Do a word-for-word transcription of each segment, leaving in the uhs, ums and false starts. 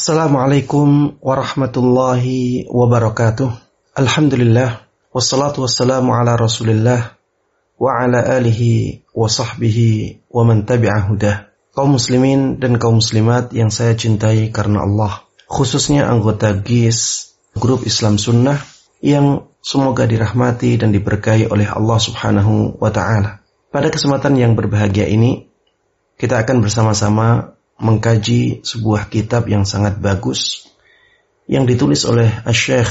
Assalamualaikum warahmatullahi wabarakatuh. Alhamdulillah, wassalatu wassalamu ala rasulillah wa ala alihi wa sahbihi wa man tabi'a hudah. Kaum muslimin dan kaum muslimat yang saya cintai karena Allah, khususnya anggota G I S Grup Islam Sunnah yang semoga dirahmati dan diberkahi oleh Allah Subhanahu wa ta'ala. Pada kesempatan yang berbahagia ini, kita akan bersama-sama mengkaji sebuah kitab yang sangat bagus yang ditulis oleh Asy-Syaikh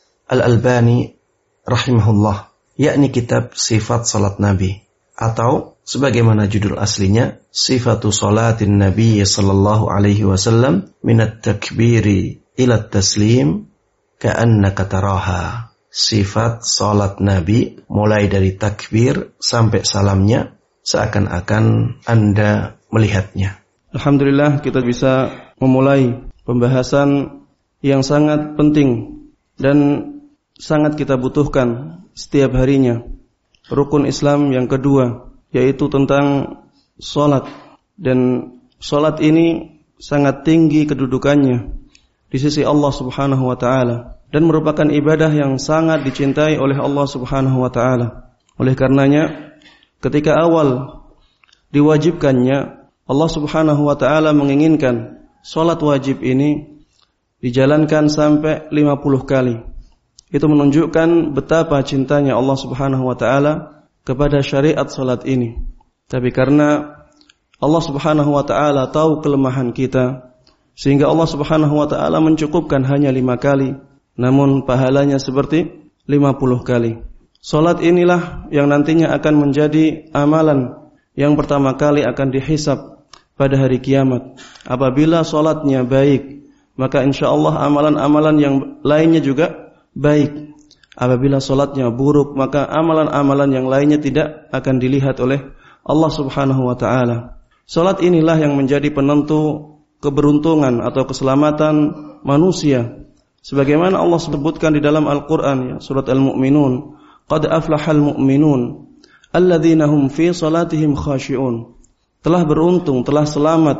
Al-Albani rahimahullah, yakni kitab Sifat Salat Nabi, atau sebagaimana judul aslinya Sifatu Salatin Nabi sallallahu alaihi wasallam minat takbiri ila taslim ka'annaka taraha. Sifat salat Nabi mulai dari takbir sampai salamnya seakan-akan Anda melihatnya. Alhamdulillah, kita bisa memulai pembahasan yang sangat penting dan sangat kita butuhkan setiap harinya. Rukun Islam yang kedua, yaitu tentang salat. Dan salat ini sangat tinggi kedudukannya di sisi Allah Subhanahu wa ta'ala, dan merupakan ibadah yang sangat dicintai oleh Allah Subhanahu wa ta'ala. Oleh karenanya, ketika awal diwajibkannya, Allah Subhanahu wa ta'ala menginginkan salat wajib ini dijalankan sampai lima puluh kali. Itu menunjukkan betapa cintanya Allah Subhanahu wa ta'ala kepada syariat salat ini. Tapi karena Allah Subhanahu wa ta'ala tahu kelemahan kita, sehingga Allah Subhanahu wa ta'ala mencukupkan hanya lima kali, namun pahalanya seperti lima puluh kali. Salat inilah yang nantinya akan menjadi amalan yang pertama kali akan dihisab pada hari kiamat. Apabila salatnya baik, maka insyaallah amalan-amalan yang lainnya juga baik. Apabila salatnya buruk, maka amalan-amalan yang lainnya tidak akan dilihat oleh Allah Subhanahu wa ta'ala. Salat inilah yang menjadi penentu keberuntungan atau keselamatan manusia. Sebagaimana Allah sebutkan di dalam Al-Qur'an, ya, surat Al-Mu'minun, qad aflahal mu'minun alladzina hum fi salatihim khashi'un. Telah beruntung, telah selamat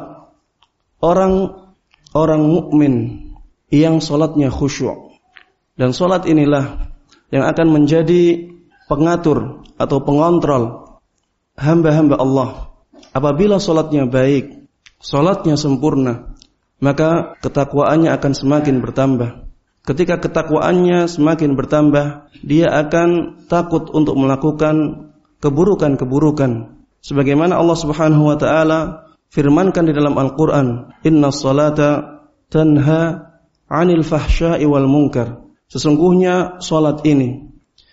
orang-orang mukmin yang salatnya khusyuk. Dan salat inilah yang akan menjadi pengatur atau pengontrol hamba-hamba Allah. Apabila salatnya baik, salatnya sempurna, maka ketakwaannya akan semakin bertambah. Ketika ketakwaannya semakin bertambah, dia akan takut untuk melakukan keburukan-keburukan. Sebagaimana Allah Subhanahu wa ta'ala firmankan di dalam Al-Qur'an, innas salata tanha 'anil fahsya'i wal munkar. Sesungguhnya salat ini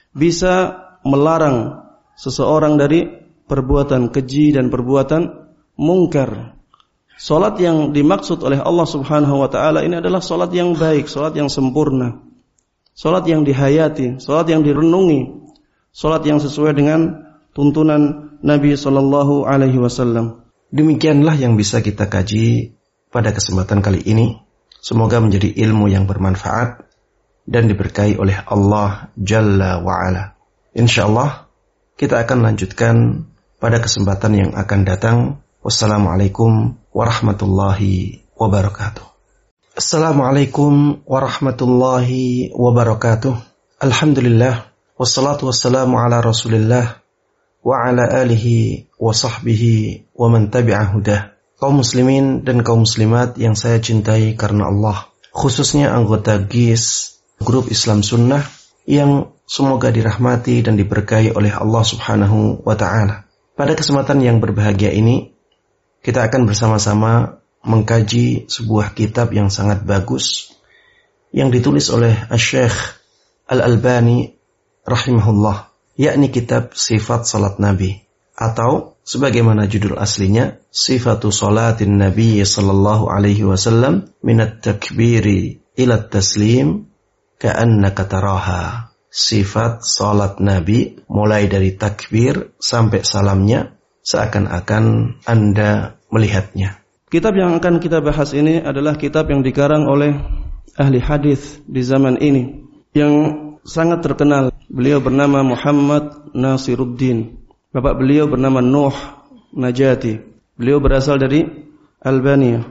bisa melarang seseorang dari perbuatan keji dan perbuatan mungkar. Salat yang dimaksud oleh Allah Subhanahu wa ta'ala ini adalah salat yang baik, salat yang sempurna, salat yang dihayati, salat yang direnungi, salat yang sesuai dengan tuntunan Nabi sallallahu alaihi wasallam. Demikianlah yang bisa kita kaji pada kesempatan kali ini. Semoga menjadi ilmu yang bermanfaat dan diberkahi oleh Allah Jalla wa'ala. InsyaAllah kita akan lanjutkan pada kesempatan yang akan datang. Wassalamualaikum warahmatullahi wabarakatuh. Assalamualaikum warahmatullahi wabarakatuh. Alhamdulillah, wassalatu wassalamu ala rasulillah wa ala alihi wa sahbihi wa man tabi'a hudah. Kaum muslimin dan kaum muslimat yang saya cintai karena Allah, khususnya anggota G I S Grup Islam Sunnah yang semoga dirahmati dan diberkahi oleh Allah Subhanahu wa ta'ala. Pada kesempatan yang berbahagia ini, kita akan bersama-sama mengkaji sebuah kitab yang sangat bagus yang ditulis oleh Asy-Syaikh Al-Albani rahimahullah, yakni kitab Sifat Salat Nabi, atau sebagaimana judul aslinya Sifatu Salatin Nabi sallallahu alaihi wasallam minat takbiri ila taslim ka'annaka taraha. Sifat salat Nabi mulai dari takbir sampai salamnya seakan-akan Anda melihatnya. Kitab yang akan kita bahas ini adalah kitab yang dikarang oleh ahli hadis di zaman ini yang sangat terkenal. Beliau bernama Muhammad Nasiruddin. Bapak beliau bernama Nuh Najati. Beliau berasal dari Albania.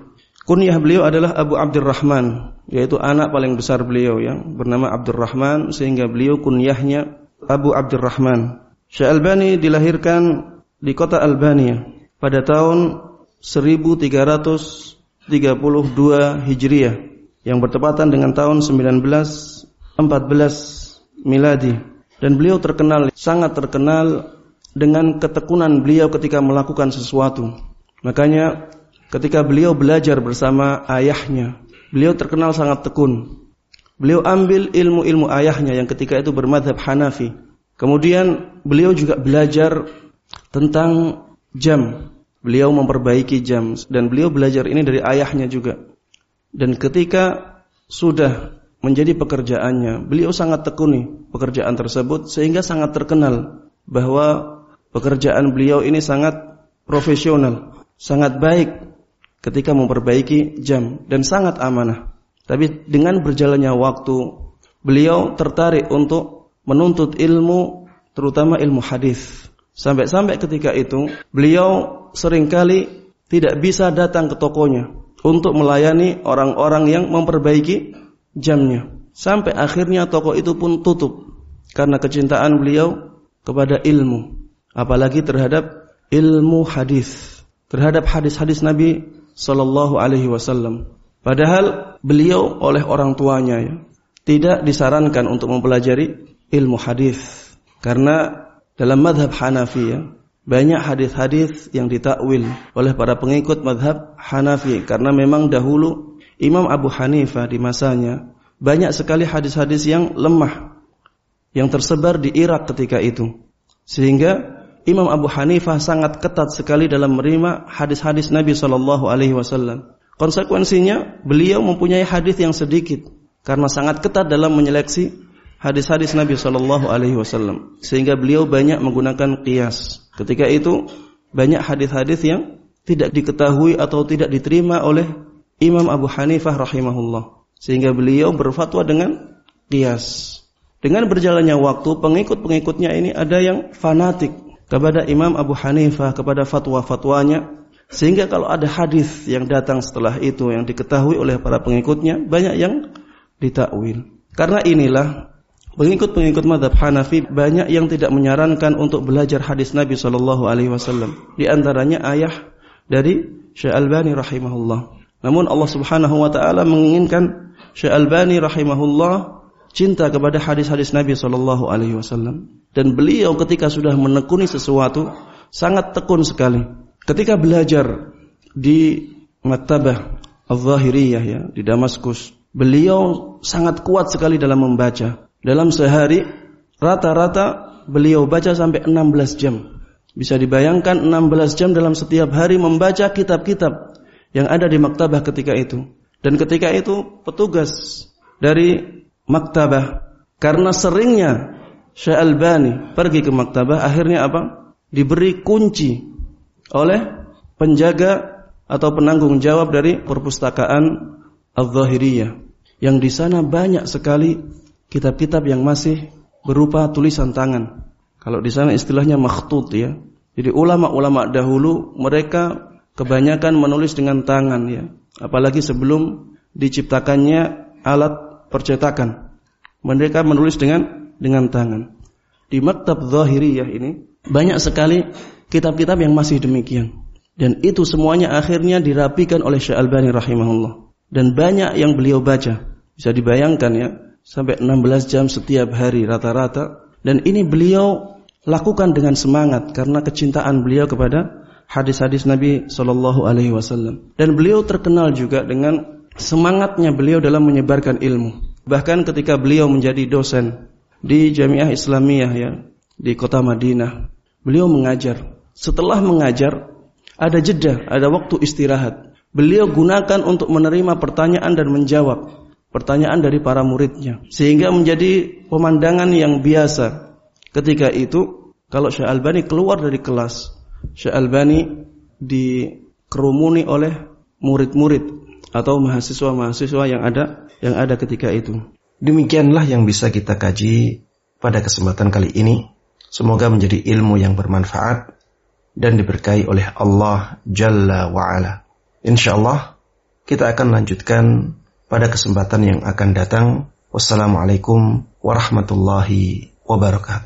Kunyah beliau adalah Abu Abdurrahman, yaitu anak paling besar beliau yang bernama Abdurrahman, sehingga beliau kunyahnya Abu Abdurrahman. Syekh Albani dilahirkan di kota Albania pada tahun seribu tiga ratus tiga puluh dua Hijriah yang bertepatan dengan tahun seribu sembilan ratus empat belas miladi, dan beliau terkenal sangat terkenal dengan ketekunan beliau ketika melakukan sesuatu. Makanya ketika beliau belajar bersama ayahnya, beliau terkenal sangat tekun. Beliau ambil ilmu-ilmu ayahnya yang ketika itu bermadzhab Hanafi. Kemudian beliau juga belajar tentang jam. Beliau memperbaiki jam, dan beliau belajar ini dari ayahnya juga. Dan ketika sudah menjadi pekerjaannya, beliau sangat tekuni pekerjaan tersebut sehingga sangat terkenal bahwa pekerjaan beliau ini sangat profesional, sangat baik ketika memperbaiki jam dan sangat amanah. Tapi dengan berjalannya waktu, beliau tertarik untuk menuntut ilmu, terutama ilmu hadis. Sampai-sampai ketika itu beliau seringkali tidak bisa datang ke tokonya untuk melayani orang-orang yang memperbaiki jamnya. Sampai akhirnya toko itu pun tutup karena kecintaan beliau kepada ilmu, apalagi terhadap ilmu hadis, terhadap hadis-hadis Nabi sallallahu alaihi wasallam. Padahal beliau oleh orang tuanya ya, tidak disarankan untuk mempelajari ilmu hadis, karena dalam mazhab Hanafi ya, banyak hadis-hadis yang ditakwil oleh para pengikut mazhab Hanafi, karena memang dahulu Imam Abu Hanifah di masanya banyak sekali hadis-hadis yang lemah yang tersebar di Irak ketika itu, sehingga Imam Abu Hanifah sangat ketat sekali dalam menerima hadis-hadis Nabi sallallahu alaihi wasallam. Konsekuensinya beliau mempunyai hadis yang sedikit karena sangat ketat dalam menyeleksi hadis-hadis Nabi sallallahu alaihi wasallam, sehingga beliau banyak menggunakan qiyas. Ketika itu banyak hadis-hadis yang tidak diketahui atau tidak diterima oleh Imam Abu Hanifah rahimahullah, sehingga beliau berfatwa dengan qiyas. Dengan berjalannya waktu, pengikut-pengikutnya ini ada yang fanatik kepada Imam Abu Hanifah, kepada fatwa-fatwanya, sehingga kalau ada hadis yang datang setelah itu yang diketahui oleh para pengikutnya, banyak yang ditakwil. Karena inilah pengikut-pengikut mazhab Hanafi banyak yang tidak menyarankan untuk belajar hadis Nabi sallallahu alaihi wasallam. Di antaranya ayah dari Syekh Albani rahimahullah. Namun Allah Subhanahu wa taala menginginkan Syekh Albani rahimahullah cinta kepada hadis-hadis Nabi sallallahu alaihi wasallam, dan beliau ketika sudah menekuni sesuatu sangat tekun sekali. Ketika belajar di Maktabah Al-Zahiriyah ya, di Damaskus, beliau sangat kuat sekali dalam membaca. Dalam sehari rata-rata beliau baca sampai enam belas jam. Bisa dibayangkan enam belas jam dalam setiap hari membaca kitab-kitab yang ada di maktabah ketika itu. Dan ketika itu petugas dari maktabah, karena seringnya Syekh Albani pergi ke maktabah, akhirnya apa? Diberi kunci oleh penjaga atau penanggung jawab dari perpustakaan Al-Zahiriyah, yang di sana banyak sekali kitab-kitab yang masih berupa tulisan tangan. Kalau di sana istilahnya makhtut ya. Jadi ulama-ulama dahulu mereka kebanyakan menulis dengan tangan ya, apalagi sebelum diciptakannya alat percetakan. Mereka menulis dengan dengan tangan. Di Maktab Zahiriyah ini banyak sekali kitab-kitab yang masih demikian. Dan itu semuanya akhirnya dirapikan oleh Syekh Albani rahimahullah. Dan banyak yang beliau baca. Bisa dibayangkan ya, sampai enam belas jam setiap hari rata-rata. Dan ini beliau lakukan dengan semangat karena kecintaan beliau kepada hadis-hadis Nabi sallallahu alaihi wasallam. Dan beliau terkenal juga dengan semangatnya beliau dalam menyebarkan ilmu. Bahkan ketika beliau menjadi dosen di Jamiah Islamiyah ya, di kota Madinah, beliau mengajar. Setelah mengajar, ada jeda, ada waktu istirahat. Beliau gunakan untuk menerima pertanyaan dan menjawab pertanyaan dari para muridnya, sehingga menjadi pemandangan yang biasa. Ketika itu, kalau Syekh Albani keluar dari kelas, Syekh Albani dikerumuni oleh murid-murid atau mahasiswa-mahasiswa yang ada yang ada ketika itu. Demikianlah yang bisa kita kaji pada kesempatan kali ini. Semoga menjadi ilmu yang bermanfaat dan diberkahi oleh Allah Jalla wa'ala. InsyaAllah kita akan lanjutkan pada kesempatan yang akan datang. Wassalamualaikum warahmatullahi wabarakatuh.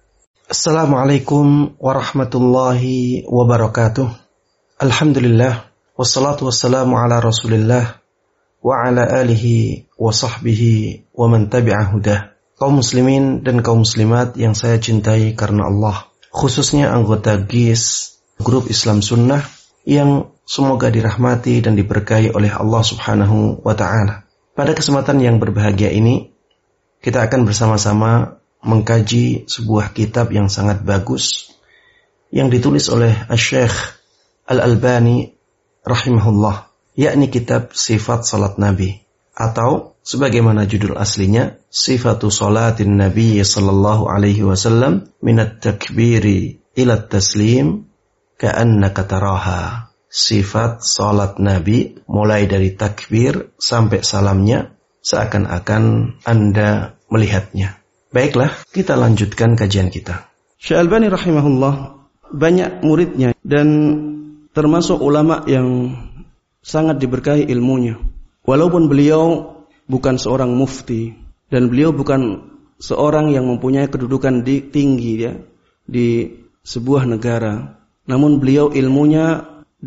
Assalamualaikum warahmatullahi wabarakatuh. Alhamdulillah, wassalatu wassalamu ala Rasulillah wa ala alihi wa sahbihi wa man tabi'a hudah. Kaum muslimin dan kaum muslimat yang saya cintai karena Allah, khususnya anggota G I S Grup Islam Sunnah yang semoga dirahmati dan diberkahi oleh Allah Subhanahu wa ta'ala. Pada kesempatan yang berbahagia ini, kita akan bersama-sama mengkaji sebuah kitab yang sangat bagus yang ditulis oleh Asy-Syaikh Al-Albani rahimahullah, yakni kitab Sifat Salat Nabi, atau sebagaimana judul aslinya, Sifatu Salatin Nabi sallallahu alaihi wasallam minat takbiri ila taslim ka'annaka taraha. Sifat salat Nabi mulai dari takbir sampai salamnya seakan-akan Anda melihatnya. Baiklah, kita lanjutkan kajian kita. Syekh Albani rahimahullah banyak muridnya dan termasuk ulama yang sangat diberkahi ilmunya. Walaupun beliau bukan seorang mufti dan beliau bukan seorang yang mempunyai kedudukan di, tinggi ya di sebuah negara, namun beliau ilmunya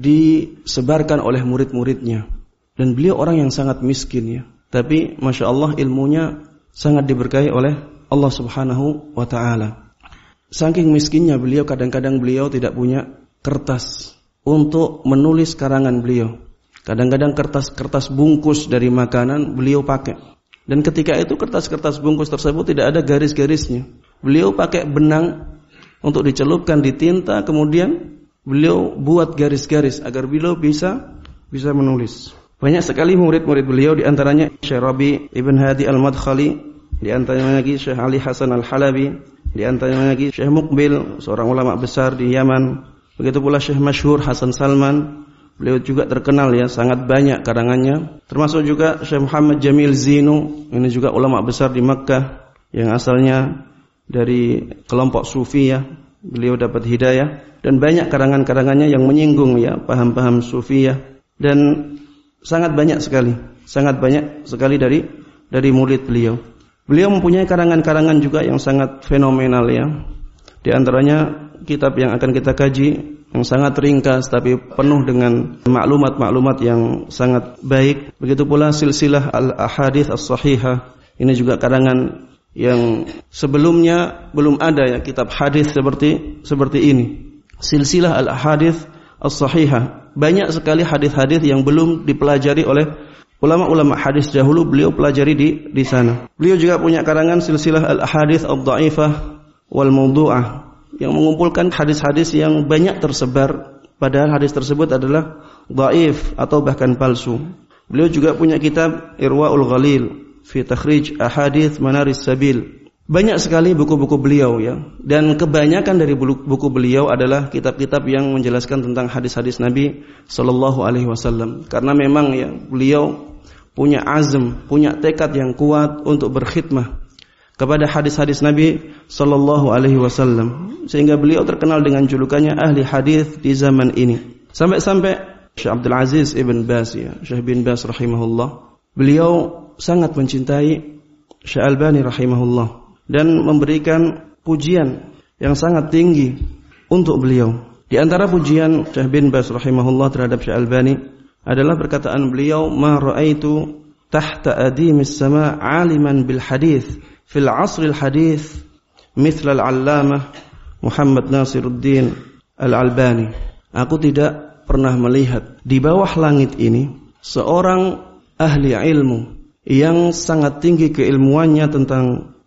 disebarkan oleh murid-muridnya. Dan beliau orang yang sangat miskin ya, tapi masya Allah ilmunya sangat diberkahi oleh Allah Subhanahu wa ta'ala. Saking miskinnya beliau, kadang-kadang beliau tidak punya kertas untuk menulis karangan beliau. Kadang-kadang kertas-kertas bungkus dari makanan beliau pakai. Dan ketika itu kertas-kertas bungkus tersebut tidak ada garis-garisnya. Beliau pakai benang untuk dicelupkan di tinta, kemudian beliau buat garis-garis agar beliau bisa bisa menulis. Banyak sekali murid-murid beliau, di antaranya Syekh Rabi Ibn Hadi Al-Madkhali, di antaranya lagi Syekh Ali Hasan Al-Halabi, di antaranya lagi Syekh Muqbil, seorang ulama besar di Yaman. Begitu pula Syekh Masyhur Hasan Salman, beliau juga terkenal ya, sangat banyak karangannya. Termasuk juga Syekh Muhammad Jamil Zinu, ini juga ulama besar di Makkah yang asalnya dari kelompok Sufi ya. Beliau dapat hidayah dan banyak karangan-karangannya yang menyinggung ya paham-paham Sufiyah, dan sangat banyak sekali, sangat banyak sekali dari dari murid beliau. Beliau mempunyai karangan-karangan juga yang sangat fenomenal ya. Di antaranya kitab yang akan kita kaji yang sangat ringkas tapi penuh dengan maklumat-maklumat yang sangat baik. Begitu pula Silsilah Al-Ahadits As-Shahihah. Ini juga karangan yang sebelumnya belum ada ya kitab hadis seperti seperti ini. Silsilah Al-Ahadits As-Shahihah. Banyak sekali hadis-hadis yang belum dipelajari oleh ulama-ulama hadis dahulu, beliau pelajari di di sana. Beliau juga punya karangan Silsilah Al-Ahadits Ad-Dha'ifah wal Mawdu'ah yang mengumpulkan hadis-hadis yang banyak tersebar, padahal hadis tersebut adalah dhaif atau bahkan palsu. Beliau juga punya kitab Irwaul Ghalil fi Takhrij Ahadits Manaris Sabil. Banyak sekali buku-buku beliau ya, dan kebanyakan dari buku beliau adalah kitab-kitab yang menjelaskan tentang hadis-hadis Nabi sallallahu alaihi wasallam. Karena memang ya beliau punya azm, punya tekad yang kuat untuk berkhidmah kepada hadis-hadis Nabi sallallahu alaihi wasallam, sehingga beliau terkenal dengan julukannya ahli hadis di zaman ini. Sampai-sampai Syekh Abdul Aziz Ibn Baz ya, Syekh bin Baz rahimahullah, beliau sangat mencintai Syekh Albani rahimahullah dan memberikan pujian yang sangat tinggi untuk beliau. Di antara pujian Syekh bin Baz rahimahullah terhadap Syekh Albani adalah perkataan beliau, "Ma ra'aitu tahta adimis sama' 'aliman bil hadits fil 'asril hadits mithla al-'allamah Muhammad Nasiruddin Al-Albani." Aku tidak pernah melihat di bawah langit ini seorang ahli ilmu yang sangat tinggi keilmuannya tentang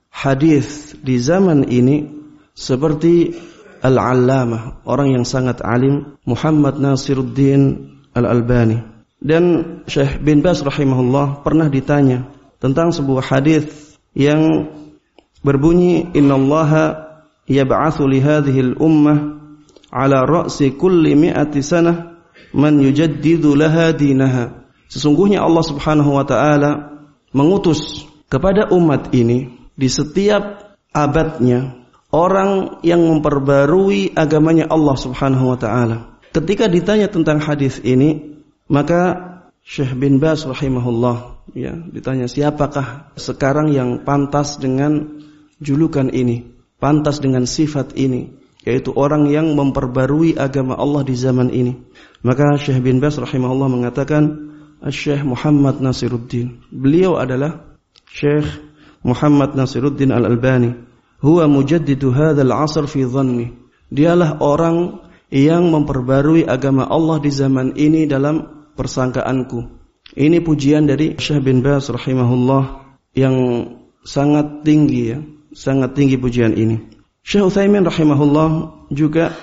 hadis di zaman ini seperti Al-Allamah, orang yang sangat alim, Muhammad Nasiruddin Al-Albani. Dan Syekh bin Baz rahimahullah pernah ditanya tentang sebuah hadis yang berbunyi, "Innallaha yab'atsu li hadhil ummah ala ra'si kulli mi'ati sanah man yujaddidu laha dinaha." Sesungguhnya Allah Subhanahu wa taala mengutus kepada umat ini di setiap abadnya orang yang memperbarui agamanya Allah Subhanahu wa taala. Ketika ditanya tentang hadis ini, maka Syekh bin Baz rahimahullah, ya, ditanya siapakah sekarang yang pantas dengan julukan ini, pantas dengan sifat ini, yaitu orang yang memperbarui agama Allah di zaman ini. Maka Syekh bin Baz rahimahullah mengatakan Syekh Muhammad Nasiruddin. Beliau adalah Syekh Muhammad Nasiruddin Al-Albani. Huwa mujaddidu hadzal 'asr fi dhanni. Dialah orang yang memperbarui agama Allah di zaman ini dalam persangkaanku. Ini pujian dari Syekh bin Baz rahimahullah yang sangat tinggi, ya, sangat tinggi pujian ini. Syekh Utsaimin rahimahullah juga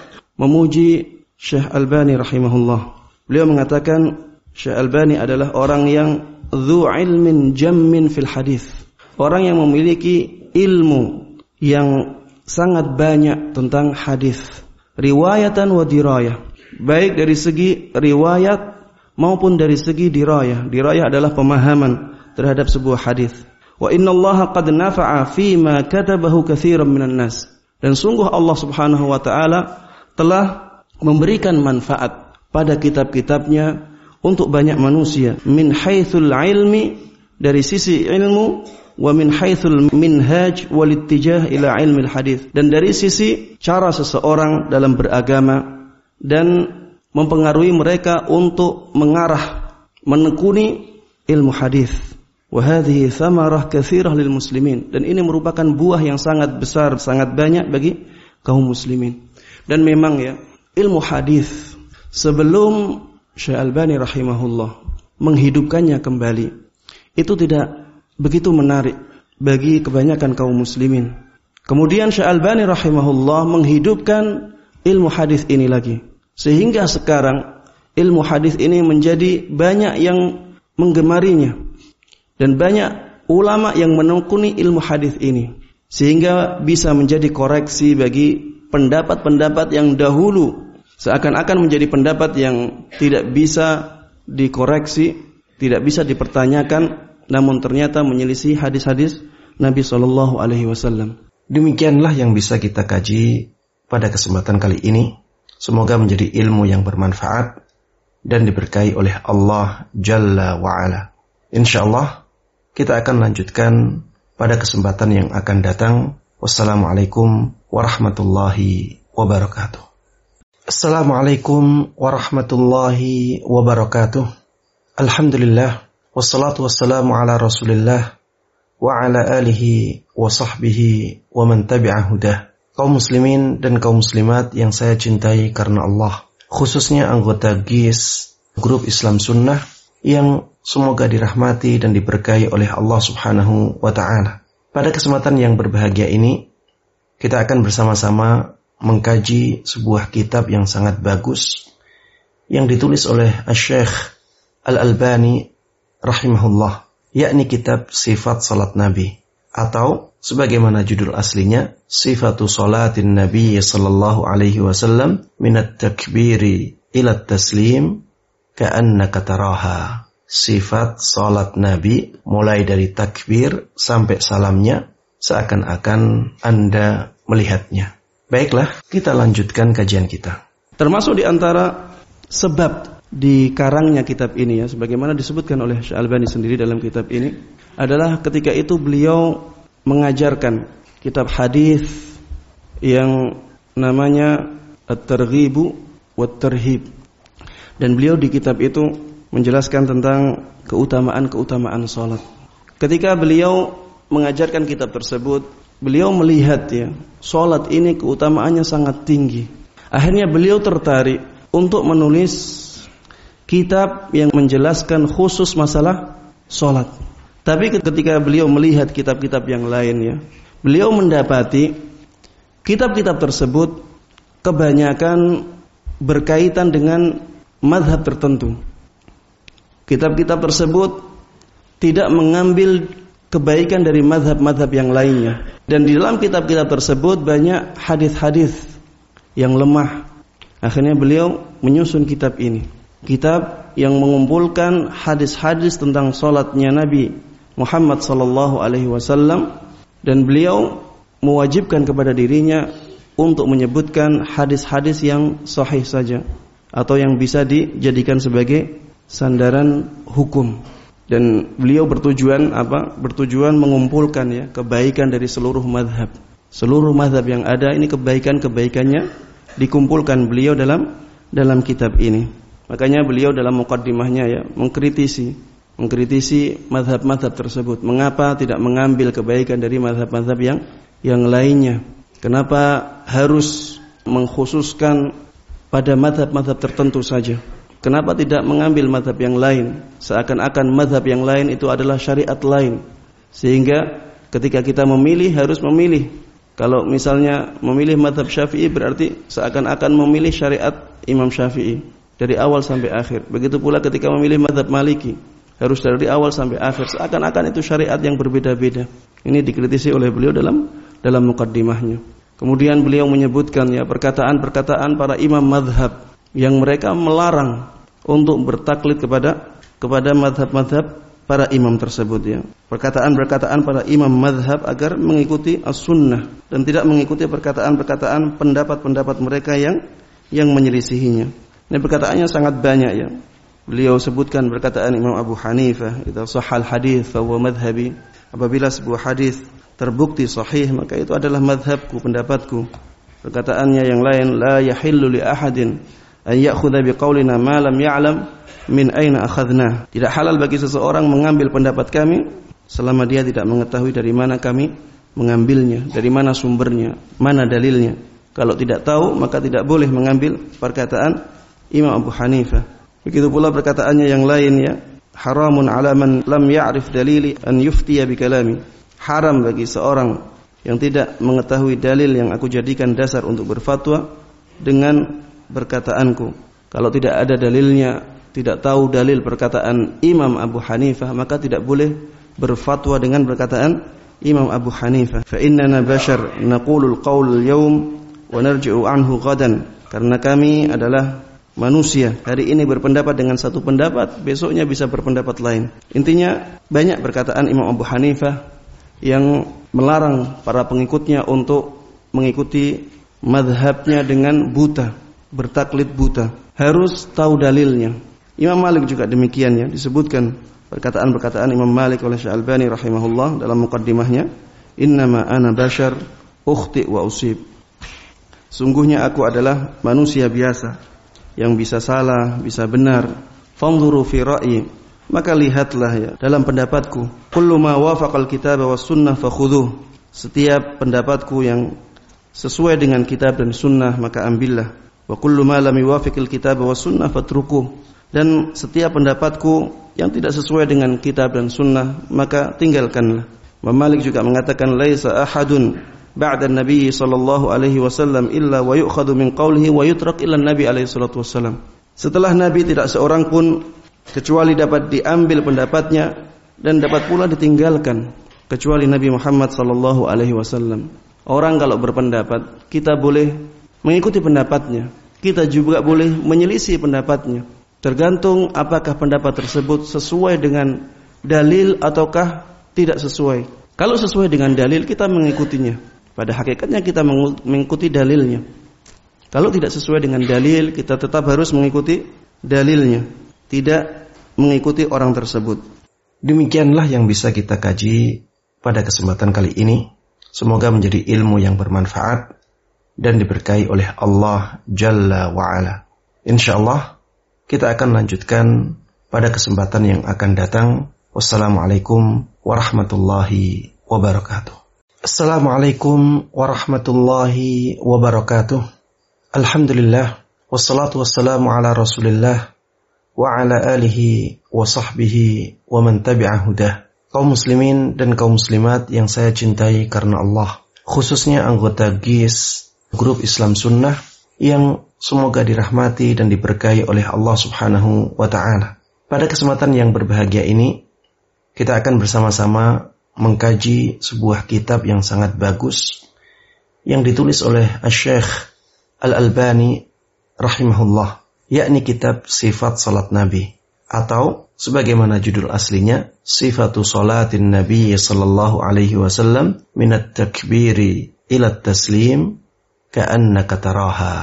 memuji Syekh Albani rahimahullah. Beliau mengatakan Syekh Albani adalah orang yang dzu ilmin jammin fil hadis, orang yang memiliki ilmu yang sangat banyak tentang hadis, riwayatan wa dirayah, baik dari segi riwayat maupun dari segi dirayah. Dirayah adalah pemahaman terhadap sebuah hadis. Wa innallaha qad nafa'a fi ma katabahu katsiran minan nas. Dan sungguh Allah Subhanahu wa taala telah memberikan manfaat pada kitab-kitabnya untuk banyak manusia. Min haitsul ilmi, dari sisi ilmu, wa min haitsul minhaj wal ittijah ila ilmil hadis, dan dari sisi cara seseorang dalam beragama dan mempengaruhi mereka untuk mengarah, menekuni ilmu hadis. Wa hadhihi thamarah katsirah lil muslimin, dan ini merupakan buah yang sangat besar, sangat banyak bagi kaum muslimin. Dan memang, ya, ilmu hadis sebelum Syekh Albani rahimahullah menghidupkannya kembali, itu tidak begitu menarik bagi kebanyakan kaum muslimin. Kemudian Syekh Albani rahimahullah menghidupkan ilmu hadis ini lagi, sehingga sekarang ilmu hadis ini menjadi banyak yang menggemarinya dan banyak ulama yang menekuni ilmu hadis ini, sehingga bisa menjadi koreksi bagi pendapat-pendapat yang dahulu seakan-akan menjadi pendapat yang tidak bisa dikoreksi, tidak bisa dipertanyakan, namun ternyata menyelisih hadis-hadis Nabi sallallahu alaihi wasallam. Demikianlah yang bisa kita kaji pada kesempatan kali ini. Semoga menjadi ilmu yang bermanfaat dan diberkahi oleh Allah Jalla wa'ala. InsyaAllah kita akan lanjutkan pada kesempatan yang akan datang. Wassalamualaikum warahmatullahi wabarakatuh. Assalamualaikum warahmatullahi wabarakatuh. Alhamdulillah, wassalatu wassalamu ala rasulillah wa ala alihi wa sahbihi wa man tabi'a hudah. Kaum muslimin dan kaum muslimat yang saya cintai karena Allah, khususnya anggota G I S Grup Islam Sunnah yang semoga dirahmati dan diberkahi oleh Allah Subhanahu wa taala. Pada kesempatan yang berbahagia ini, kita akan bersama-sama mengkaji sebuah kitab yang sangat bagus yang ditulis oleh Syekh Al-Albani rahimahullah, yakni kitab Sifat Salat Nabi, atau sebagaimana judul aslinya, Sifatu Salatin Nabi sallallahu alaihi wasallam minat takbiri ila taslim ka'annaka taraha. Sifat salat Nabi mulai dari takbir sampai salamnya seakan-akan Anda melihatnya. Baiklah, kita lanjutkan kajian kita. Termasuk di antara sebab dikarangnya kitab ini, ya, sebagaimana disebutkan oleh Syekh Albani sendiri dalam kitab ini, adalah ketika itu beliau mengajarkan kitab hadis yang namanya At-Targhibu wat-Tarhib, dan beliau di kitab itu menjelaskan tentang keutamaan-keutamaan salat. Ketika beliau mengajarkan kitab tersebut, beliau melihat, ya, salat ini keutamaannya sangat tinggi. Akhirnya beliau tertarik untuk menulis kitab yang menjelaskan khusus masalah salat. Tapi ketika beliau melihat kitab-kitab yang lain, ya, beliau mendapati kitab-kitab tersebut kebanyakan berkaitan dengan mazhab tertentu. Kitab-kitab tersebut tidak mengambil kebaikan dari mazhab-mazhab yang lainnya. Dan di dalam kitab-kitab tersebut banyak hadis-hadis yang lemah. Akhirnya beliau menyusun kitab ini. Kitab yang mengumpulkan hadis-hadis tentang salatnya Nabi Muhammad sallallahu alaihi wasallam, dan beliau mewajibkan kepada dirinya untuk menyebutkan hadis-hadis yang sahih saja atau yang bisa dijadikan sebagai sandaran hukum. Dan beliau bertujuan apa? Bertujuan mengumpulkan ya kebaikan dari seluruh mazhab. Seluruh mazhab yang ada ini kebaikan-kebaikannya dikumpulkan beliau dalam dalam kitab ini. Makanya beliau dalam muqaddimahnya ya mengkritisi mengkritisi mazhab-mazhab tersebut. Mengapa tidak mengambil kebaikan dari mazhab-mazhab yang yang lainnya? Kenapa harus mengkhususkan pada mazhab-mazhab tertentu saja? Kenapa tidak mengambil mazhab yang lain? Seakan-akan mazhab yang lain itu adalah syariat lain. Sehingga ketika kita memilih harus memilih. Kalau misalnya memilih mazhab Syafi'i berarti seakan-akan memilih syariat Imam Syafi'i dari awal sampai akhir. Begitu pula ketika memilih mazhab Maliki harus dari awal sampai akhir. Seakan-akan itu syariat yang berbeda-beda. Ini dikritisi oleh beliau dalam dalam muqaddimahnya. Kemudian beliau menyebutkan ya perkataan-perkataan para imam mazhab yang mereka melarang untuk bertaklid kepada kepada mazhab-mazhab para imam tersebut ya. Perkataan-perkataan para imam mazhab agar mengikuti as-sunnah dan tidak mengikuti perkataan-perkataan pendapat-pendapat mereka yang yang menyelisihinya. Ini perkataannya sangat banyak ya. Beliau sebutkan perkataan Imam Abu Hanifah, "Idza shahhal hadits fa huwa madhhabi." Apabila sebuah hadis terbukti sahih maka itu adalah madhabku, pendapatku. Perkataannya yang lain, "La yahillu li ahadin an ya'khudha biqaulina ma lam ya'lam min aina akhadna." Tidak halal bagi seseorang mengambil pendapat kami selama dia tidak mengetahui dari mana kami mengambilnya, dari mana sumbernya, mana dalilnya. Kalau tidak tahu maka tidak boleh mengambil perkataan Imam Abu Hanifah. Begitu pula perkataannya yang lain ya, "Haramun 'ala man lam ya'rif dalili an yuftiya bi kalami." Haram bagi seorang yang tidak mengetahui dalil yang aku jadikan dasar untuk berfatwa dengan perkataanku. Kalau tidak ada dalilnya, tidak tahu dalil perkataan Imam Abu Hanifah, maka tidak boleh berfatwa dengan perkataan Imam Abu Hanifah. Fa innana bashar naqulul qawl al-yawm wa narji'u anhu ghadan. Karena kami adalah manusia, hari ini berpendapat dengan satu pendapat, besoknya bisa berpendapat lain. Intinya banyak perkataan Imam Abu Hanifah yang melarang para pengikutnya untuk mengikuti mazhabnya dengan buta, bertaklid buta. Harus tahu dalilnya. Imam Malik juga demikian ya, disebutkan perkataan-perkataan Imam Malik oleh Syekh Albani rahimahullah dalam muqaddimahnya, "Innama ana bashar ukhti wa usib." Sungguhnya aku adalah manusia biasa yang bisa salah, bisa benar. Fanzuru fi ra'yi, maka lihatlah ya dalam pendapatku. Kullu ma wafaqal kitab was sunnah fakhudhuh. Setiap pendapatku yang sesuai dengan kitab dan sunnah maka ambillah. Wa kullu ma lam yuwafiqil kitab was sunnah fatrukuh. Dan setiap pendapatku yang tidak sesuai dengan kitab dan sunnah maka tinggalkanlah. Imam Malik juga mengatakan, "Laisa ahadun ba'da an-nabi sallallahu alaihi wasallam illa wa yu'khadhu min qawlihi wa yutrak illa an-nabi alaihi salatu wasallam." Setelah Nabi tidak seorang pun kecuali dapat diambil pendapatnya dan dapat pula ditinggalkan kecuali Nabi Muhammad sallallahu alaihi wasallam. Orang kalau berpendapat, kita boleh mengikuti pendapatnya, kita juga boleh menyelisih pendapatnya. Tergantung apakah pendapat tersebut sesuai dengan dalil ataukah tidak sesuai. Kalau sesuai dengan dalil kita mengikutinya. Pada hakikatnya kita mengikuti dalilnya. Kalau tidak sesuai dengan dalil, kita tetap harus mengikuti dalilnya, tidak mengikuti orang tersebut. Demikianlah yang bisa kita kaji pada kesempatan kali ini. Semoga menjadi ilmu yang bermanfaat dan diberkahi oleh Allah Jalla wa'ala. InsyaAllah kita akan lanjutkan pada kesempatan yang akan datang. Wassalamualaikum warahmatullahi wabarakatuh. Assalamualaikum warahmatullahi wabarakatuh. Alhamdulillah, wassalatu wassalamu ala rasulillah wa ala alihi wa sahbihi wa man tabi'a hudah. Kaum muslimin dan kaum muslimat yang saya cintai karena Allah, khususnya anggota G I S Grup Islam Sunnah yang semoga dirahmati dan diberkahi oleh Allah Subhanahu wa ta'ala. Pada kesempatan yang berbahagia ini, kita akan bersama-sama mengkaji sebuah kitab yang sangat bagus yang ditulis oleh Asy-Syaikh Al-Albani rahimahullah, yakni kitab Sifat Salat Nabi, atau sebagaimana judul aslinya, Sifatu Salatin Nabi sallallahu alaihi wasallam minat takbiri ila taslim ka'annaka taraha.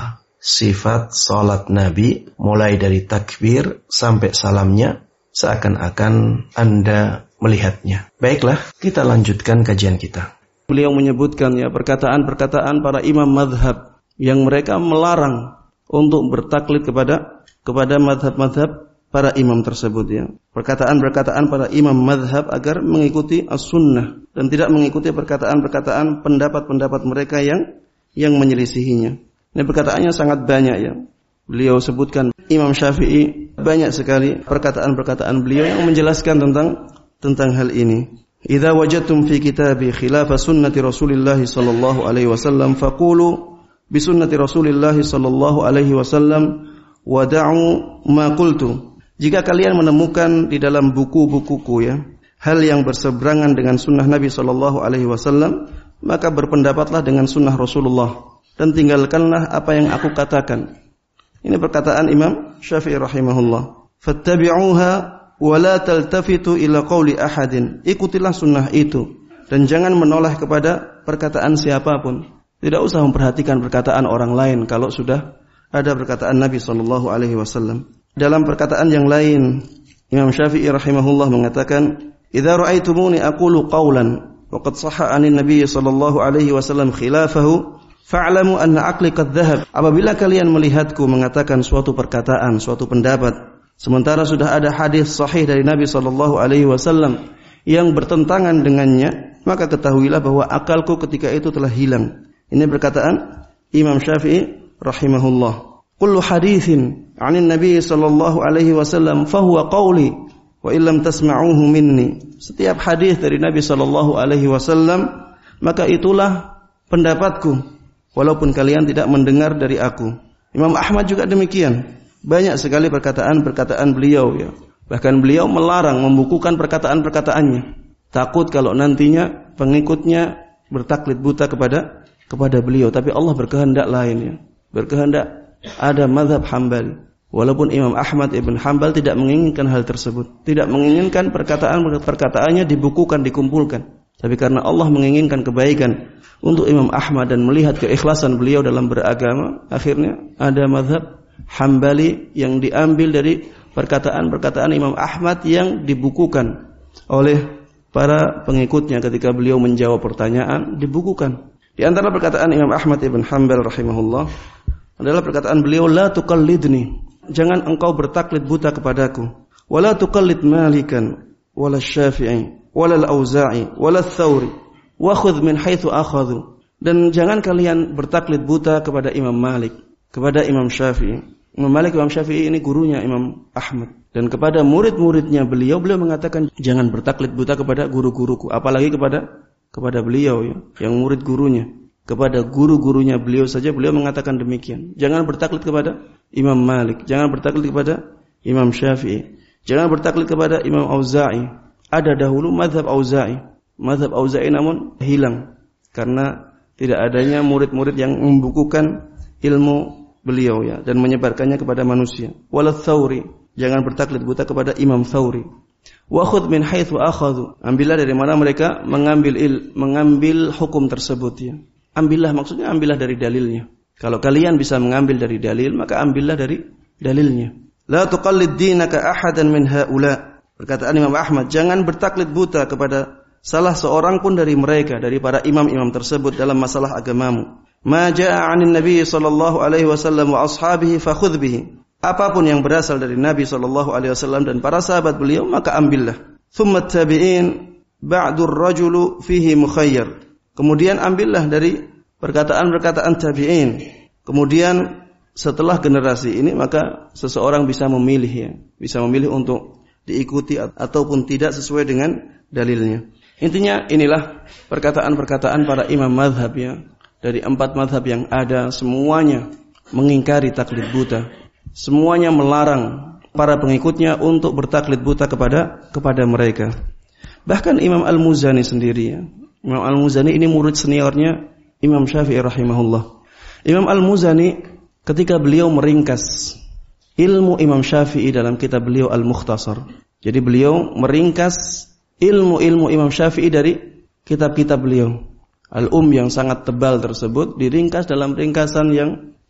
sifat salat Nabi mulai dari takbir sampai salamnya seakan-akan Anda melihatnya. Baiklah, kita lanjutkan kajian kita. Beliau menyebutkan ya perkataan-perkataan para imam mazhab yang mereka melarang untuk bertaklid kepada kepada mazhab-mazhab para imam tersebut ya. Perkataan-perkataan para imam mazhab agar mengikuti as-sunnah dan tidak mengikuti perkataan-perkataan pendapat-pendapat mereka yang yang menyelisihinya. Ini perkataannya sangat banyak ya. Beliau sebutkan Imam Syafi'i banyak sekali perkataan-perkataan beliau yang menjelaskan tentang tentang hal ini. Idza wajadtum fi kitabi khilafa sunnati Rasulillah sallallahu alaihi wasallam faqulu bi sunnati Rasulillah sallallahu alaihi wasallam wa da'u ma qultu. Jika kalian menemukan di dalam buku-bukuku ya hal yang berseberangan dengan sunnah Nabi sallallahu alaihi wasallam, maka berpendapatlah dengan sunnah Rasulullah dan tinggalkanlah apa yang aku katakan. Ini perkataan Imam Syafi'i rahimahullah. Fattabi'uha wa la taltafitu ila qawli ahadin. Ikutilah sunnah itu dan jangan menoleh kepada perkataan siapapun. Tidak usah memperhatikan perkataan orang lain kalau sudah ada perkataan Nabi sallallahu alaihi wasallam. Dalam perkataan yang lain, Imam Syafi'i rahimahullah mengatakan, "Idza ra'aitumuni aqulu qawlan wa qad shahha 'anil Nabi sallallahu alaihi wasallam khilafahu, fa'lamu anna 'aqli qad dhahab." Apabila kalian melihatku mengatakan suatu perkataan, suatu pendapat, sementara sudah ada hadis sahih dari Nabi sallallahu alaihi wasallam yang bertentangan dengannya, maka ketahuilah bahwa akalku ketika itu telah hilang. Ini perkataan Imam Syafi'i rahimahullah. Kullu hadithin 'anil Nabi sallallahu alaihi wasallam fahuwa qawli wa illam tasma'uhu minni. Setiap hadis dari Nabi sallallahu alaihi wasallam maka itulah pendapatku walaupun kalian tidak mendengar dari aku. Imam Ahmad juga demikian. Banyak sekali perkataan-perkataan beliau ya. Bahkan beliau melarang membukukan perkataan-perkataannya. Takut kalau nantinya pengikutnya bertaklid buta kepada kepada beliau, tapi Allah berkehendak lain ya. Berkehendak ada mazhab Hambali. Walaupun Imam Ahmad ibn Hanbal tidak menginginkan hal tersebut, tidak menginginkan perkataan-perkataannya dibukukan, dikumpulkan. Tapi karena Allah menginginkan kebaikan untuk Imam Ahmad dan melihat keikhlasan beliau dalam beragama, akhirnya ada mazhab Hambali yang diambil dari perkataan-perkataan Imam Ahmad yang dibukukan oleh para pengikutnya ketika beliau menjawab pertanyaan, dibukukan. Di antara perkataan Imam Ahmad ibn Hanbal rahimahullah adalah perkataan beliau, la tuqallidni, jangan engkau bertaklid buta kepadaku, wala tuqallid Malikan wala Syafi'i wala Al-Auza'i wala Ats-Tsauri wa khudh min haitsu akhadhu, dan jangan kalian bertaklid buta kepada Imam Malik, kepada Imam Syafi'i. Imam Malik, Imam Syafi'i ini gurunya Imam Ahmad, dan kepada murid-muridnya beliau beliau mengatakan jangan bertaklid buta kepada guru-guruku, apalagi kepada kepada beliau ya, yang murid gurunya. Kepada guru-gurunya beliau saja beliau mengatakan demikian. Jangan bertaklid kepada Imam Malik, jangan bertaklid kepada Imam Syafi'i, jangan bertaklid kepada Imam Auza'i. Ada dahulu mazhab Auza'i. Mazhab Auza'i namun hilang karena tidak adanya murid-murid yang membukukan ilmu beliau ya dan menyebarkannya kepada manusia. Wala Tsauri, jangan bertaklid buta kepada Imam Tsauri. Wa khudh min haitsu akhadhu, ambillah dari mana mereka mengambil il, mengambil hukum tersebut ya. Ambillah, maksudnya ambillah dari dalilnya. Kalau kalian bisa mengambil dari dalil, maka ambillah dari dalilnya. La tuqallid dinaka ahadan min haula. Perkataan Imam Ahmad, jangan bertaklid buta kepada salah seorang pun dari mereka, dari para imam-imam tersebut dalam masalah agamamu. Ma jaa'a 'anil Nabi sallallahu alaihi wasallam wa ashabihi fakhudh bihi. Apapun yang berasal dari Nabi sallallahu alaihi wasallam dan para sahabat beliau, maka ambillah. Tsumma at-tabi'in ba'du ar-rajulu fihi mukhayyar. Kemudian ambillah dari perkataan-perkataan tabi'in. Kemudian setelah generasi ini maka seseorang bisa memilih ya, bisa memilih untuk diikuti ataupun tidak sesuai dengan dalilnya. Intinya inilah perkataan-perkataan para imam mazhab ya. Dari empat mazhab yang ada semuanya mengingkari taklid buta. Semuanya melarang para pengikutnya untuk bertaklid buta kepada kepada mereka. Bahkan Imam Al-Muzani sendiri ya. Imam Al-Muzani ini murid seniornya Imam Syafi'i rahimahullah. Imam Al-Muzani ketika beliau meringkas ilmu Imam Syafi'i dalam kitab beliau Al-Mukhtasar. Jadi beliau meringkas ilmu-ilmu Imam Syafi'i dari kitab-kitab beliau. Al-Um yang sangat tebal tersebut diringkas dalam ringkasan yang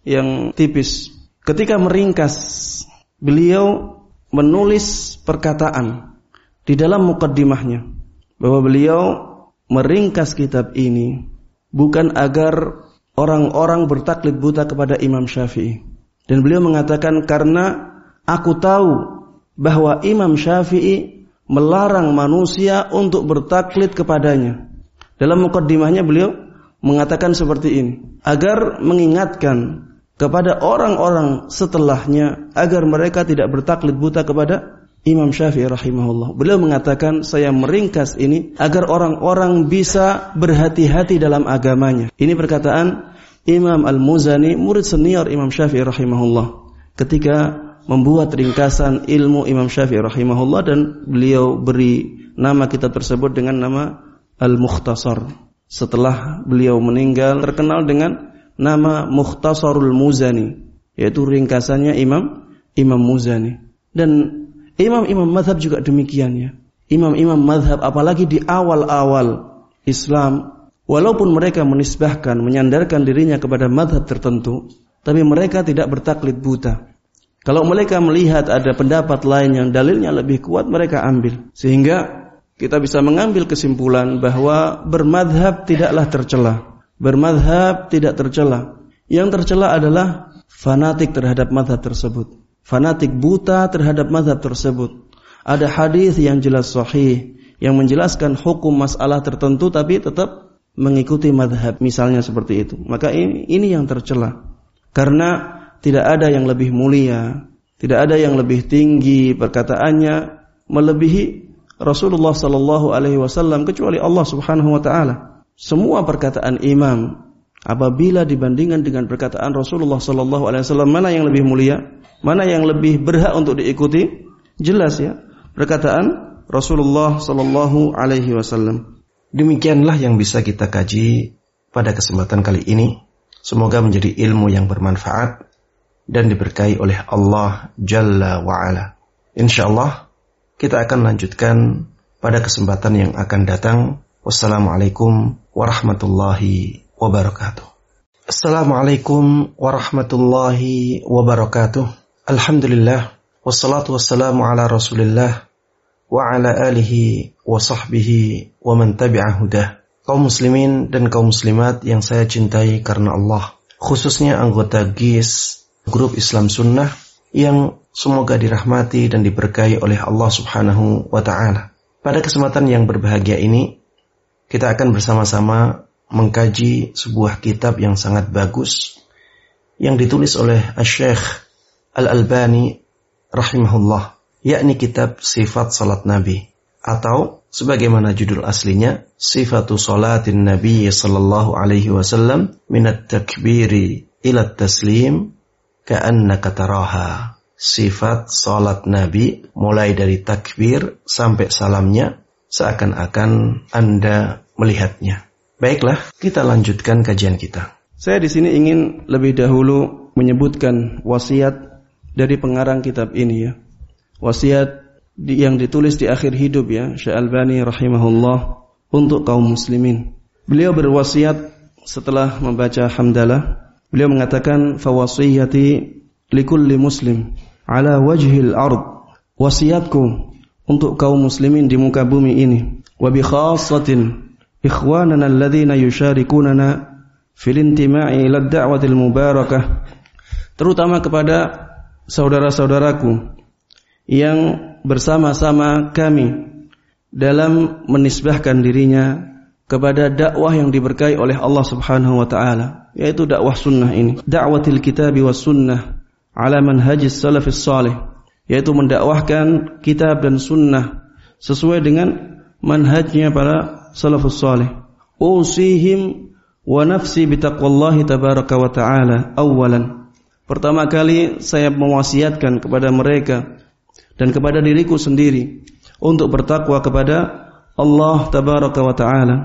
yang tipis. Ketika meringkas, beliau menulis perkataan di dalam muqaddimahnya bahwa beliau meringkas kitab ini bukan agar orang-orang bertaklid buta kepada Imam Syafi'i. Dan beliau mengatakan, karena aku tahu bahwa Imam Syafi'i melarang manusia untuk bertaklid kepadanya. Dalam muqaddimahnya beliau mengatakan seperti ini, agar mengingatkan kepada orang-orang setelahnya agar mereka tidak bertaklid buta kepada Imam Syafi'i rahimahullah. Beliau mengatakan, saya meringkas ini agar orang-orang bisa berhati-hati dalam agamanya. Ini perkataan Imam Al-Muzani, murid senior Imam Syafi'i rahimahullah, ketika membuat ringkasan ilmu Imam Syafi'i rahimahullah, dan beliau beri nama kitab tersebut dengan nama Al-Mukhtasar. Setelah beliau meninggal terkenal dengan nama Mukhtasarul Muzani, yaitu ringkasannya Imam Imam Muzani. Dan imam-imam mazhab juga demikian ya. Imam-imam mazhab apalagi di awal-awal Islam, walaupun mereka menisbahkan, menyandarkan dirinya kepada mazhab tertentu, tapi mereka tidak bertaklid buta. Kalau mereka melihat ada pendapat lain yang dalilnya lebih kuat, mereka ambil. Sehingga kita bisa mengambil kesimpulan bahwa bermadhab tidaklah tercela. Bermadhab tidak tercela. Yang tercela adalah fanatik terhadap madhab tersebut. Fanatik buta terhadap madhab tersebut. Ada hadis yang jelas sahih, yang menjelaskan hukum masalah tertentu, tapi tetap mengikuti madhab, misalnya seperti itu. Maka ini, ini yang tercela. Karena tidak ada yang lebih mulia, tidak ada yang lebih tinggi perkataannya melebihi Rasulullah sallallahu alaihi wasallam kecuali Allah Subhanahu wa taala. Semua perkataan imam apabila dibandingkan dengan perkataan Rasulullah sallallahu alaihi wasallam, mana yang lebih mulia? Mana yang lebih berhak untuk diikuti? Jelas ya, perkataan Rasulullah sallallahu alaihi wasallam. Demikianlah yang bisa kita kaji pada kesempatan kali ini. Semoga menjadi ilmu yang bermanfaat dan diberkahi oleh Allah Jalla wa'ala. InsyaAllah kita akan lanjutkan pada kesempatan yang akan datang. Wassalamualaikum warahmatullahi wabarakatuh. Assalamualaikum warahmatullahi wabarakatuh. Alhamdulillah, wassalatu wassalamu ala rasulillah wa ala alihi wa sahbihi wa man tabi'a hudah. Kaum muslimin dan kaum muslimat yang saya cintai karena Allah, khususnya anggota G I S, Grup Islam Sunnah, yang semoga dirahmati dan diberkahi oleh Allah Subhanahu wa ta'ala. Pada kesempatan yang berbahagia ini, kita akan bersama-sama mengkaji sebuah kitab yang sangat bagus yang ditulis oleh Asy-Syaikh Al-Albani rahimahullah, yakni kitab Sifat Salat Nabi, atau sebagaimana judul aslinya, Sifatu Salatin Nabi sallallahu alaihi wasallam minat takbiri ila taslim ka'annaka taraha. Sifat salat Nabi mulai dari takbir sampai salamnya seakan-akan Anda melihatnya. Baiklah, kita lanjutkan kajian kita. Saya di sini ingin lebih dahulu menyebutkan wasiat dari pengarang kitab ini ya. Wasiat yang ditulis di akhir hidup ya, Syekh Albani rahimahullah, untuk kaum muslimin. Beliau berwasiat setelah membaca hamdalah. Beliau mengatakan, fawasiyati likulli muslim ala wajhil ard. Wasiatku untuk kaum muslimin di muka bumi ini, wa bi khassatin ikhwanana alladhina yusharikunana fil intima'i ila ad-da'watil mubarakah, terutama kepada saudara-saudaraku yang bersama-sama kami dalam menisbahkan dirinya kepada dakwah yang diberkahi oleh Allah Subhanahu wa taala, yaitu dakwah sunnah ini, da'watil kitabi was sunnah ala manhajis salafis salih, yaitu mendakwahkan kitab dan sunnah sesuai dengan manhajnya para salafus salih. Usihim wa nafsi bitaqwallahi tabaraka wa ta'ala awalan. Pertama kali saya mewasiatkan kepada mereka dan kepada diriku sendiri untuk bertakwa kepada Allah tabaraka wa ta'ala.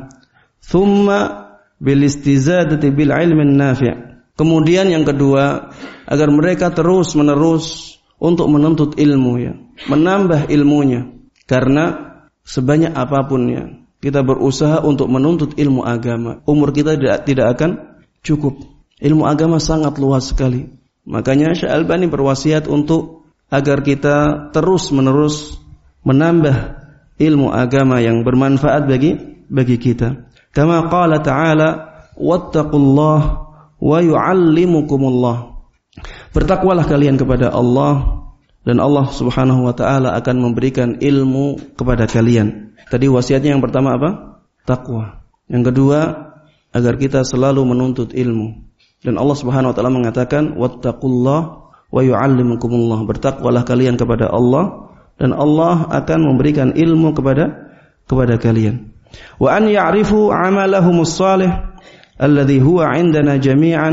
Thumma bil istizadati bil ilmin nafi'. Kemudian yang kedua, agar mereka terus menerus untuk menuntut ilmu ya, menambah ilmunya. Karena sebanyak apapun ya, kita berusaha untuk menuntut ilmu agama, umur kita tidak, tidak akan cukup. Ilmu agama sangat luas sekali. Makanya Syekh Albani berwasiat untuk agar kita terus-menerus menambah ilmu agama yang bermanfaat bagi bagi kita. Kama qala ta'ala, wattaqullah wa yu'allimukumullah. Bertakwalah kalian kepada Allah dan Allah Subhanahu wa taala akan memberikan ilmu kepada kalian. Tadi wasiatnya yang pertama apa? Takwa. Yang kedua, agar kita selalu menuntut ilmu. Dan Allah Subhanahu wa taala mengatakan, wattaqullah wa yu'allimukumullah. Bertakwalah kalian kepada Allah dan Allah akan memberikan ilmu kepada kepada kalian. Wa an ya'rifu 'amalahumus shalih alladhi huwa 'indana jami'an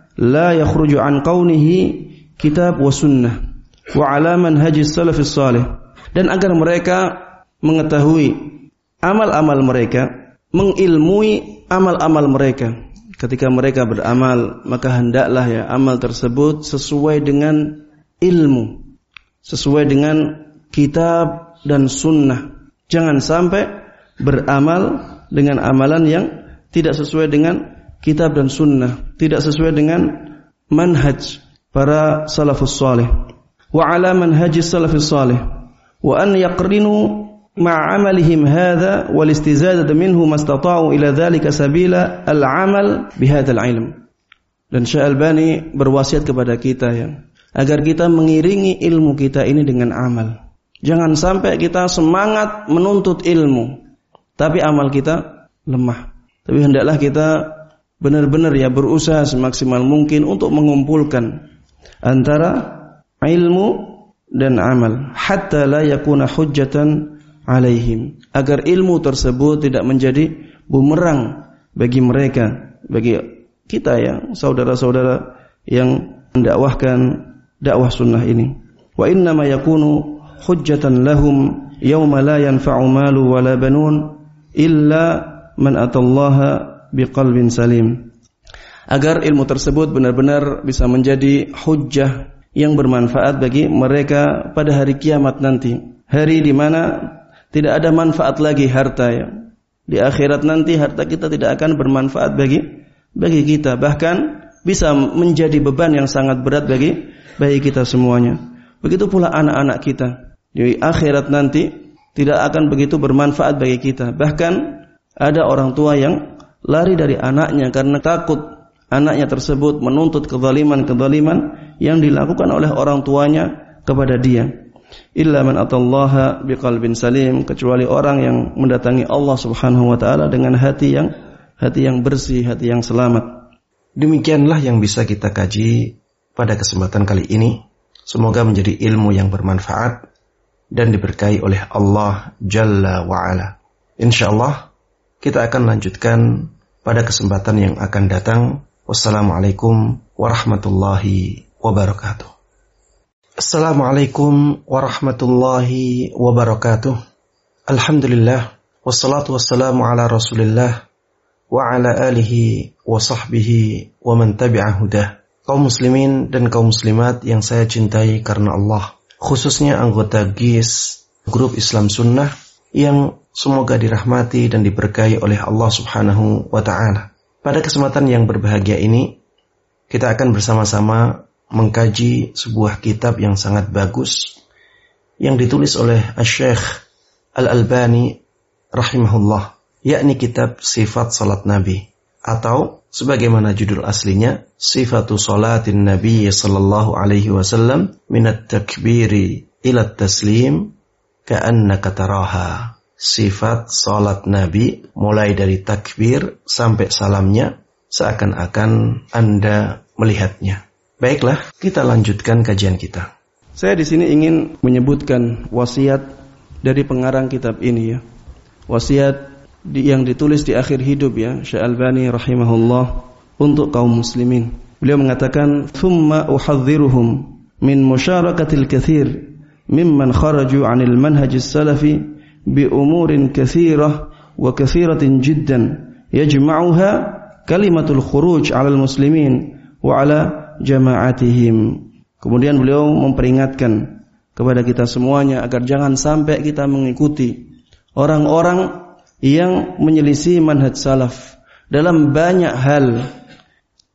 la yakhruju 'an qawnihi kitab wa sunnah wa 'ala manhajis salafis shalih. Dan agar mereka mengetahui amal-amal mereka, mengilmui amal-amal mereka. Ketika mereka beramal, maka hendaklah ya amal tersebut sesuai dengan ilmu, sesuai dengan kitab dan sunnah. Jangan sampai beramal dengan amalan yang tidak sesuai dengan kitab dan sunnah, tidak sesuai dengan manhaj para salafus salih. Wa ala manhajis salafus salih wa an yaqrinu ma'amalihim hadha wal istizadatu minhu mastata'u ila dhalika sabila al-amal bihadzal ilm. Dan Syekh Albani berwasiat kepada kita ya, agar kita mengiringi ilmu kita ini dengan amal. Jangan sampai kita semangat menuntut ilmu tapi amal kita lemah. Tapi hendaklah kita benar-benar ya berusaha semaksimal mungkin untuk mengumpulkan antara ilmu dan amal hatta la yakuna hujjatan alaihim, agar ilmu tersebut tidak menjadi bumerang bagi mereka, bagi kita ya, saudara-saudara yang mendakwahkan dakwah sunnah ini. Wa inna ma yakunu hujjatan lahum yawma la yanfa'u malu wala banun illa man atallaha biqalbin salim. Agar ilmu tersebut benar-benar bisa menjadi hujjah yang bermanfaat bagi mereka pada hari kiamat nanti, hari di mana tidak ada manfaat lagi harta ya. Di akhirat nanti harta kita tidak akan bermanfaat bagi bagi kita, bahkan bisa menjadi beban yang sangat berat bagi bagi kita semuanya. Begitu pula anak-anak kita. Di akhirat nanti tidak akan begitu bermanfaat bagi kita. Bahkan ada orang tua yang lari dari anaknya karena takut anaknya tersebut menuntut kezaliman-kezaliman yang dilakukan oleh orang tuanya kepada dia. Illa man atallaha biqalbin salim, kecuali orang yang mendatangi Allah Subhanahu wa taala dengan hati yang hati yang bersih, hati yang selamat. Demikianlah yang bisa kita kaji pada kesempatan kali ini. Semoga menjadi ilmu yang bermanfaat dan diberkahi oleh Allah Jalla wa Ala. Insyaallah kita akan lanjutkan pada kesempatan yang akan datang. Wassalamualaikum warahmatullahi wabarakatuh. Assalamualaikum warahmatullahi wabarakatuh. Alhamdulillah, wassalatu wassalamu ala Rasulillah wa ala alihi wa sahbihi wa man tabi'a hudah. Kaum muslimin dan kaum muslimat yang saya cintai karena Allah, khususnya anggota G I S Grup Islam Sunnah yang semoga dirahmati dan diberkahi oleh Allah Subhanahu wa taala. Pada kesempatan yang berbahagia ini, kita akan bersama-sama mengkaji sebuah kitab yang sangat bagus yang ditulis oleh Asy-Syaikh Al-Albani rahimahullah, yakni kitab Sifat Salat Nabi, atau sebagaimana judul aslinya, Sifatu Salatin Nabi sallallahu alaihi wasallam minat takbiri ila taslim ka'annaka taraha. Sifat salat Nabi mulai dari takbir sampai salamnya seakan-akan Anda melihatnya. Baiklah, kita lanjutkan kajian kita. Saya di sini ingin menyebutkan wasiat dari pengarang kitab ini ya. Wasiat di, yang ditulis di akhir hidup ya, Syekh Albani rahimahullah untuk kaum muslimin. Beliau mengatakan, "Tsumma uhadhdhiruhum min musharakatil katsir mimman kharaju 'anil manhajis salafi bi umurin katsirah wa katsiratin jiddan yajma'uha kalimatul khuruj 'alal muslimin wa 'ala jama'atihim." Kemudian beliau memperingatkan kepada kita semuanya agar jangan sampai kita mengikuti orang-orang yang menyelisih manhaj salaf dalam banyak hal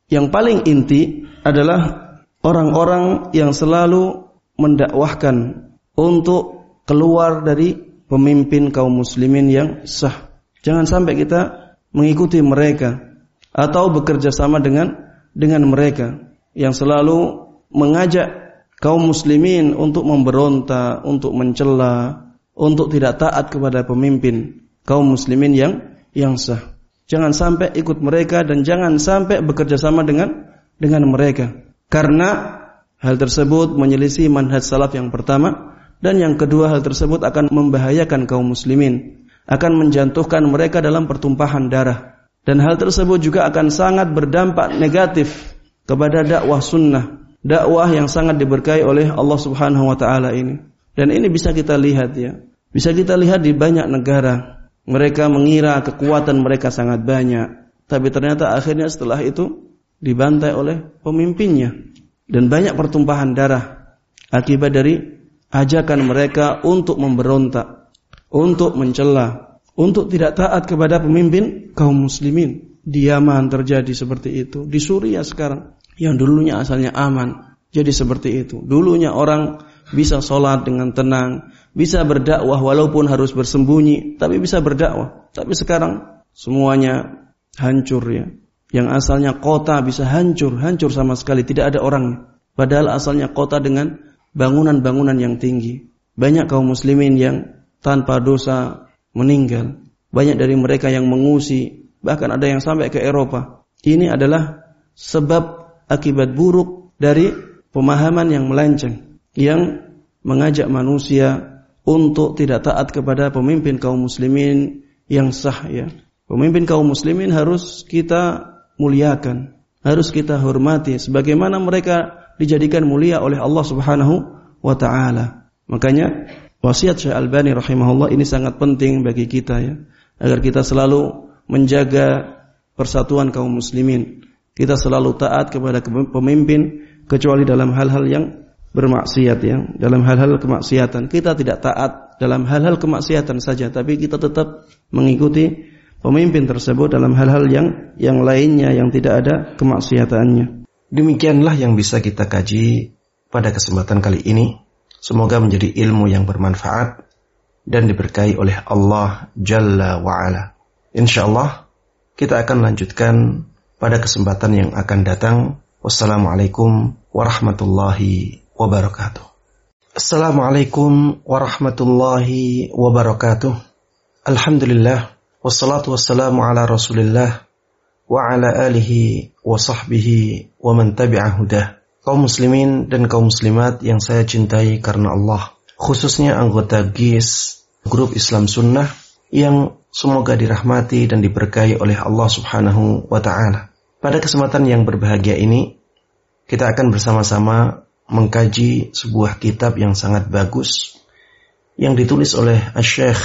yang paling inti adalah orang-orang yang selalu mendakwahkan untuk keluar dari pemimpin kaum muslimin yang sah. Jangan sampai kita mengikuti mereka atau bekerja sama dengan dengan mereka yang selalu mengajak kaum muslimin untuk memberontak, untuk mencela, untuk tidak taat kepada pemimpin kaum muslimin yang yang sah. Jangan sampai ikut mereka dan jangan sampai bekerja sama dengan dengan mereka. Karena hal tersebut menyelisih manhaj salaf yang pertama, dan yang kedua hal tersebut akan membahayakan kaum muslimin, akan menjatuhkan mereka dalam pertumpahan darah, dan hal tersebut juga akan sangat berdampak negatif kepada dakwah sunnah, dakwah yang sangat diberkahi oleh Allah Subhanahu wa taala ini. Dan ini bisa kita lihat ya. Bisa kita lihat di banyak negara. Mereka mengira kekuatan mereka sangat banyak, tapi ternyata akhirnya setelah itu dibantai oleh pemimpinnya, dan banyak pertumpahan darah akibat dari ajakan mereka untuk memberontak, untuk mencela, untuk tidak taat kepada pemimpin kaum muslimin. Di Yaman terjadi seperti itu, di Suriah sekarang yang dulunya asalnya aman jadi seperti itu. Dulunya orang bisa sholat dengan tenang, bisa berdakwah walaupun harus bersembunyi, tapi bisa berdakwah. Tapi sekarang semuanya hancur ya. Yang asalnya kota bisa hancur, hancur sama sekali, tidak ada orang. Padahal asalnya kota dengan bangunan-bangunan yang tinggi. Banyak kaum muslimin yang tanpa dosa meninggal. Banyak dari mereka yang mengungsi, bahkan ada yang sampai ke Eropa. Ini adalah sebab akibat buruk dari pemahaman yang melenceng, yang mengajak manusia untuk tidak taat kepada pemimpin kaum muslimin yang sah ya. Pemimpin kaum muslimin harus kita muliakan, harus kita hormati sebagaimana mereka dijadikan mulia oleh Allah Subhanahu wa taala. Makanya wasiat Syekh Albani rahimahullah ini sangat penting bagi kita ya, agar kita selalu menjaga persatuan kaum muslimin. Kita selalu taat kepada pemimpin kecuali dalam hal-hal yang bermaksiat ya, dalam hal-hal kemaksiatan. Kita tidak taat dalam hal-hal kemaksiatan saja, tapi kita tetap mengikuti pemimpin tersebut dalam hal-hal yang yang lainnya yang tidak ada kemaksiatannya. Demikianlah yang bisa kita kaji pada kesempatan kali ini. Semoga menjadi ilmu yang bermanfaat dan diberkahi oleh Allah Jalla wa'ala. InsyaAllah kita akan lanjutkan pada kesempatan yang akan datang. Wassalamualaikum warahmatullahi wabarakatuh. Assalamualaikum warahmatullahi wabarakatuh. Alhamdulillah. Wassalatu wassalamu ala rasulillah wa ala alihi wa sahbihi wa man tabi'a hudah. Kaum muslimin dan kaum muslimat yang saya cintai karena Allah, khususnya anggota G I S, grup Islam Sunnah, yang semoga dirahmati dan diberkahi oleh Allah Subhanahu wa ta'ala. Pada kesempatan yang berbahagia ini, kita akan bersama-sama mengkaji sebuah kitab yang sangat bagus yang ditulis oleh Asy-Syaikh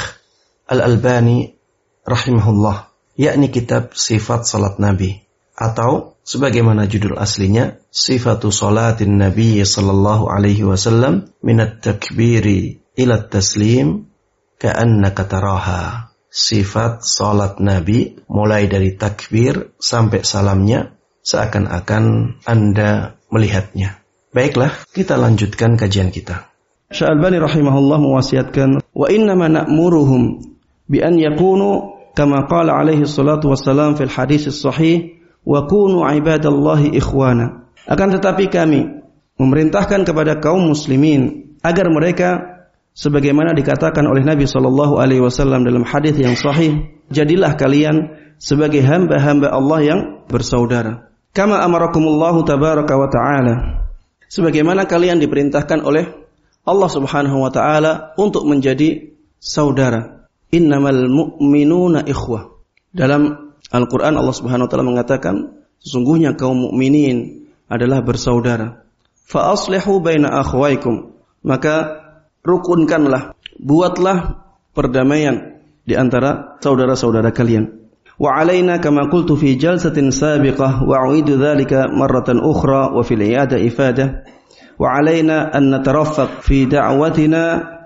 Al-Albani rahimahullah, yakni kitab Sifat Salat Nabi, atau sebagaimana judul aslinya Sifatu Salatin Nabi sallallahu alaihi wasallam minat takbiri ila taslim ka'annaka taraha. Sifat salat Nabi mulai dari takbir sampai salamnya seakan-akan Anda melihatnya. Baiklah, kita lanjutkan kajian kita. Syekh Albani rahimahullah mewasiatkan, wa innama na'muruhum bi an yakunu kama qala alaihi salatu wassalam fil hadis sahih wa kunu ibadallahi ikhwana. Akan tetapi kami memerintahkan kepada kaum muslimin agar mereka sebagaimana dikatakan oleh Nabi sallallahu alaihi wasallam dalam hadis yang sahih, jadilah kalian sebagai hamba-hamba Allah yang bersaudara. Kama amarakumullahu tabaraka wa ta'ala. Sebagaimana kalian diperintahkan oleh Allah Subhanahu wa taala untuk menjadi saudara. Innamal mu'minuna ikhwah. Dalam Al-Quran Allah Subhanahu wa taala mengatakan sesungguhnya kaum mukminin adalah bersaudara. Fa aslihu baina akhwaikum. Maka rukunkanlah, buatlah perdamaian di antara saudara-saudara kalian. Wa alaina kama qultu fi jalsatin sabiqah wa u'idu dzalika marratan ukhra wa fil i'ada ifadah. Wa alaina an nataraffaq fi da'watina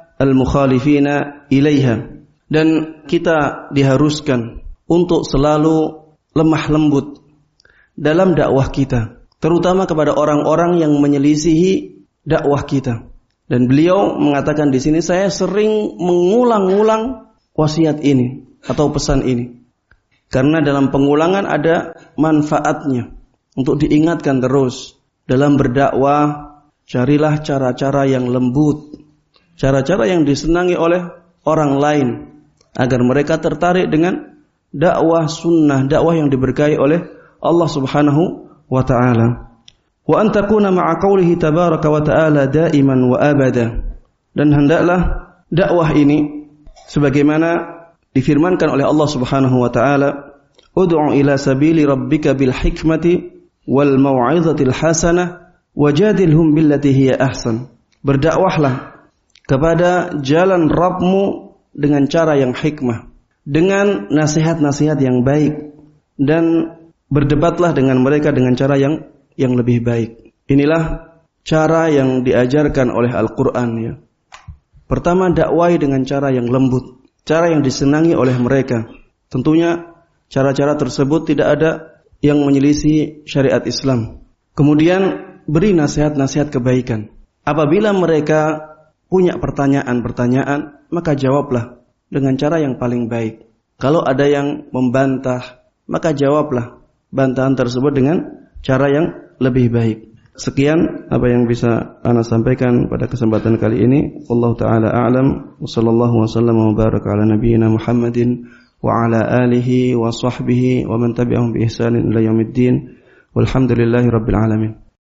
al-mukhalifina ilaiha. Dan kita diharuskan untuk selalu lemah lembut dalam dakwah kita, terutama kepada orang-orang yang menyelisihi dakwah kita. Dan beliau mengatakan di sini, saya sering mengulang-ulang wasiat ini atau pesan ini. Karena dalam pengulangan ada manfaatnya untuk diingatkan terus. Dalam berdakwah, carilah cara-cara yang lembut, cara-cara yang disenangi oleh orang lain, agar mereka tertarik dengan dakwah sunnah, dakwah yang diberkahi oleh Allah Subhanahu wa ta'ala. Wa an takuna ma'a qawlihi tabaraka wa ta'ala daiman wa abada. Dan hendaklah dakwah ini sebagaimana difirmankan oleh Allah Subhanahu wa ta'ala, ud'u ila sabili rabbika bil hikmati wal mau'izatil hasanah wajadilhum billati hiya ahsan. Berdakwahlah kepada jalan Rabbmu dengan cara yang hikmah, dengan nasihat-nasihat yang baik, dan berdebatlah dengan mereka dengan cara yang yang lebih baik. Inilah cara yang diajarkan oleh Al-Quran, ya. Pertama, dakwai dengan cara yang lembut, cara yang disenangi oleh mereka. Tentunya cara-cara tersebut tidak ada yang menyelisih syariat Islam. Kemudian beri nasihat-nasihat kebaikan. Apabila mereka punya pertanyaan-pertanyaan, maka jawablah dengan cara yang paling baik. Kalau ada yang membantah, maka jawablah bantahan tersebut dengan cara yang lebih baik. Sekian apa yang bisa ana sampaikan pada kesempatan kali ini. Wallahu taala a'lam. Wassallallahu wasallam wa baraka ala nabiyyina Muhammadin wa ala alihi wa sahbihi wa man tabi'ahum bi ihsanin ila yaumiddin. Walhamdulillahi rabbil alamin.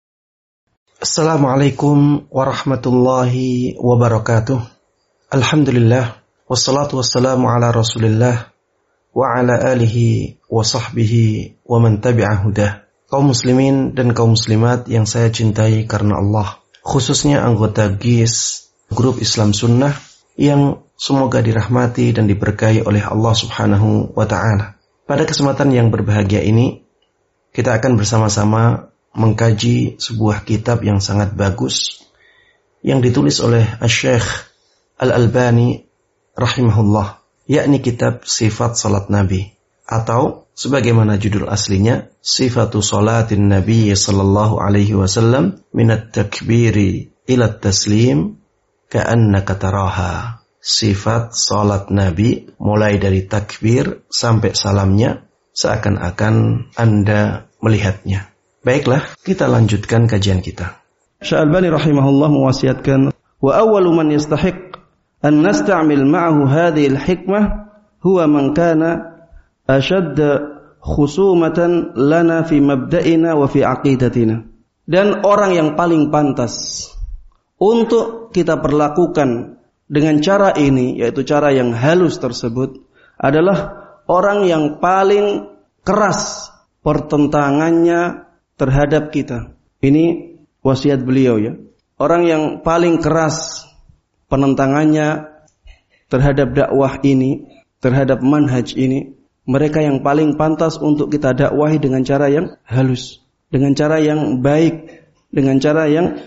Assalamualaikum warahmatullahi wabarakatuh. Alhamdulillah wassalatu wassalamu ala Rasulillah wa ala alihi wa sahbihi wa man tabi'a hudah. Kaum muslimin dan kaum muslimat yang saya cintai karena Allah, khususnya anggota G I S Grup Islam Sunnah yang semoga dirahmati dan diberkahi oleh Allah Subhanahu wa ta'ala. Pada kesempatan yang berbahagia ini, kita akan bersama-sama mengkaji sebuah kitab yang sangat bagus yang ditulis oleh Asy-Syaikh Al-Albani rahimahullah, yakni kitab Sifat Salat Nabi, atau sebagaimana judul aslinya, Sifatu Salatin Nabi sallallahu alaihi wasallam minat takbiri ila taslim ka'annaka taraha. Sifat salat Nabi mulai dari takbir sampai salamnya seakan-akan Anda melihatnya. Baiklah, kita lanjutkan kajian kita. Syalbani rahimahullah mewasiatkan, wa awwalu man yastahiq an nasta'mil ma'ahu hadhihi al-hikmah huwa man kana ashadda khusumatan lana fi mabda'ina wa fi aqidatina. Dan orang yang paling pantas untuk kita perlakukan dengan cara ini, yaitu cara yang halus tersebut, adalah orang yang paling keras pertentangannya terhadap kita. Ini wasiat beliau, ya. Orang yang paling keras penentangannya terhadap dakwah ini, terhadap manhaj ini, mereka yang paling pantas untuk kita dakwahi dengan cara yang halus, dengan cara yang baik, dengan cara yang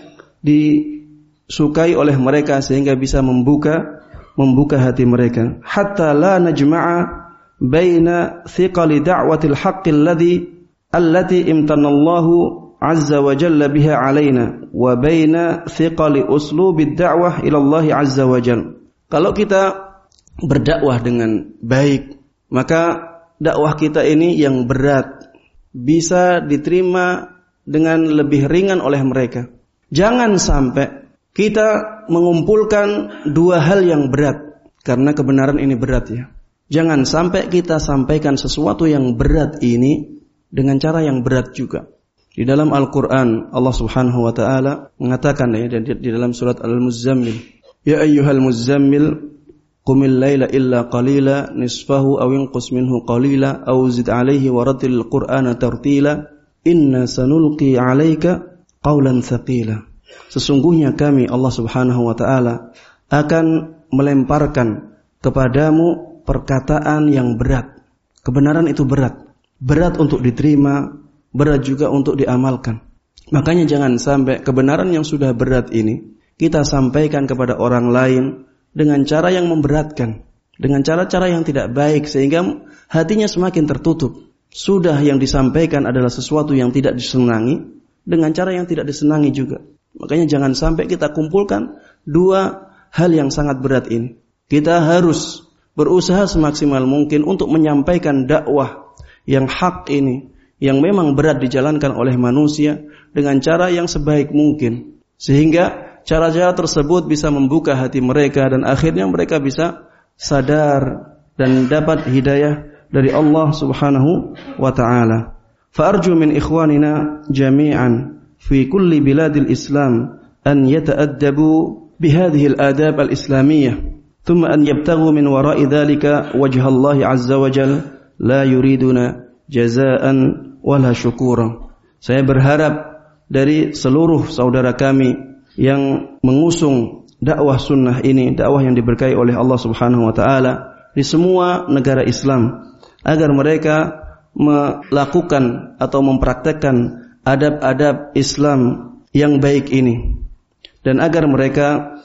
disukai oleh mereka sehingga bisa membuka membuka hati mereka. Hatta la najma'a baina thiqali da'watil haqqi alladhi allati imtanallahu azza wa jalla biha alaina wa baina thiqali uslubid da'wah ila Allah azza wa jalla. Kalau kita berdakwah dengan baik, maka dakwah kita ini yang berat bisa diterima dengan lebih ringan oleh mereka. Jangan sampai kita mengumpulkan dua hal yang berat, karena kebenaran ini berat, ya. Jangan sampai kita sampaikan sesuatu yang berat ini dengan cara yang berat juga. Di dalam Al-Quran Allah Subhanahu wa ta'ala mengatakan, ya, di dalam surat Al-Muzammil, ya ayyuhal muzammil qumil laila illa qalila nisfahu aw inqus minhu qalila aw zid alaihi warattilil qur'ana tartila inna sanulqi 'alaika qawlan tsaqila. Sesungguhnya kami Allah Subhanahu wa taala akan melemparkan kepadamu perkataan yang berat. Kebenaran itu berat, berat untuk diterima, berat juga untuk diamalkan. Makanya jangan sampai kebenaran yang sudah berat ini kita sampaikan kepada orang lain dengan cara yang memberatkan, dengan cara-cara yang tidak baik, sehingga hatinya semakin tertutup. sudah yang disampaikan adalah sesuatu yang tidak disenangi dengan cara yang tidak disenangi juga. Makanya jangan sampai kita kumpulkan dua hal yang sangat berat ini. Kita harus berusaha semaksimal mungkin untuk menyampaikan dakwah yang hak ini, yang memang berat dijalankan oleh manusia dengan cara yang sebaik mungkin. Sehingga cara-cara tersebut bisa membuka hati mereka dan akhirnya mereka bisa sadar dan dapat hidayah dari Allah Subhanahu wa ta'ala. Fa'arju min ikhwanina jami'an fi kulli biladil Islam an yata'addabu bihadhihi al-adab al-islamiyyah thumma an yabtaghu min wara'i dhalika wajha Allah azza wa jalla la yuriduna jazaan wala syukuran. Saya berharap dari seluruh saudara kami yang mengusung dakwah sunnah ini, dakwah yang diberkahi oleh Allah Subhanahu wa ta'ala di semua negara Islam, agar mereka melakukan atau mempraktekkan adab-adab Islam yang baik ini, dan agar mereka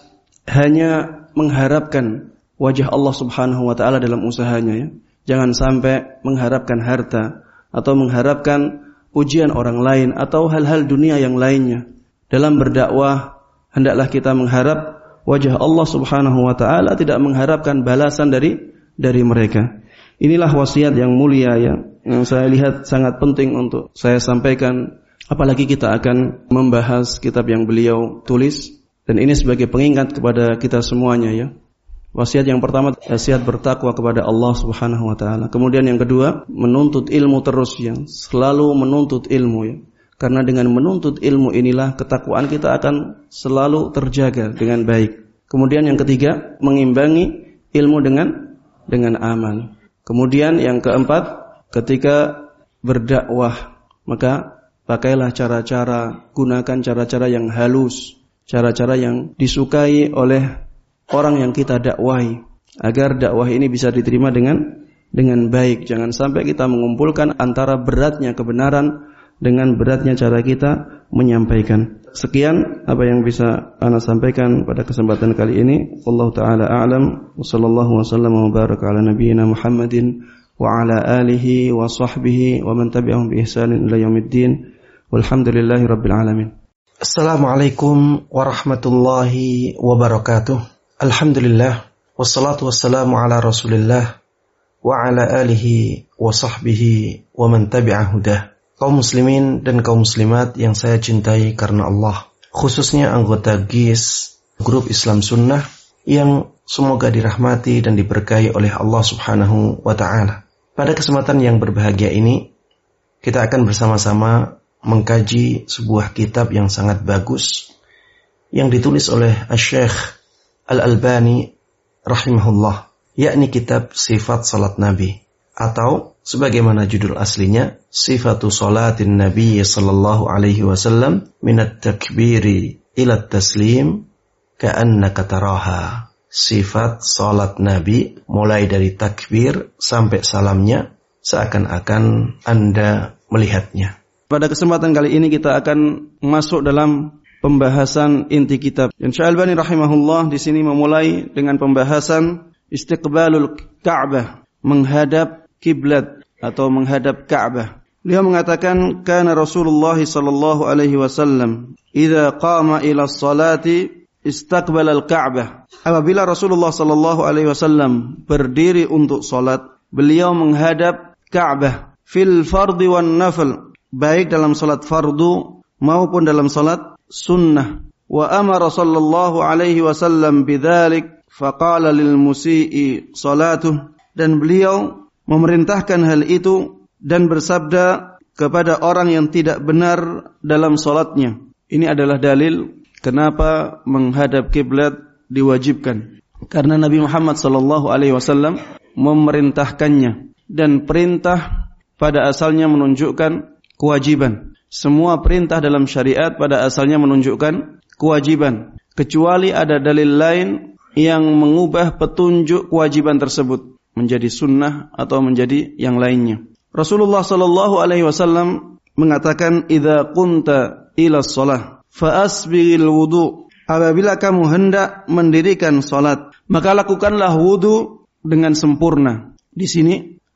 hanya mengharapkan wajah Allah Subhanahu wa ta'ala dalam usahanya, ya. Jangan sampai mengharapkan harta atau mengharapkan pujian orang lain atau hal-hal dunia yang lainnya. Dalam berdakwah hendaklah kita mengharap wajah Allah Subhanahu wa ta'ala, tidak mengharapkan balasan dari dari mereka. Inilah wasiat yang mulia ya, yang saya lihat sangat penting untuk saya sampaikan, apalagi kita akan membahas kitab yang beliau tulis, dan ini sebagai pengingat kepada kita semuanya ya. Wasiat yang pertama, wasiat bertakwa kepada Allah Subhanahu wa ta'ala. Kemudian yang kedua, menuntut ilmu terus ya, selalu menuntut ilmu ya. Karena dengan menuntut ilmu inilah ketakwaan kita akan selalu terjaga dengan baik. Kemudian yang ketiga, mengimbangi ilmu dengan dengan amal. Kemudian yang keempat, ketika berdakwah, maka pakailah cara-cara, gunakan cara-cara yang halus, cara-cara yang disukai oleh orang yang kita dakwahi, agar dakwah ini bisa diterima dengan dengan baik. Jangan sampai kita mengumpulkan antara beratnya kebenaran dengan beratnya cara kita menyampaikan. Sekian apa yang bisa ana sampaikan pada kesempatan kali ini. Wallahu taala a'lam. Wa sallallahu wasallam wa baraka ala nabiyyina Muhammadin wa ala alihi wa sahbihi wa man tabi'ahum bi ihsanin ila yaumiddin. Walhamdulillahi rabbil alamin. Assalamualaikum warahmatullahi wabarakatuh. Alhamdulillah wassalatu wassalamu ala Rasulillah wa ala alihi wa sahbihi wa man tabi'a hudah. Kaum muslimin dan kaum muslimat yang saya cintai karena Allah, khususnya anggota G I S, grup Islam Sunnah, yang semoga dirahmati dan diberkahi oleh Allah Subhanahu wa ta'ala. Pada kesempatan yang berbahagia ini, kita akan bersama-sama mengkaji sebuah kitab yang sangat bagus, yang ditulis oleh Asy-Syaikh Al-Albani rahimahullah, yakni kitab Sifat Salat Nabi, atau sebagaimana judul aslinya, Sifatu Salatin Nabi sallallahu alaihi wasallam minat takbiri ila taslim ka'annaka taraha. Sifat salat Nabi mulai dari takbir sampai salamnya seakan-akan Anda melihatnya. Pada kesempatan kali ini kita akan masuk dalam pembahasan inti kitab. Syekh Al-Albani rahimahullah di sini memulai dengan pembahasan istiqbalul Ka'bah, menghadap kiblat atau menghadap Ka'bah. Beliau mengatakan, kana Rasulullah sallallahu alaihi wasallam idza qama ila sholati istaqbala al-Ka'bah. Apabila Rasulullah sallallahu alaihi wasallam berdiri untuk salat, beliau menghadap Ka'bah fil fardhi wan nafl, baik dalam salat fardu maupun dalam salat sunnah. Wa amara sallallahu alaihi wasallam bidzalik faqala lil musii salatuh, dan beliau memerintahkan hal itu dan bersabda kepada orang yang tidak benar dalam salatnya. Ini adalah dalil kenapa menghadap kiblat diwajibkan. Karena Nabi Muhammad sallallahu alaihi wasallam memerintahkannya, dan perintah pada asalnya menunjukkan kewajiban. Semua perintah dalam syariat pada asalnya menunjukkan kewajiban, kecuali ada dalil lain yang mengubah petunjuk kewajiban tersebut menjadi sunnah atau menjadi yang lainnya. Rasulullah sallallahu alaihi wasallam mengatakan, idza qunta ila shalah fa asbighil wudu. Apabila kamu hendak mendirikan salat, maka lakukanlah wudu dengan sempurna. Di sini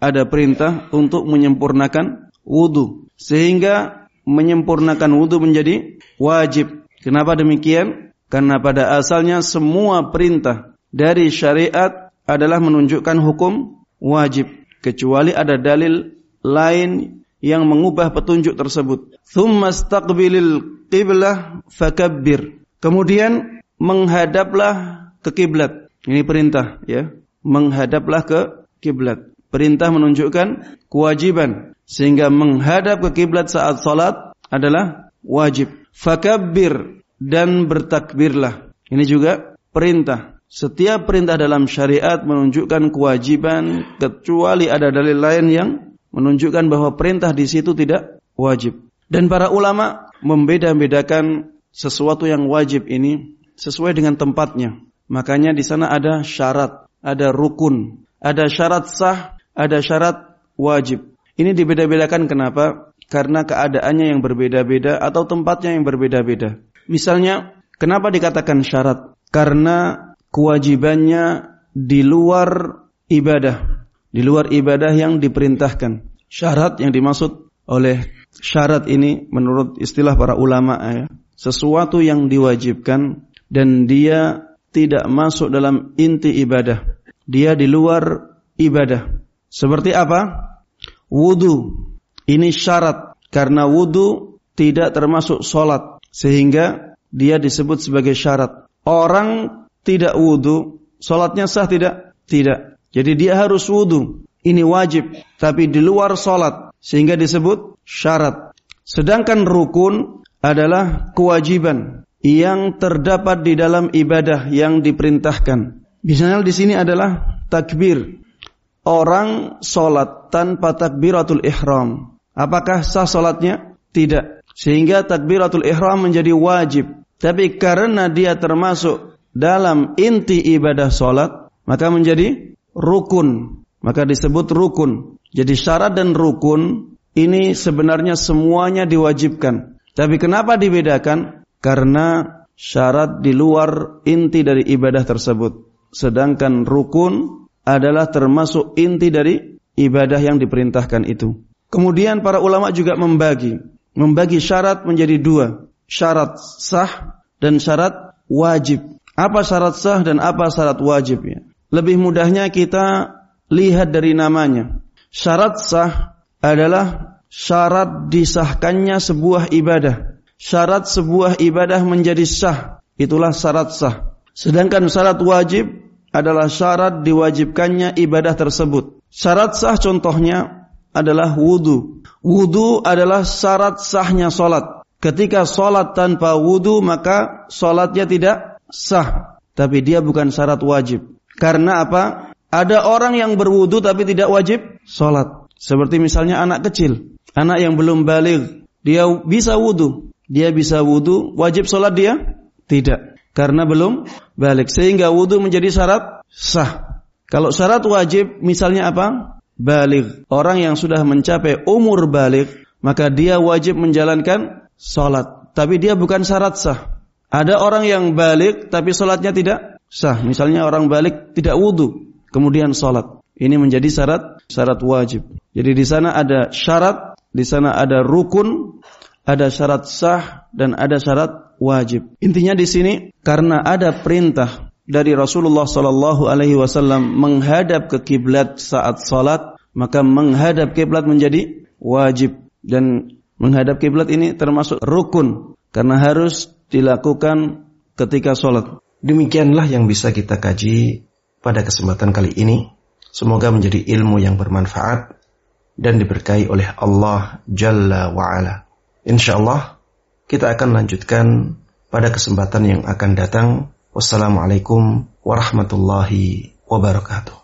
ada perintah untuk menyempurnakan wudu, sehingga menyempurnakan wudu menjadi wajib. Kenapa demikian? Karena pada asalnya semua perintah dari syariat adalah menunjukkan hukum wajib, kecuali ada dalil lain yang mengubah petunjuk tersebut. Tsumma istaqbilil qiblah fakabbir. Kemudian menghadaplah ke kiblat. Ini perintah, ya. Menghadaplah ke kiblat. Perintah menunjukkan kewajiban, sehingga menghadap ke kiblat saat salat adalah wajib. Fakabbir, dan bertakbirlah. Ini juga perintah. Setiap perintah dalam syariat menunjukkan kewajiban, kecuali ada dalil lain yang menunjukkan bahwa perintah di situ tidak wajib. Dan para ulama membeda-bedakan sesuatu yang wajib ini sesuai dengan tempatnya. Makanya di sana ada syarat, ada rukun, ada syarat sah, ada syarat wajib. Ini dibeda-bedakan kenapa? Karena keadaannya yang berbeda-beda atau tempatnya yang berbeda-beda. Misalnya, kenapa dikatakan syarat? Karena kewajibannya di luar ibadah, di luar ibadah yang diperintahkan. Syarat yang dimaksud oleh syarat ini menurut istilah para ulama, ya, sesuatu yang diwajibkan dan dia tidak masuk dalam inti ibadah. Dia di luar ibadah. Seperti apa? Wudu. Ini syarat, karena wudu tidak termasuk sholat, sehingga dia disebut sebagai syarat. Orang tidak wudu, sholatnya sah tidak? Tidak. Jadi dia harus wudu. Ini wajib, tapi di luar sholat, sehingga disebut syarat. Sedangkan rukun adalah kewajiban yang terdapat di dalam ibadah yang diperintahkan. Misalnya di sini adalah takbir. Orang sholat tanpa takbiratul ihram, apakah sah sholatnya? Tidak. Sehingga takbiratul ihram menjadi wajib. Tapi karena dia termasuk dalam inti ibadah sholat, maka menjadi rukun. Maka disebut rukun. Jadi syarat dan rukun ini sebenarnya semuanya diwajibkan. Tapi kenapa dibedakan? Karena syarat di luar inti dari ibadah tersebut. Sedangkan rukun adalah termasuk inti dari ibadah yang diperintahkan itu. Kemudian para ulama juga membagi. Membagi syarat menjadi dua. Syarat sah dan syarat wajib. Apa syarat sah dan apa syarat wajib, ya? Lebih mudahnya kita lihat dari namanya. Syarat sah adalah syarat disahkannya sebuah ibadah. Syarat sebuah ibadah menjadi sah. Itulah syarat sah. Sedangkan syarat wajib adalah syarat diwajibkannya ibadah tersebut. Syarat sah contohnya adalah wudu. Wudu adalah syarat sahnya solat. Ketika solat tanpa wudu, maka solatnya tidak sah. Tapi dia bukan syarat wajib. Karena apa? Ada orang yang berwudu tapi tidak wajib solat. Seperti misalnya anak kecil. Anak yang belum baligh. Dia bisa wudu. Dia bisa wudu. Wajib solat dia? Tidak. Karena belum baligh. Sehingga wudu menjadi syarat sah. Kalau syarat wajib misalnya apa? Baligh. Orang yang sudah mencapai umur baligh, maka dia wajib menjalankan solat. Tapi dia bukan syarat sah. Ada orang yang baligh tapi solatnya tidak sah. Misalnya orang baligh tidak wudu, kemudian solat. Ini menjadi syarat syarat wajib. Jadi di sana ada syarat, di sana ada rukun, ada syarat sah dan ada syarat wajib. Intinya di sini karena ada perintah dari Rasulullah sallallahu alaihi wasallam menghadap ke kiblat saat salat, maka menghadap kiblat menjadi wajib, dan menghadap kiblat ini termasuk rukun karena harus dilakukan ketika salat. Demikianlah yang bisa kita kaji pada kesempatan kali ini. Semoga menjadi ilmu yang bermanfaat dan diberkahi oleh Allah Jalla wa'ala. InsyaAllah kita akan lanjutkan pada kesempatan yang akan datang. Wassalamualaikum warahmatullahi wabarakatuh.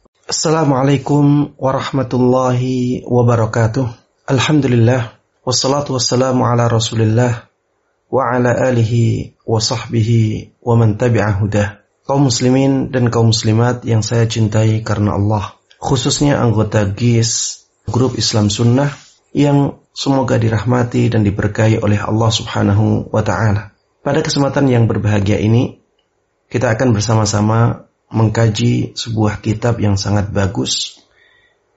Assalamualaikum warahmatullahi wabarakatuh. Alhamdulillah. Wassalatu wassalamu ala rasulillah wa ala alihi wa sahbihi wa man tabi'a hudah. Kaum muslimin dan kaum muslimat yang saya cintai karena Allah, khususnya anggota G I S, grup Islam Sunnah, yang semoga dirahmati dan diberkahi oleh Allah Subhanahu wa ta'ala. Pada kesempatan yang berbahagia ini, kita akan bersama-sama mengkaji sebuah kitab yang sangat bagus,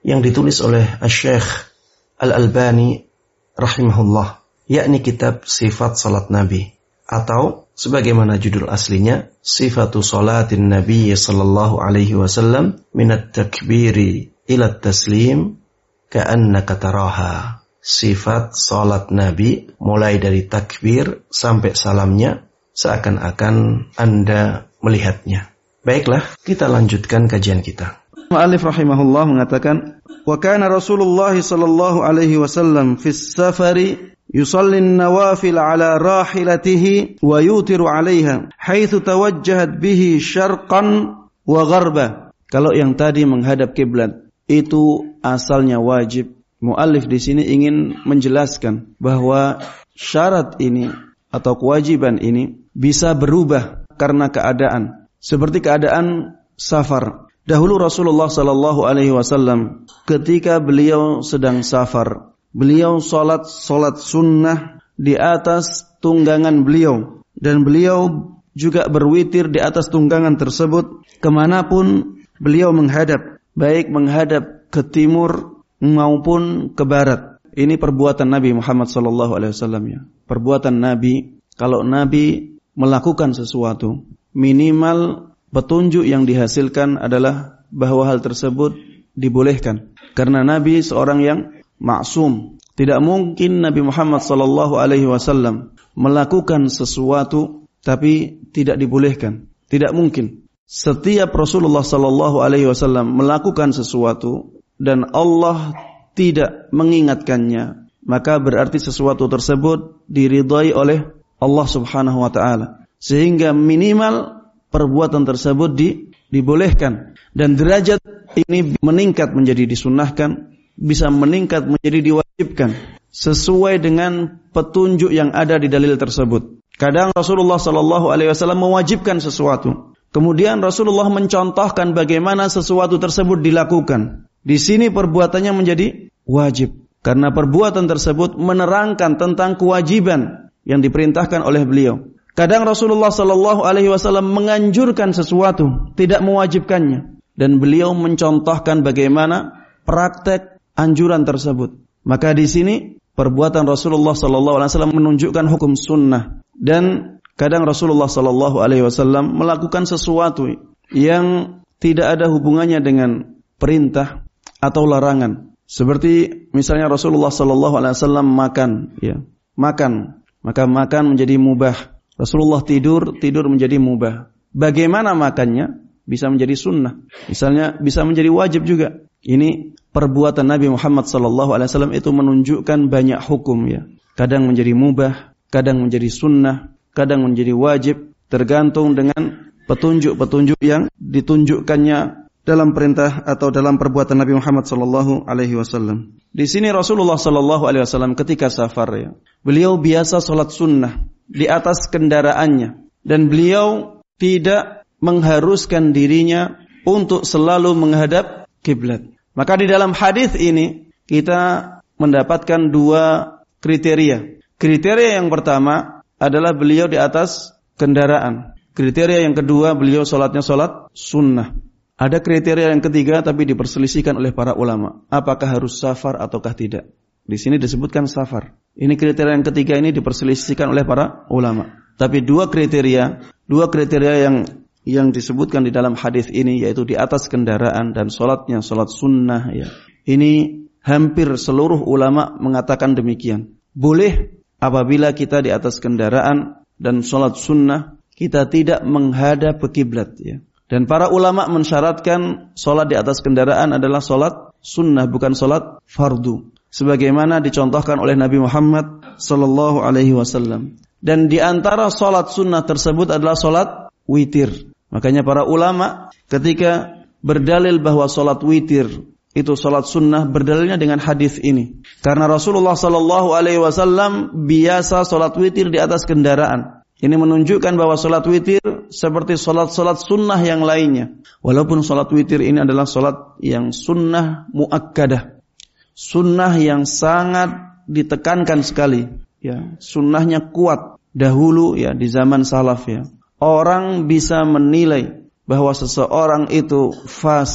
yang ditulis oleh Asy-Syaikh Al-Albani rahimahullah, yakni kitab Sifat Salat Nabi, atau sebagaimana judul aslinya, Sifatu Salatin Nabi sallallahu alaihi wasallam minat takbiri ila taslim ka'annaka taraha. Sifat salat Nabi mulai dari takbir sampai salamnya seakan-akan Anda melihatnya. Baiklah, kita lanjutkan kajian kita. Mu'allif rahimahullah mengatakan, wa kana Rasulullah sallallahu alaihi wasallam fi safari yusalli an-nawafil ala rahilatihi wa yutiru 'alaiha haitsu tawajjahat bihi syarqan wa gharba. Kalau yang tadi menghadap kiblat itu asalnya wajib. Mu'allif di sini ingin menjelaskan bahwa syarat ini atau kewajiban ini bisa berubah karena keadaan. Seperti keadaan safar. Dahulu Rasulullah sallallahu alaihi wasallam ketika beliau sedang safar, beliau salat salat sunnah di atas tunggangan beliau, dan beliau juga berwitir di atas tunggangan tersebut kemanapun beliau menghadap, baik menghadap ke timur maupun ke barat. Ini perbuatan Nabi Muhammad sallallahu alaihi wasallam ya. Perbuatan Nabi, kalau Nabi melakukan sesuatu, minimal petunjuk yang dihasilkan adalah bahwa hal tersebut dibolehkan. Karena Nabi seorang yang maksum. Tidak mungkin Nabi Muhammad sallallahu alaihi wasallam melakukan sesuatu tapi tidak dibolehkan. Tidak mungkin. Setiap Rasulullah sallallahu alaihi wasallam melakukan sesuatu dan Allah tidak mengingatkannya, maka berarti sesuatu tersebut diridhai oleh Allah Subhanahu wa taala. Sehingga minimal perbuatan tersebut di, dibolehkan, dan derajat ini meningkat menjadi disunnahkan, bisa meningkat menjadi diwajibkan sesuai dengan petunjuk yang ada di dalil tersebut. Kadang Rasulullah sallallahu alaihi wasallam mewajibkan sesuatu, kemudian Rasulullah mencontohkan bagaimana sesuatu tersebut dilakukan. Di sini perbuatannya menjadi wajib karena perbuatan tersebut menerangkan tentang kewajiban yang diperintahkan oleh beliau. Kadang Rasulullah sallallahu alaihi wasallam menganjurkan sesuatu, tidak mewajibkannya, dan beliau mencontohkan bagaimana praktek anjuran tersebut. Maka di sini perbuatan Rasulullah sallallahu alaihi wasallam menunjukkan hukum sunnah, dan kadang Rasulullah sallallahu alaihi wasallam melakukan sesuatu yang tidak ada hubungannya dengan perintah atau larangan. Seperti misalnya Rasulullah sallallahu alaihi wasallam makan, ya, makan, maka makan menjadi mubah. Rasulullah tidur, tidur menjadi mubah. Bagaimana makannya? Bisa menjadi sunnah. Misalnya bisa menjadi wajib juga. Ini perbuatan Nabi Muhammad sallallahu alaihi wasallam itu menunjukkan banyak hukum ya. Kadang menjadi mubah, kadang menjadi sunnah, kadang menjadi wajib, tergantung dengan petunjuk-petunjuk yang ditunjukkannya dalam perintah atau dalam perbuatan Nabi Muhammad sallallahu alaihi wasallam. Di sini Rasulullah sallallahu alaihi wasallam ketika safar ya, beliau biasa salat sunnah di atas kendaraannya, dan beliau tidak mengharuskan dirinya untuk selalu menghadap kiblat. Maka di dalam hadis ini kita mendapatkan dua kriteria. Kriteria yang pertama adalah beliau di atas kendaraan. Kriteria yang kedua, beliau salatnya salat sunnah. Ada kriteria yang ketiga tapi diperselisihkan oleh para ulama. Apakah harus safar ataukah tidak? Di sini disebutkan safar. Ini kriteria yang ketiga ini diperselisihkan oleh para ulama. Tapi dua kriteria, dua kriteria yang yang disebutkan di dalam hadis ini, yaitu di atas kendaraan dan salatnya salat sunnah ya. Ini hampir seluruh ulama mengatakan demikian. Boleh apabila kita di atas kendaraan dan salat sunnah, kita tidak menghadap ke kiblat ya. Dan para ulama mensyaratkan salat di atas kendaraan adalah salat sunnah, bukan salat fardu, sebagaimana dicontohkan oleh Nabi Muhammad sallallahu alaihi wasallam. Dan di antara salat sunnah tersebut adalah salat witir. Makanya para ulama ketika berdalil bahwa salat witir itu salat sunnah, berdalilnya dengan hadis ini. Karena Rasulullah sallallahu alaihi wasallam biasa salat witir di atas kendaraan. Ini menunjukkan bahwa salat witir seperti salat-salat sunnah yang lainnya. Walaupun salat witir ini adalah salat yang sunnah muakkadah, sunnah yang sangat ditekankan sekali. Ya, sunnahnya kuat dahulu ya di zaman salaf ya. Orang bisa menilai bahwa seseorang itu fasik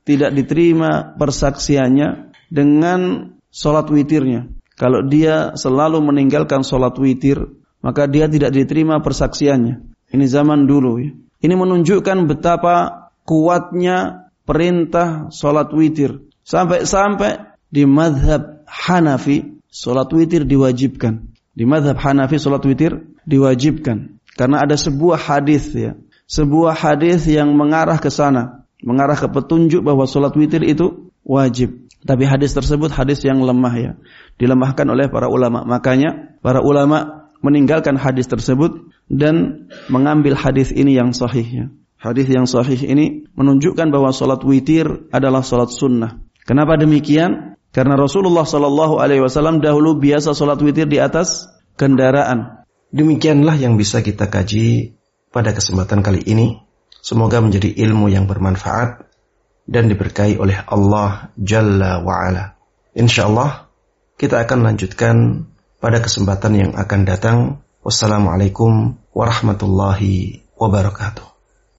tidak diterima persaksiannya dengan sholat witirnya. Kalau dia selalu meninggalkan sholat witir, maka dia tidak diterima persaksiannya. Ini zaman dulu ya. Ini menunjukkan betapa kuatnya perintah sholat witir. Sampai-sampai di mazhab Hanafi, sholat witir diwajibkan. Di mazhab Hanafi, sholat witir diwajibkan. Karena ada sebuah hadis ya. Sebuah hadis yang mengarah ke sana. Mengarah ke petunjuk bahwa sholat witir itu wajib. Tapi hadis tersebut hadis yang lemah ya. Dilemahkan oleh para ulama. Makanya para ulama meninggalkan hadis tersebut dan mengambil hadis ini yang sahih ya. Hadis yang sahih ini menunjukkan bahwa sholat witir adalah sholat sunnah. Kenapa demikian? Karena Rasulullah sallallahu alaihi wasallam dahulu biasa sholat witir di atas kendaraan. Demikianlah yang bisa kita kaji pada kesempatan kali ini. Semoga menjadi ilmu yang bermanfaat dan diberkahi oleh Allah Jalla wa'ala. InsyaAllah kita akan lanjutkan pada kesempatan yang akan datang. Wassalamualaikum warahmatullahi wabarakatuh.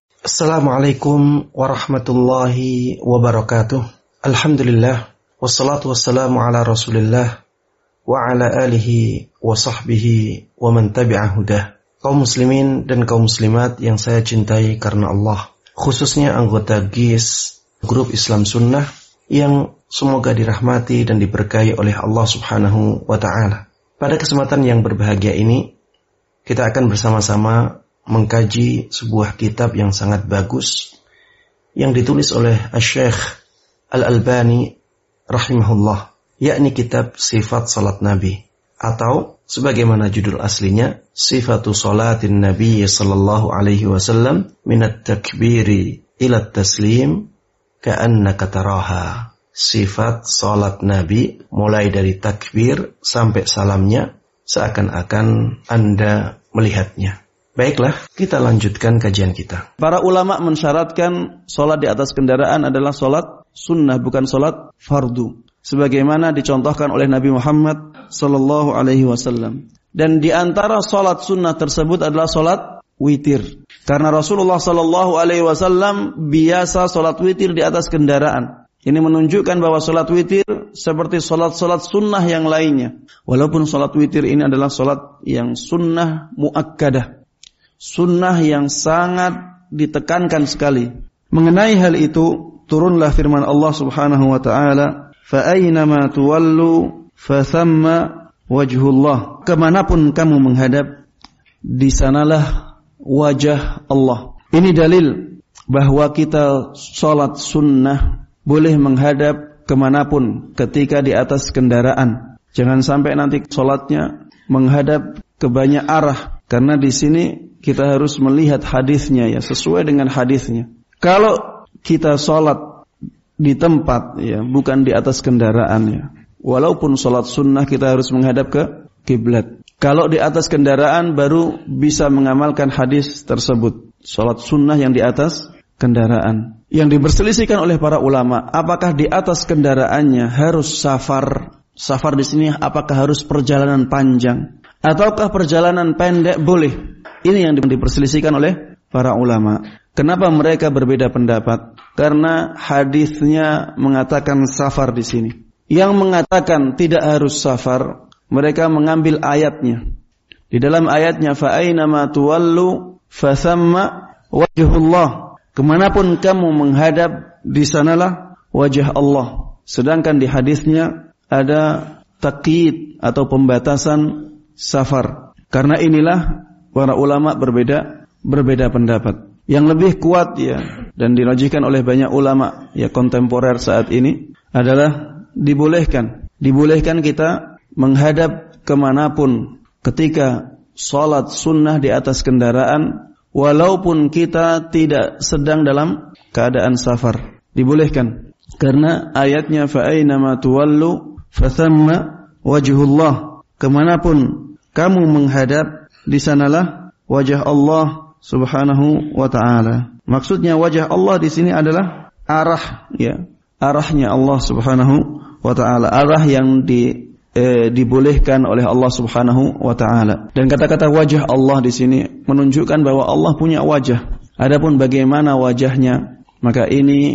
Assalamualaikum warahmatullahi wabarakatuh. Alhamdulillah, wassalatu wassalamu ala rasulillah wa ala alihi wa sahbihi wa man tabi'a hudah. Kaum muslimin dan kaum muslimat yang saya cintai karena Allah, khususnya anggota G I S Grup Islam Sunnah yang semoga dirahmati dan diberkahi oleh Allah Subhanahu wa ta'ala. Pada kesempatan yang berbahagia ini, kita akan bersama-sama mengkaji sebuah kitab yang sangat bagus yang ditulis oleh Asy-Syaikh Al-Albani rahimahullah, yakni kitab Sifat Salat Nabi, atau sebagaimana judul aslinya, Sifatu Salatin Nabi sallallahu alaihi wasallam minat takbiri ila taslim ka'annaka taraha. Sifat salat Nabi mulai dari takbir sampai salamnya seakan-akan Anda melihatnya. Baiklah, kita lanjutkan kajian kita. Para ulama mensyaratkan salat di atas kendaraan adalah salat sunnah, bukan salat fardu. Sebagaimana dicontohkan oleh Nabi Muhammad sallallahu alaihi wasallam. Dan di antara salat sunnah tersebut adalah salat witir. Karena Rasulullah sallallahu alaihi wasallam biasa salat witir di atas kendaraan. Ini menunjukkan bahwa salat witir seperti salat-salat sunnah yang lainnya. Walaupun salat witir ini adalah salat yang sunnah muakkadah. Sunnah yang sangat ditekankan sekali. Mengenai hal itu, turunlah firman Allah Subhanahu wa ta'ala, فَأَيْنَمَا تُوَلُّوا فَثَمَّ وَجْهُ اللَّهِ. Kemanapun kamu menghadap, di sanalah wajah Allah. Ini dalil bahwa kita salat sunnah boleh menghadap kemanapun ketika di atas kendaraan. Jangan sampai nanti salatnya menghadap ke banyak arah. Karena di sini kita harus melihat hadisnya ya, sesuai dengan hadisnya. Kalau kita salat di tempat ya, bukan di atas kendaraan ya. Walaupun salat sunnah kita harus menghadap ke kiblat. Kalau di atas kendaraan baru bisa mengamalkan hadis tersebut. Salat sunnah yang di atas kendaraan. Yang diperselisihkan oleh para ulama, apakah di atas kendaraannya harus safar? Safar di sini apakah harus perjalanan panjang ataukah perjalanan pendek boleh? Ini yang diperselisihkan oleh para ulama. Kenapa mereka berbeda pendapat? Karena hadisnya mengatakan safar di sini. Yang mengatakan tidak harus safar, mereka mengambil ayatnya. Di dalam ayatnya fa aynama tuwallu fathamma wajhullah. Kemanapun kamu menghadap, di sanalah wajah Allah. Sedangkan di hadisnya ada taqyid atau pembatasan safar. Karena inilah para ulama berbeda berbeda pendapat. Yang lebih kuat ya dan dirajikan oleh banyak ulama ya kontemporer saat ini adalah dibolehkan. Dibolehkan kita menghadap kemanapun ketika salat sunnah di atas kendaraan, walaupun kita tidak sedang dalam keadaan safar. Dibolehkan. Karena ayatnya fa aynama tuwallu fathamma wajhullah. Kemanapun kamu menghadap, di sanalah wajah Allah Subhanahu wa ta'ala. Maksudnya wajah Allah di sini adalah arah ya, arahnya Allah Subhanahu wa ta'ala, arah yang di eh, dibolehkan oleh Allah Subhanahu wa ta'ala. Dan kata-kata wajah Allah di sini menunjukkan bahwa Allah punya wajah. Adapun bagaimana wajahnya, maka ini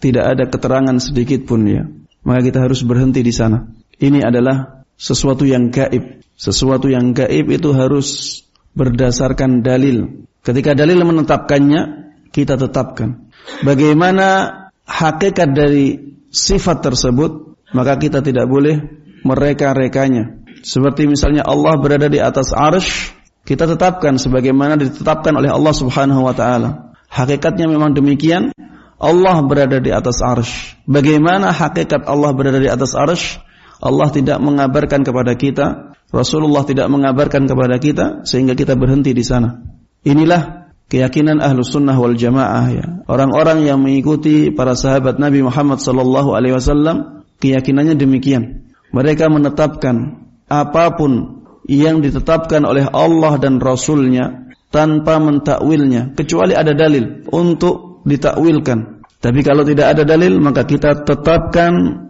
tidak ada keterangan sedikit pun ya, maka kita harus berhenti di sana. Ini adalah sesuatu yang gaib. Sesuatu yang gaib itu harus berdasarkan dalil. Ketika dalil menetapkannya, kita tetapkan. Bagaimana hakikat dari sifat tersebut, maka kita tidak boleh mereka-rekanya. Seperti misalnya Allah berada di atas arsy, kita tetapkan sebagaimana ditetapkan oleh Allah Subhanahu wa taala. Hakikatnya memang demikian, Allah berada di atas arsy. Bagaimana hakikat Allah berada di atas arsy? Allah tidak mengabarkan kepada kita, Rasulullah tidak mengabarkan kepada kita, sehingga kita berhenti di sana. Inilah keyakinan Ahlus Sunnah wal Jamaah ya. Orang-orang yang mengikuti para sahabat Nabi Muhammad sallallahu alaihi wasallam, keyakinannya demikian. Mereka menetapkan apapun yang ditetapkan oleh Allah dan Rasulnya tanpa mentakwilnya, kecuali ada dalil untuk ditakwilkan. Tapi kalau tidak ada dalil, maka kita tetapkan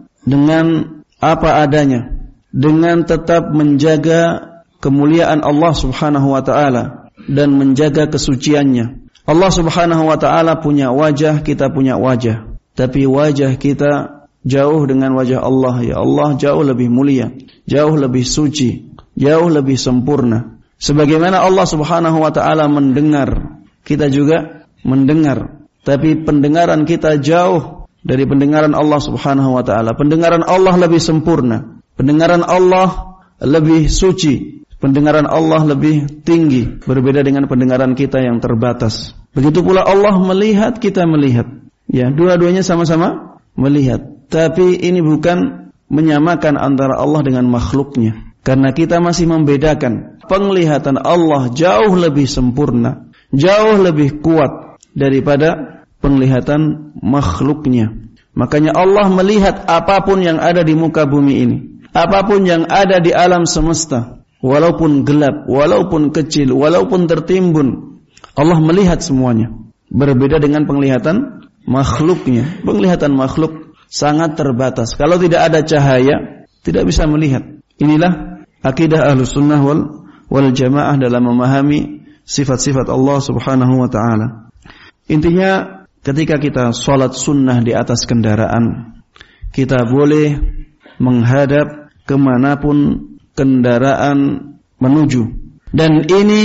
dengan apa adanya, dengan tetap menjaga kemuliaan Allah Subhanahu wa taala dan menjaga kesuciannya. Allah Subhanahu wa taala punya wajah, kita punya wajah, tapi wajah kita jauh dengan wajah Allah. Ya Allah jauh lebih mulia, jauh lebih suci, jauh lebih sempurna. Sebagaimana Allah Subhanahu wa taala mendengar, kita juga mendengar, tapi pendengaran kita jauh dari pendengaran Allah Subhanahu wa taala. Pendengaran Allah lebih sempurna, pendengaran Allah lebih suci, pendengaran Allah lebih tinggi, berbeda dengan pendengaran kita yang terbatas. Begitu pula Allah melihat, kita melihat. Ya, dua-duanya sama-sama melihat. Tapi ini bukan menyamakan antara Allah dengan makhluknya, karena kita masih membedakan. Penglihatan Allah jauh lebih sempurna, jauh lebih kuat daripada penglihatan makhluknya. Makanya Allah melihat apapun yang ada di muka bumi ini, apapun yang ada di alam semesta, walaupun gelap, walaupun kecil, walaupun tertimbun, Allah melihat semuanya. Berbeda dengan penglihatan makhluknya. Penglihatan makhluk sangat terbatas. Kalau tidak ada cahaya, tidak bisa melihat. Inilah akidah Ahlus Sunnah wal, wal Jamaah dalam memahami sifat-sifat Allah Subhanahu wa ta'ala. Intinya, ketika kita sholat sunnah di atas kendaraan, kita boleh menghadap kemanapun kendaraan menuju. Dan ini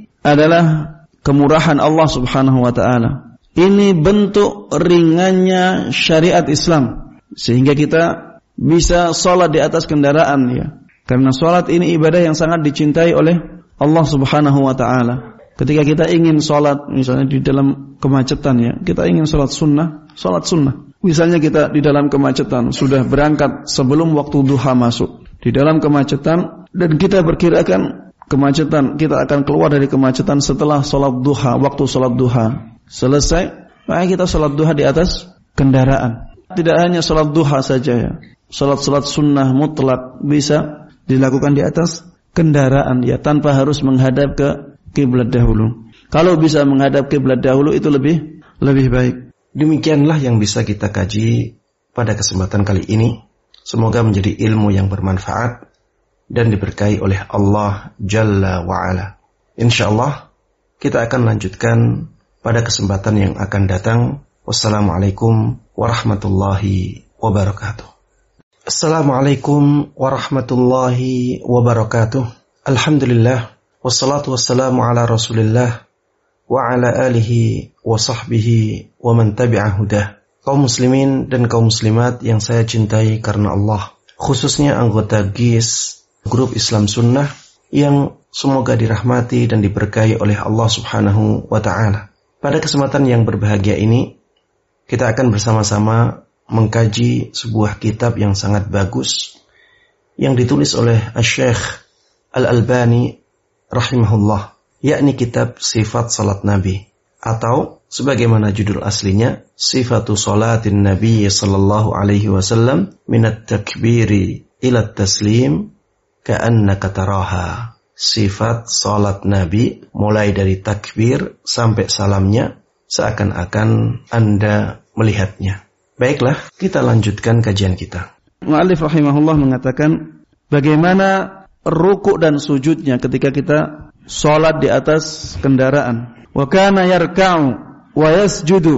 adalah kemurahan Allah Subhanahu wa ta'ala. Ini bentuk ringannya syariat Islam, sehingga kita bisa sholat di atas kendaraan ya. Karena sholat ini ibadah yang sangat dicintai oleh Allah Subhanahu wa ta'ala. Ketika kita ingin sholat, misalnya di dalam kemacetan ya, kita ingin sholat sunnah, sholat sunnah. Misalnya kita di dalam kemacetan, sudah berangkat sebelum waktu duha masuk, di dalam kemacetan, dan kita perkirakan kemacetan, kita akan keluar dari kemacetan setelah sholat duha, waktu sholat duha selesai, maka kita sholat duha di atas kendaraan. Tidak hanya sholat duha saja ya, sholat-sholat sunnah mutlak bisa dilakukan di atas kendaraan ya, tanpa harus menghadap ke kiblat dahulu. Kalau bisa menghadap kiblat dahulu itu lebih lebih baik. Demikianlah yang bisa kita kaji pada kesempatan kali ini. Semoga menjadi ilmu yang bermanfaat dan diberkahi oleh Allah Jalla wa'ala. InsyaAllah kita akan lanjutkan pada kesempatan yang akan datang. Wassalamualaikum warahmatullahi wabarakatuh. Assalamualaikum warahmatullahi wabarakatuh. Alhamdulillah, wassalatu wassalamu ala rasulillah wa ala alihi wa sahbihi wa man tabi'a hudah. Kaum muslimin dan kaum muslimat yang saya cintai karena Allah, khususnya anggota G I S, Grup Islam Sunnah, yang semoga dirahmati dan diberkahi oleh Allah Subhanahu wa ta'ala. Pada kesempatan yang berbahagia ini, kita akan bersama-sama mengkaji sebuah kitab yang sangat bagus yang ditulis oleh Asy-Syaikh Al-Albani rahimahullah, yakni kitab Sifat Salat Nabi, atau sebagaimana judul aslinya, Sifatu Salatin Nabi sallallahu alaihi wasallam minat takbiri ila taslim ka'annaka taraha. Sifat salat Nabi mulai dari takbir sampai salamnya seakan-akan Anda melihatnya. Baiklah, kita lanjutkan kajian kita. Mu'allif rahimahullah mengatakan bagaimana rukuk dan sujudnya ketika kita salat di atas kendaraan. Wa kana yarka'u wa yasjudu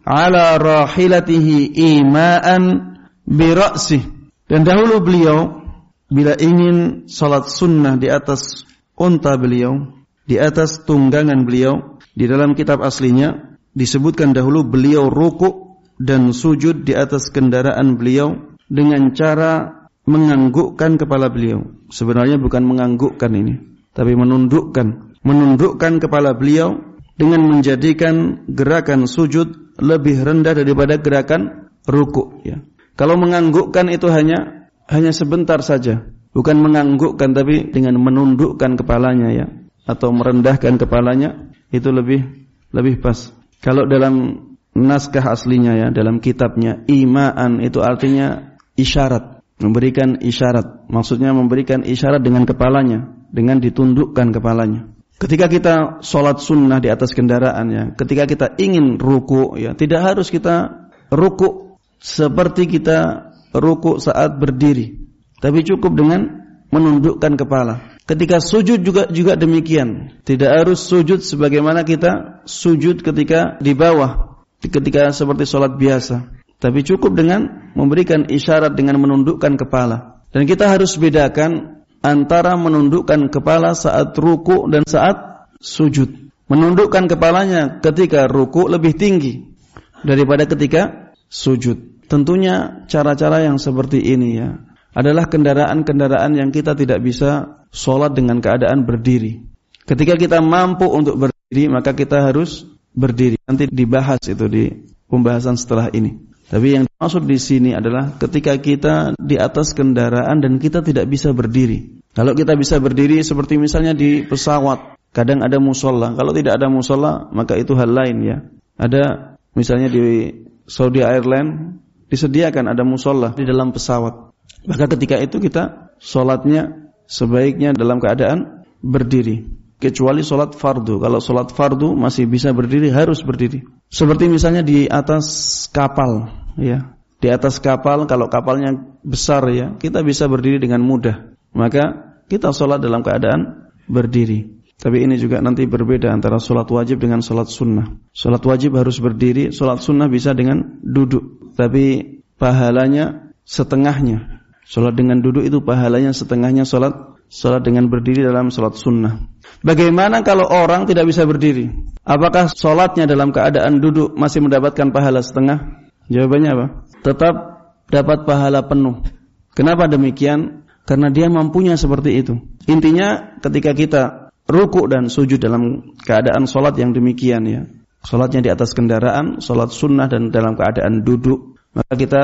ala rahilatihi ima'an bi ra'sih. Dan dahulu beliau bila ingin salat sunnah di atas unta beliau, di atas tunggangan beliau, di dalam kitab aslinya disebutkan dahulu beliau ruku' dan sujud di atas kendaraan beliau dengan cara menganggukkan kepala beliau. Sebenarnya bukan menganggukkan ini, tapi menundukkan, menundukkan kepala beliau dengan menjadikan gerakan sujud lebih rendah daripada gerakan ruku', ya. Kalau menganggukkan itu hanya hanya sebentar saja, bukan menganggukkan tapi dengan menundukkan kepalanya, ya, atau merendahkan kepalanya, itu lebih lebih pas. Kalau dalam naskah aslinya, ya, dalam kitabnya, ima'an itu artinya isyarat, memberikan isyarat. Maksudnya memberikan isyarat dengan kepalanya, dengan ditundukkan kepalanya. Ketika kita sholat sunnah di atas kendaraan, ya, ketika kita ingin ruku', ya, tidak harus kita ruku' seperti kita ruku' saat berdiri, tapi cukup dengan menundukkan kepala. Ketika sujud juga juga demikian, tidak harus sujud sebagaimana kita sujud ketika di bawah, ketika seperti sholat biasa, tapi cukup dengan memberikan isyarat dengan menundukkan kepala. Dan kita harus bedakan antara menundukkan kepala saat ruku' dan saat sujud. Menundukkan kepalanya ketika ruku' lebih tinggi daripada ketika sujud. Tentunya cara-cara yang seperti ini, ya, adalah kendaraan-kendaraan yang kita tidak bisa sholat dengan keadaan berdiri. Ketika kita mampu untuk berdiri, maka kita harus berdiri. Nanti dibahas itu di pembahasan setelah ini. Tapi yang dimaksud di sini adalah ketika kita di atas kendaraan dan kita tidak bisa berdiri. Kalau kita bisa berdiri seperti misalnya di pesawat, kadang ada musola. Kalau tidak ada musola, maka itu hal lain, ya. Ada misalnya di Saudi Airlines disediakan ada musola di dalam pesawat. Maka ketika itu kita sholatnya sebaiknya dalam keadaan berdiri. Kecuali sholat fardu. Kalau sholat fardu masih bisa berdiri, harus berdiri. Seperti misalnya di atas kapal, ya. Di atas kapal, kalau kapalnya besar, ya, kita bisa berdiri dengan mudah. Maka kita sholat dalam keadaan berdiri. Tapi ini juga nanti berbeda antara sholat wajib dengan sholat sunnah. Sholat wajib harus berdiri, sholat sunnah bisa dengan duduk. Tapi pahalanya setengahnya. Sholat dengan duduk itu pahalanya setengahnya sholat sholat dengan berdiri dalam sholat sunnah. Bagaimana kalau orang tidak bisa berdiri? Apakah sholatnya dalam keadaan duduk masih mendapatkan pahala setengah? Jawabannya apa? Tetap dapat pahala penuh. Kenapa demikian? Karena dia mampunya seperti itu. Intinya ketika kita ruku' dan sujud dalam keadaan sholat yang demikian, ya, sholatnya di atas kendaraan, sholat sunnah dan dalam keadaan duduk, maka kita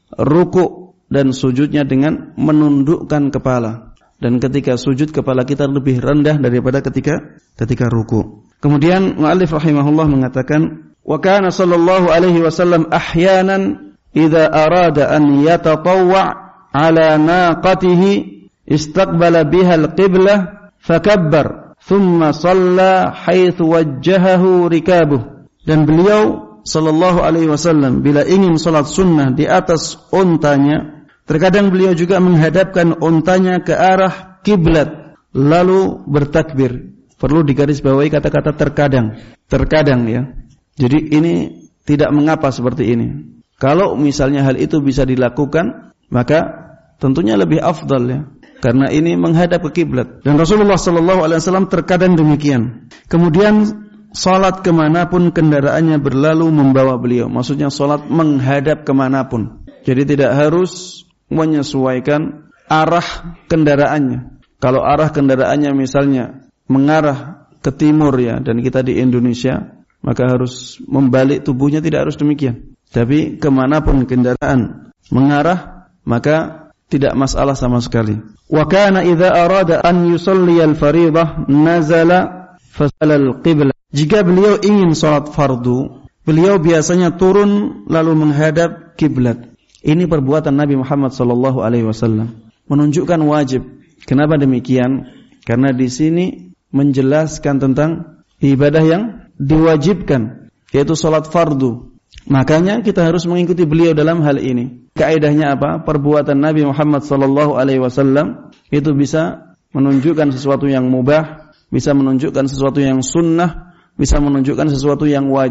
ruku' dan sujudnya dengan menundukkan kepala. Dan ketika sujud kepala kita lebih rendah daripada ketika ketika ruku'. Kemudian mu'allif rahimahullah mengatakan, wa kana sallallahu alaihi wasallam ahyanan idza arada an yatatawwa' ala naqatihi istaqbala biha al-qiblah fakabbar thumma shalla haitsu wajjahahu rikabuh. Dan beliau sallallahu alaihi wasallam bila ingin salat sunnah di atas untanya, terkadang beliau juga menghadapkan untanya ke arah kiblat lalu bertakbir. Perlu digarisbawahi kata-kata terkadang. Terkadang, ya. Jadi ini tidak mengapa seperti ini. Kalau misalnya hal itu bisa dilakukan, maka tentunya lebih afdal, ya. Karena ini menghadap ke kiblat. Dan Rasulullah sallallahu alaihi wasallam terkadang demikian. Kemudian salat kemanapun kendaraannya berlalu membawa beliau. Maksudnya salat menghadap kemanapun. Jadi tidak harus menyesuaikan arah kendaraannya. Kalau arah kendaraannya misalnya mengarah ke timur, ya, dan kita di Indonesia, maka harus membalik tubuhnya, tidak harus demikian. Tapi kemanapun kendaraan mengarah, maka tidak masalah sama sekali. Wa kana idza arada an yusalli al-fariidah nazala fasala al-qiblah. Jika beliau ingin salat fardu, beliau biasanya turun lalu menghadap kiblat. Ini perbuatan Nabi Muhammad sallallahu alaihi wasallam, menunjukkan wajib. Kenapa demikian? Karena di sini menjelaskan tentang ibadah yang diwajibkan, yaitu salat fardu. Makanya kita harus mengikuti beliau dalam hal ini. Kaidahnya apa? Perbuatan Nabi Muhammad sallallahu alaihi wasallam itu bisa menunjukkan sesuatu yang mubah, bisa menunjukkan sesuatu yang sunnah, bisa menunjukkan sesuatu yang wajib.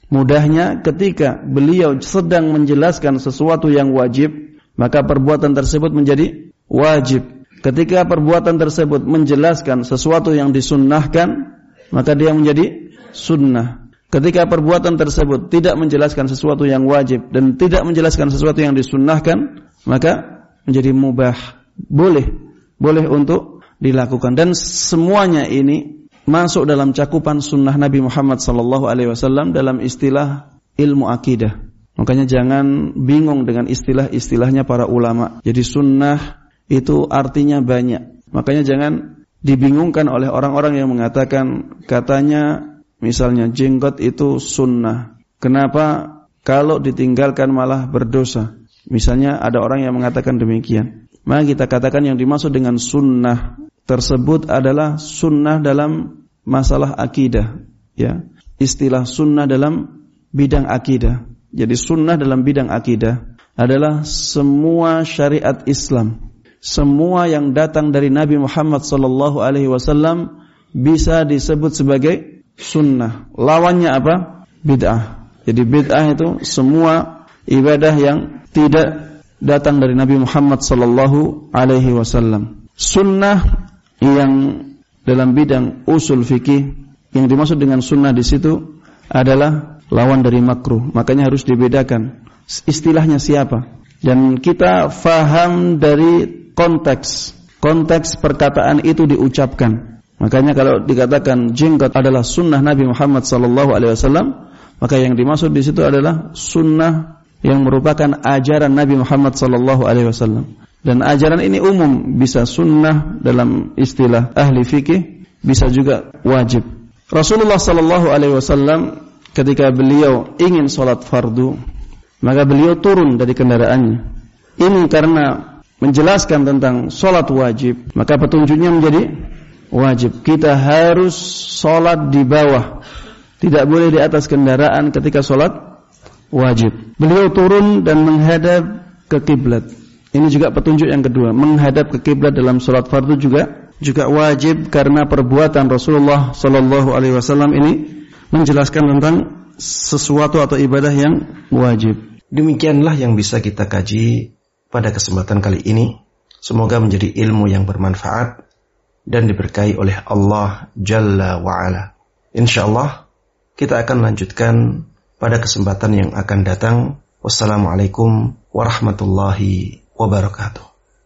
Mudahnya ketika beliau sedang menjelaskan sesuatu yang wajib, maka perbuatan tersebut menjadi wajib. Ketika perbuatan tersebut menjelaskan sesuatu yang disunnahkan, maka dia menjadi sunnah. Ketika perbuatan tersebut tidak menjelaskan sesuatu yang wajib dan tidak menjelaskan sesuatu yang disunnahkan, maka menjadi mubah. Boleh, boleh untuk dilakukan. Dan semuanya ini masuk dalam cakupan sunnah Nabi Muhammad sallallahu alaihi wasallam dalam istilah ilmu akidah. Makanya jangan bingung dengan istilah-istilahnya para ulama. Jadi sunnah itu artinya banyak. Makanya jangan dibingungkan oleh orang-orang yang mengatakan katanya misalnya jenggot itu sunnah. Kenapa kalau ditinggalkan malah berdosa? Misalnya ada orang yang mengatakan demikian. Maka kita katakan yang dimaksud dengan sunnah tersebut adalah sunnah dalam masalah akidah, ya. Istilah sunnah dalam bidang akidah. Jadi sunnah dalam bidang akidah adalah semua syariat Islam, semua yang datang dari Nabi Muhammad sallallahu alaihi wasallam bisa disebut sebagai sunnah. Lawannya apa? Bid'ah. Jadi bid'ah itu semua ibadah yang tidak datang dari Nabi Muhammad sallallahu alaihi wasallam. Sunnah yang dalam bidang usul fikih yang dimaksud dengan sunnah di situ adalah lawan dari makruh. Makanya harus dibedakan istilahnya siapa. Dan kita faham dari konteks. Konteks perkataan itu diucapkan. Makanya kalau dikatakan jenggot adalah sunnah Nabi Muhammad sallallahu alaihi wasallam, maka yang dimaksud di situ adalah sunnah yang merupakan ajaran Nabi Muhammad sallallahu alaihi wasallam. Dan ajaran ini umum, bisa sunnah dalam istilah ahli fikih, bisa juga wajib. Rasulullah sallallahu alaihi wasallam ketika beliau ingin salat fardu, maka beliau turun dari kendaraannya. Ini karena menjelaskan tentang salat wajib, maka petunjuknya menjadi wajib. Kita harus salat di bawah, tidak boleh di atas kendaraan ketika salat wajib. Beliau turun dan menghadap ke kiblat. Ini juga petunjuk yang kedua, menghadap ke kiblat dalam salat fardu juga juga wajib karena perbuatan Rasulullah sallallahu alaihi wasallam ini menjelaskan tentang sesuatu atau ibadah yang wajib. Demikianlah yang bisa kita kaji pada kesempatan kali ini. Semoga menjadi ilmu yang bermanfaat dan diberkahi oleh Allah Jalla wa'ala. InsyaAllah kita akan lanjutkan pada kesempatan yang akan datang. Wassalamualaikum warahmatullahi wabarakatuh.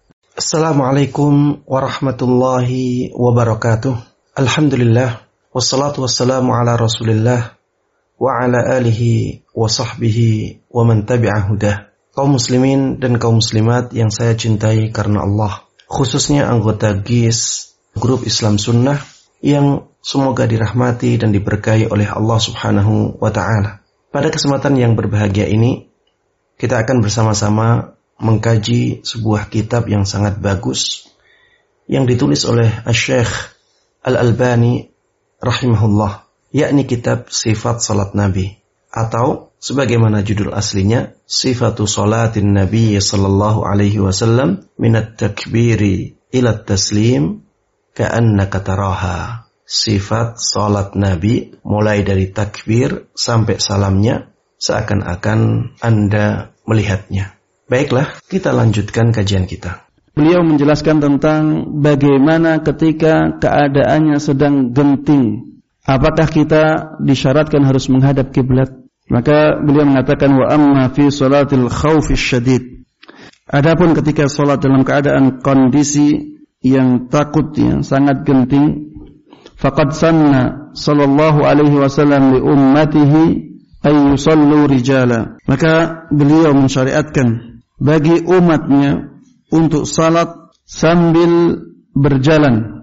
Assalamualaikum warahmatullahi wabarakatuh. Alhamdulillah, wassalatu wassalamu ala Rasulillah wa ala alihi wa sahbihi wa man tabi'a hudah. Kaum muslimin dan kaum muslimat yang saya cintai karena Allah, khususnya anggota G I S Grup Islam Sunnah yang semoga dirahmati dan diberkahi oleh Allah Subhanahu wa taala. Pada kesempatan yang berbahagia ini, kita akan bersama-sama mengkaji sebuah kitab yang sangat bagus yang ditulis oleh Asy-Syaikh Al-Albani rahimahullah, yakni kitab Sifat Salat Nabi, atau sebagaimana judul aslinya Sifatu Salatin Nabi sallallahu alaihi wasallam minat takbiri ila taslim ka'annaka taraha. Sifat salat Nabi mulai dari takbir sampai salamnya seakan-akan Anda melihatnya. Baiklah, kita lanjutkan kajian kita. Beliau menjelaskan tentang bagaimana ketika keadaannya sedang genting, apakah kita disyaratkan harus menghadap kiblat? Maka beliau mengatakan wa amma fi salatil khaufi syadid. Adapun ketika salat dalam keadaan kondisi yang takut, yang sangat genting, faqad sanna sallallahu alaihi wasallam li ummatihi ay yusallu rijala. Maka beliau mensyariatkan bagi umatnya untuk salat sambil berjalan,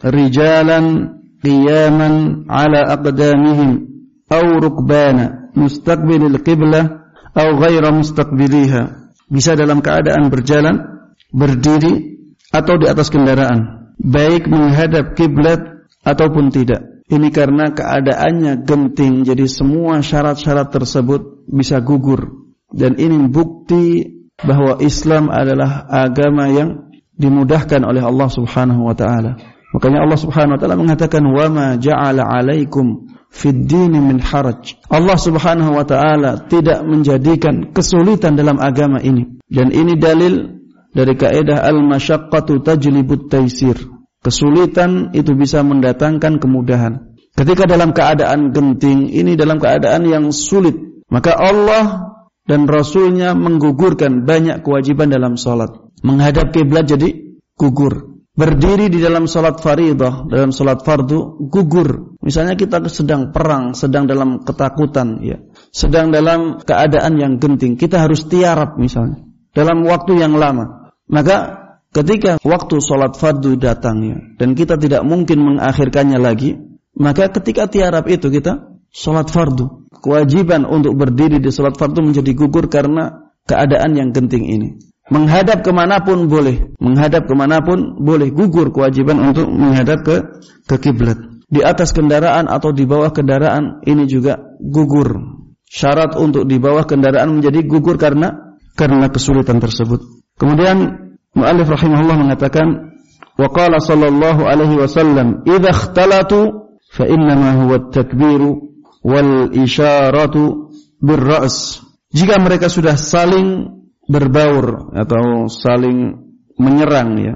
rijalan qiyaman ala aqdamihim aw rukbana mustaqbilil qiblah aw ghaira mustaqbiliha. Bisa dalam keadaan berjalan, berdiri atau di atas kendaraan, baik menghadap kiblat ataupun tidak. Ini karena keadaannya genting, jadi semua syarat-syarat tersebut bisa gugur. Dan ini bukti bahwa Islam adalah agama yang dimudahkan oleh Allah Subhanahu wa taala. Makanya Allah Subhanahu wa taala mengatakan wa ma ja'ala 'alaikum fid dini min haraj. Allah Subhanahu wa taala tidak menjadikan kesulitan dalam agama ini. Dan ini dalil dari kaidah al-masyaqqatu tajlibut taisir. Kesulitan itu bisa mendatangkan kemudahan. Ketika dalam keadaan genting, ini dalam keadaan yang sulit, maka Allah dan Rasulnya menggugurkan banyak kewajiban dalam salat. Menghadap kiblat jadi gugur. Berdiri di dalam salat faridah, dalam salat fardu gugur. Misalnya kita sedang perang, sedang dalam ketakutan, ya, sedang dalam keadaan yang genting, kita harus tiarap misalnya dalam waktu yang lama. Maka ketika waktu salat fardu datang, ya, dan kita tidak mungkin mengakhirkannya lagi, maka ketika tiarap itu kita salat fardu. Kewajiban untuk berdiri di salat fardu menjadi gugur karena keadaan yang genting ini. Menghadap kemanapun boleh, menghadap kemanapun boleh, gugur kewajiban untuk menghadap ke ke kiblat. Di atas kendaraan atau di bawah kendaraan ini juga gugur. Syarat untuk di bawah kendaraan menjadi gugur karena karena kesulitan tersebut. Kemudian mu'allif rahimahullah mengatakan, wa qala sallallahu alaihi wasallam, idza ikhtalatu fa innama huwa at-takbiru wal isyaratu bir-ra's. Jika mereka sudah saling berbaur atau saling menyerang, ya,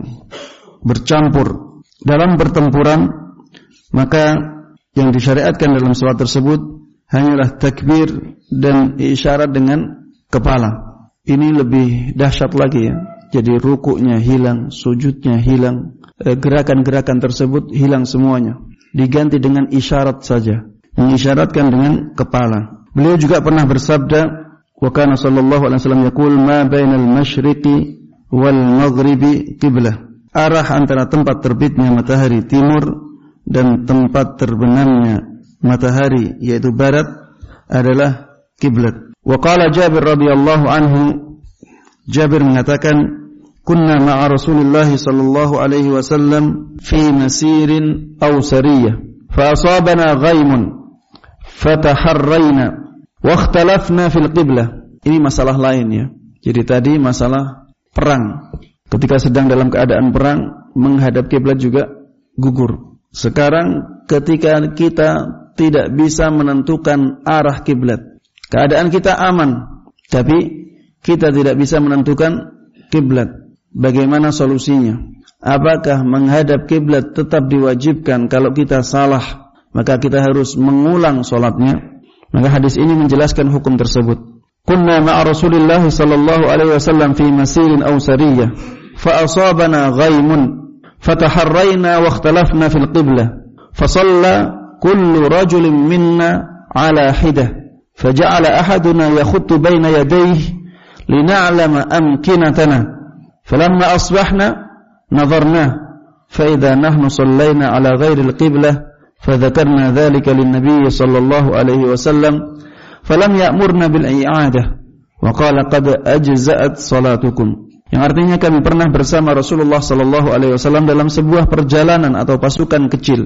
bercampur dalam pertempuran, maka yang disyariatkan dalam salat tersebut hanyalah takbir dan isyarat dengan kepala. Ini lebih dahsyat lagi, ya. Jadi rukuknya hilang, sujudnya hilang, gerakan-gerakan tersebut hilang semuanya. Diganti dengan isyarat saja, mengisyaratkan dengan kepala. Beliau juga pernah bersabda, wa kana sallallahu alaihi wasallam yaqul ma bainal masyriqi wal maghribi qiblah. Arah antara tempat terbitnya matahari timur dan tempat terbenamnya matahari yaitu barat adalah kiblat. Wa qala Jabir radhiyallahu anhu, Jabir mengatakan, kunna ma'a Rasulillah sallallahu alaihi wasallam fi masirin aw sariyah fa asabana ghaimun fataharrayna wa ikhtalafna fil qiblah. Ini masalah lain, ya. Jadi tadi masalah perang. Ketika sedang dalam keadaan perang, menghadap kiblat juga gugur. Sekarang ketika kita tidak bisa menentukan arah kiblat, keadaan kita aman, tapi kita tidak bisa menentukan kiblat. Bagaimana solusinya? Apakah menghadap kiblat tetap diwajibkan kalau kita salah, maka kita harus mengulang salatnya? Maka hadis ini menjelaskan hukum tersebut. Kunna ma'a Rasulillah sallallahu alaihi wasallam fi masirin aw sariyah fa asabana ghaimun fataharrayna wa ikhtalafna fil qiblah fa shalla kullu rajulin minna ala hidah faja'ala ahaduna yakhuttu baina yadayhi lina'lama amkinatana. فلما أصبحنا نظرناه فإذا نحن صلينا على غير القبلة فذكرنا ذلك للنبي صلى الله عليه وسلم فلم يأمرنا بالإعادة وقال قد أجزأت صلاتكم. Yang artinya kami pernah bersama Rasulullah sallallahu alaihi wasallam dalam sebuah perjalanan atau pasukan kecil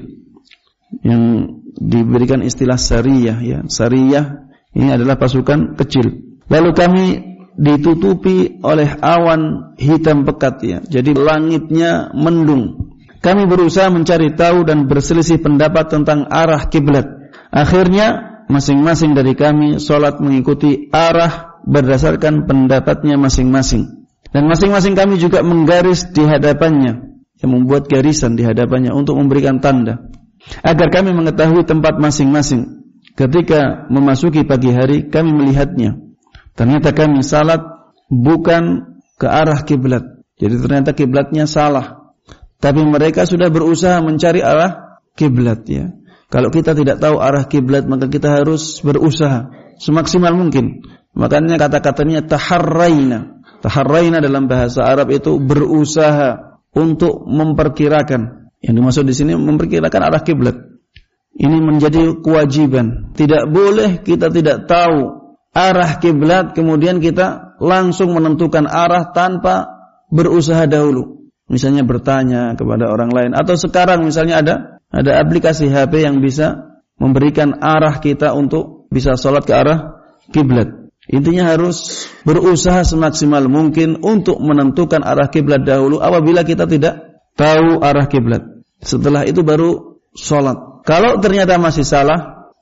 yang diberikan istilah sariyah, ya. Sariyah ini adalah pasukan kecil. Lalu kami ditutupi oleh awan hitam pekat, ya. Jadi langitnya mendung. Kami berusaha mencari tahu dan berselisih pendapat tentang arah kiblat. Akhirnya masing-masing dari kami salat mengikuti arah berdasarkan pendapatnya masing-masing. Dan masing-masing kami juga menggaris di hadapannya, yang membuat garisan di hadapannya untuk memberikan tanda agar kami mengetahui tempat masing-masing. Ketika memasuki pagi hari, kami melihatnya. Ternyata kami salat bukan ke arah kiblat. Jadi ternyata kiblatnya salah. Tapi mereka sudah berusaha mencari arah kiblat, ya. Kalau kita tidak tahu arah kiblat, maka kita harus berusaha semaksimal mungkin. Makanya kata-katanya taharrayna. Taharrayna dalam bahasa Arab itu berusaha untuk memperkirakan. Yang dimaksud di sini memperkirakan arah kiblat. Ini menjadi kewajiban. Tidak boleh kita tidak tahu arah kiblat kemudian kita langsung menentukan arah tanpa berusaha dahulu. Misalnya bertanya kepada orang lain, atau sekarang misalnya ada ada aplikasi H P yang bisa memberikan arah kita untuk bisa salat ke arah kiblat. Intinya harus berusaha semaksimal mungkin untuk menentukan arah kiblat dahulu apabila kita tidak tahu arah kiblat. Setelah itu baru salat. Kalau ternyata masih salah,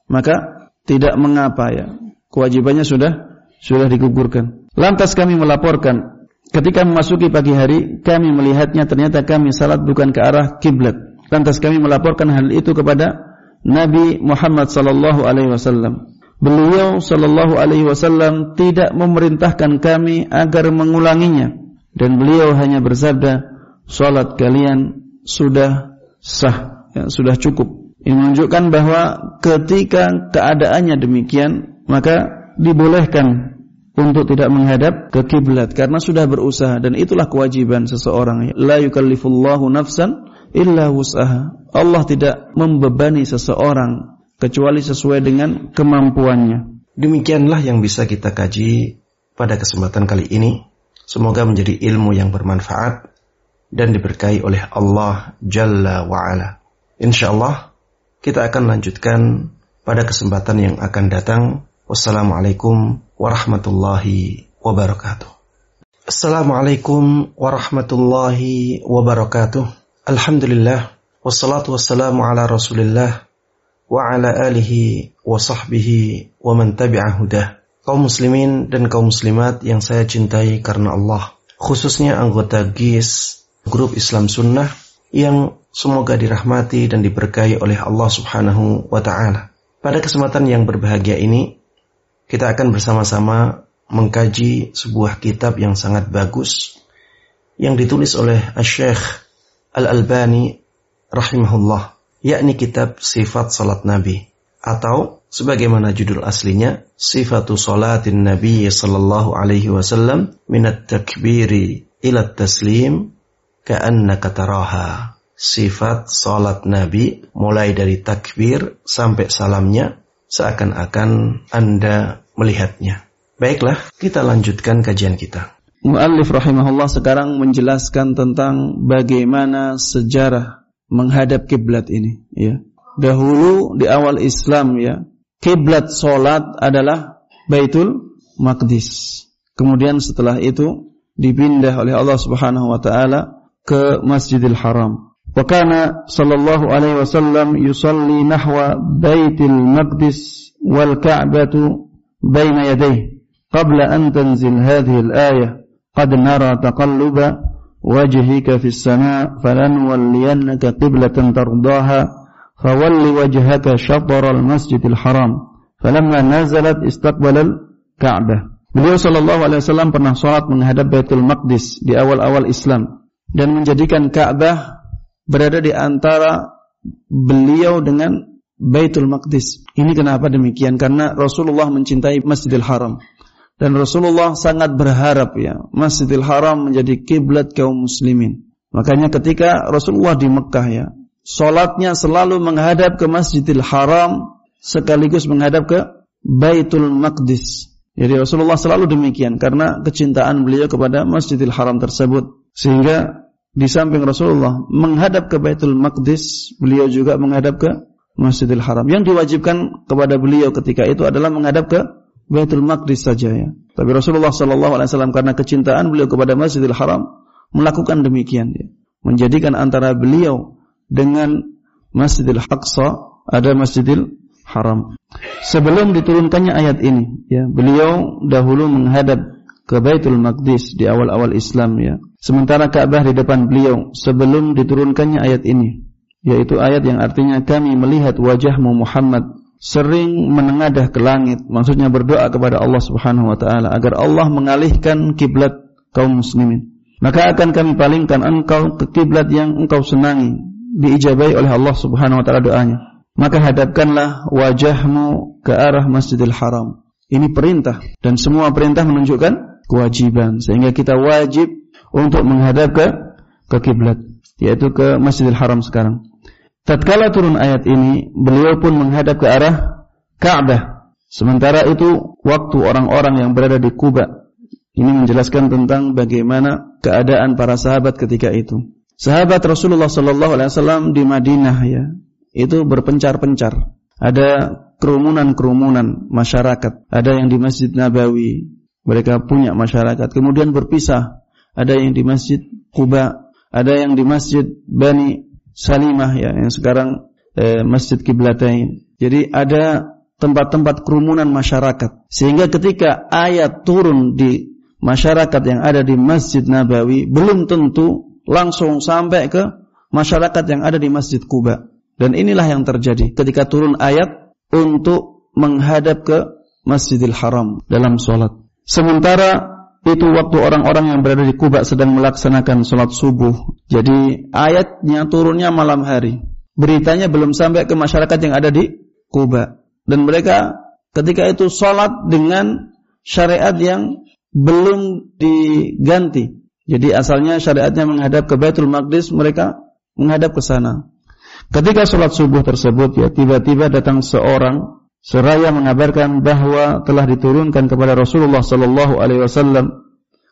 maka tidak mengapa ya. Kewajibannya sudah sudah digugurkan. Lantas kami melaporkan, ketika memasuki pagi hari, kami melihatnya ternyata kami salat bukan ke arah kiblat. Lantas kami melaporkan hal itu kepada Nabi Muhammad sallallahu alaihi wasallam. Beliau sallallahu alaihi wasallam tidak memerintahkan kami agar mengulanginya, dan beliau hanya bersabda, salat kalian sudah sah, ya, sudah cukup. Ini menunjukkan bahwa ketika keadaannya demikian, maka dibolehkan untuk tidak menghadap ke kiblat karena sudah berusaha, dan itulah kewajiban seseorang. La yukallifullahu nafsan illa wus'aha. Allah tidak membebani seseorang kecuali sesuai dengan kemampuannya. Demikianlah yang bisa kita kaji pada kesempatan kali ini. Semoga menjadi ilmu yang bermanfaat dan diberkahi oleh Allah Jalla wa'ala. InsyaAllah kita akan lanjutkan pada kesempatan yang akan datang. Wassalamualaikum warahmatullahi wabarakatuh. Assalamualaikum warahmatullahi wabarakatuh. Alhamdulillah, wassalatu wassalamu ala rasulillah wa ala alihi wa sahbihi wa man tabi'a hudah. Kaum muslimin dan kaum muslimat yang saya cintai karena Allah, khususnya anggota G I S Grup Islam Sunnah yang semoga dirahmati dan diberkahi oleh Allah Subhanahu wa ta'ala. Pada kesempatan yang berbahagia ini, kita akan bersama-sama mengkaji sebuah kitab yang sangat bagus yang ditulis oleh Asy-Syaikh Al-Albani rahimahullah, yakni kitab Sifat Salat Nabi, atau sebagaimana judul aslinya, Sifatu Salatin Nabi sallallahu alaihi wasallam minat takbiri ila taslim ka'annaka taraha. Sifat salat Nabi mulai dari takbir sampai salamnya seakan-akan Anda melihatnya. Baiklah, kita lanjutkan kajian kita. Muallif rahimahullah sekarang menjelaskan tentang bagaimana sejarah menghadap kiblat ini, ya. Dahulu di awal Islam, ya, kiblat salat adalah Baitul Maqdis. Kemudian setelah itu dipindah oleh Allah Subhanahu wa taala ke Masjidil Haram. Wa kana sallallahu alaihi wasallam yusalli nahwa Baitul Maqdis wal Ka'batu baina yadayhi qabla an tanzil hadhihi al-ayah qad nara taqalluba wajhika fis sama' falanwalliyannaka qiblatan tardaha fawalli wajhaka shatr al-Masjidil Haram falamma nazalat istaqbala al-Ka'bah. Beliau sallallahu alaihi wasallam pernah salat menghadap Baitul Maqdis di awal-awal Islam dan menjadikan Ka'bah berada di antara beliau dengan Baitul Maqdis. Ini kenapa demikian? Karena Rasulullah mencintai Masjidil Haram dan Rasulullah sangat berharap, ya, Masjidil Haram menjadi kiblat kaum muslimin. Makanya ketika Rasulullah di Mekah, ya, salatnya selalu menghadap ke Masjidil Haram sekaligus menghadap ke Baitul Maqdis. Jadi Rasulullah selalu demikian karena kecintaan beliau kepada Masjidil Haram tersebut. Sehingga di samping Rasulullah menghadap ke Baitul Maqdis, beliau juga menghadap ke Masjidil Haram. Yang diwajibkan kepada beliau ketika itu adalah menghadap ke Baitul Maqdis saja, ya. Tapi Rasulullah sallallahu alaihi wasallam karena kecintaan beliau kepada Masjidil Haram melakukan demikian, ya. Menjadikan antara beliau dengan Masjidil Aqsa ada Masjidil Haram. Sebelum diturunkannya ayat ini, ya, beliau dahulu menghadap ke Baitul Maqdis di awal-awal Islam, ya. Sementara Ka'bah di depan beliau sebelum diturunkannya ayat ini, yaitu ayat yang artinya kami melihat wajahmu Muhammad sering menengadah ke langit, maksudnya berdoa kepada Allah Subhanahu wa taala agar Allah mengalihkan kiblat kaum muslimin. Maka akan kami palingkan engkau ke kiblat yang engkau senangi, diijabahi oleh Allah Subhanahu wa taala doanya. Maka hadapkanlah wajahmu ke arah Masjidil Haram. Ini perintah, dan semua perintah menunjukkan kewajiban, sehingga kita wajib untuk menghadap ke ke kiblat, yaitu ke Masjidil Haram sekarang. Tatkala turun ayat ini, beliau pun menghadap ke arah Ka'bah. Sementara itu waktu orang-orang yang berada di Quba. Ini menjelaskan tentang bagaimana keadaan para sahabat ketika itu. Sahabat Rasulullah sallallahu alaihi wasallam di Madinah, ya, itu berpencar-pencar. Ada kerumunan-kerumunan masyarakat. Ada yang di Masjid Nabawi, mereka punya masyarakat. Kemudian berpisah. Ada yang di Masjid Quba, ada yang di Masjid Bani Salimah, ya, yang sekarang eh, Masjid Qiblatain. Jadi ada tempat-tempat kerumunan masyarakat. Sehingga ketika ayat turun di masyarakat yang ada di Masjid Nabawi, belum tentu langsung sampai ke masyarakat yang ada di Masjid Quba. Dan inilah yang terjadi ketika turun ayat untuk menghadap ke Masjidil Haram dalam sholat. Sementara itu waktu orang-orang yang berada di Quba sedang melaksanakan sholat subuh. Jadi ayatnya turunnya malam hari. Beritanya belum sampai ke masyarakat yang ada di Quba. Dan mereka ketika itu sholat dengan syariat yang belum diganti. Jadi asalnya syariatnya menghadap ke Baitul Maqdis, mereka menghadap ke sana. Ketika sholat subuh tersebut, ya tiba-tiba datang seorang seraya mengabarkan bahwa telah diturunkan kepada Rasulullah sallallahu alaihi wasallam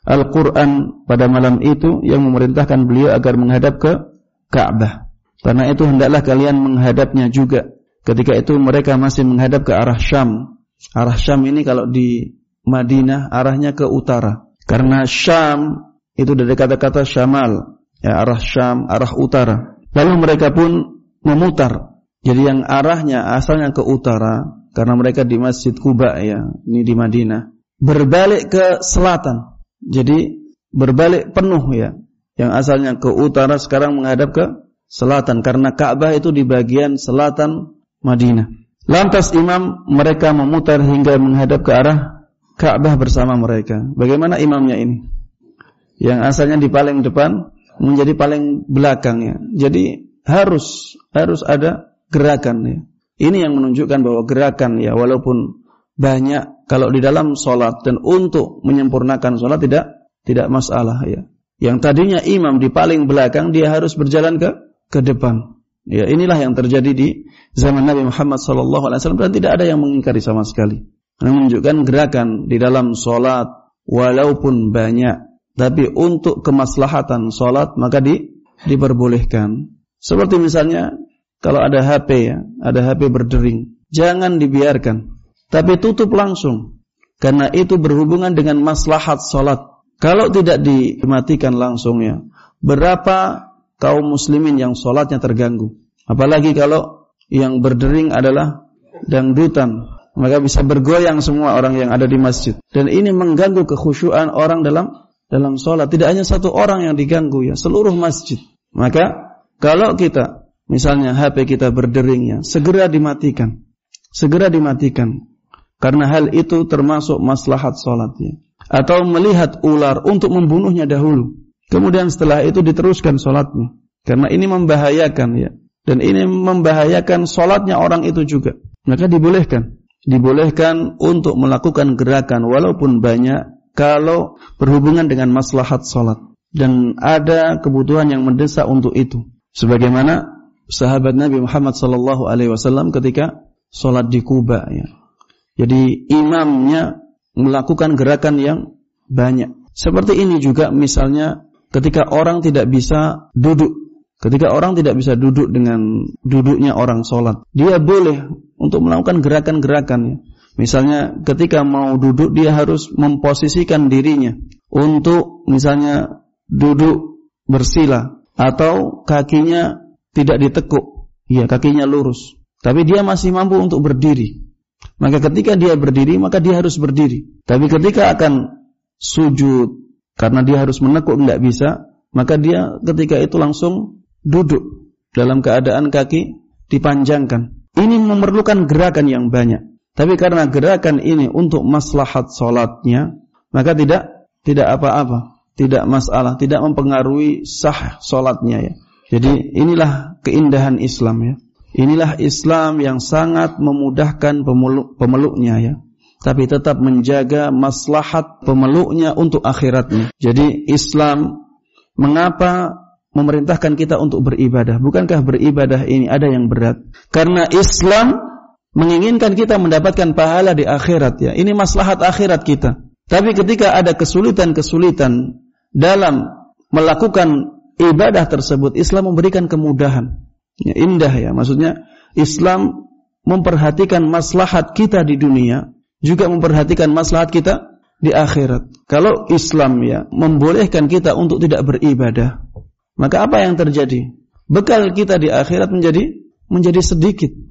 Al-Quran pada malam itu yang memerintahkan beliau agar menghadap ke Ka'bah. Karena itu hendaklah kalian menghadapnya juga. Ketika itu mereka masih menghadap ke arah Syam. Arah Syam ini kalau di Madinah arahnya ke utara. Karena Syam itu dari kata-kata Syamal, ya arah Syam, arah utara. Lalu mereka pun memutar. Jadi yang arahnya asalnya ke utara, karena mereka di Masjid Quba ya, ini di Madinah, berbalik ke selatan. Jadi berbalik penuh ya. Yang asalnya ke utara sekarang menghadap ke selatan, karena Ka'bah itu di bagian selatan Madinah. Lantas imam mereka memutar hingga menghadap ke arah Ka'bah bersama mereka. Bagaimana imamnya ini? Yang asalnya di paling depan menjadi paling belakang ya. Jadi harus harus ada gerakan ya. Ini yang menunjukkan bahwa gerakan ya, walaupun banyak kalau di dalam sholat dan untuk menyempurnakan sholat tidak tidak masalah ya. Yang tadinya imam di paling belakang dia harus berjalan ke ke depan. Ya, inilah yang terjadi di zaman Nabi Muhammad sallallahu alaihi wasallam dan tidak ada yang mengingkari sama sekali. Menunjukkan gerakan di dalam sholat walaupun banyak, tapi untuk kemaslahatan sholat maka di, diperbolehkan. Seperti misalnya kalau ada H P ya, ada H P berdering, jangan dibiarkan, tapi tutup langsung, karena itu berhubungan dengan maslahat sholat. Kalau tidak dimatikan langsung ya, berapa kaum muslimin yang sholatnya terganggu. Apalagi kalau yang berdering adalah dangdutan, maka bisa bergoyang semua orang yang ada di masjid. Dan ini mengganggu kekhusyuan orang dalam dalam sholat. Tidak hanya satu orang yang diganggu ya, seluruh masjid. Maka kalau kita misalnya H P kita berdering ya, segera dimatikan. Segera dimatikan. Karena hal itu termasuk maslahat sholat ya. Atau melihat ular untuk membunuhnya dahulu. Kemudian setelah itu diteruskan sholatnya. Karena ini membahayakan ya. Dan ini membahayakan sholatnya orang itu juga. Maka dibolehkan. Dibolehkan untuk melakukan gerakan walaupun banyak kalau berhubungan dengan maslahat sholat. Dan ada kebutuhan yang mendesak untuk itu. Sebagaimana sahabat Nabi Muhammad sallallahu alaihi wasallam ketika sholat di Quba ya. Jadi imamnya melakukan gerakan yang banyak. Seperti ini juga misalnya ketika orang tidak bisa duduk. Ketika orang tidak bisa duduk dengan duduknya orang sholat, dia boleh untuk melakukan gerakan-gerakan ya. Misalnya ketika mau duduk dia harus memposisikan dirinya untuk misalnya duduk bersila atau kakinya tidak ditekuk, ya kakinya lurus. Tapi dia masih mampu untuk berdiri. Maka ketika dia berdiri, maka dia harus berdiri. Tapi ketika akan sujud, karena dia harus menekuk tidak bisa, maka dia ketika itu langsung duduk dalam keadaan kaki dipanjangkan. Ini memerlukan gerakan yang banyak. Tapi karena gerakan ini untuk maslahat sholatnya, maka tidak tidak apa-apa, tidak masalah, tidak mempengaruhi sah sholatnya ya. Jadi inilah keindahan Islam ya. Inilah Islam yang sangat memudahkan pemeluk, pemeluknya ya. Tapi tetap menjaga maslahat pemeluknya untuk akhiratnya. Jadi Islam mengapa memerintahkan kita untuk beribadah? Bukankah beribadah ini ada yang berat? Karena Islam menginginkan kita mendapatkan pahala di akhirat ya. Ini maslahat akhirat kita. Tapi ketika ada kesulitan-kesulitan dalam melakukan ibadah tersebut, Islam memberikan kemudahan. Ya, indah ya, maksudnya Islam memperhatikan maslahat kita di dunia, juga memperhatikan maslahat kita di akhirat. Kalau Islam ya membolehkan kita untuk tidak beribadah, maka apa yang terjadi? Bekal kita di akhirat menjadi menjadi sedikit.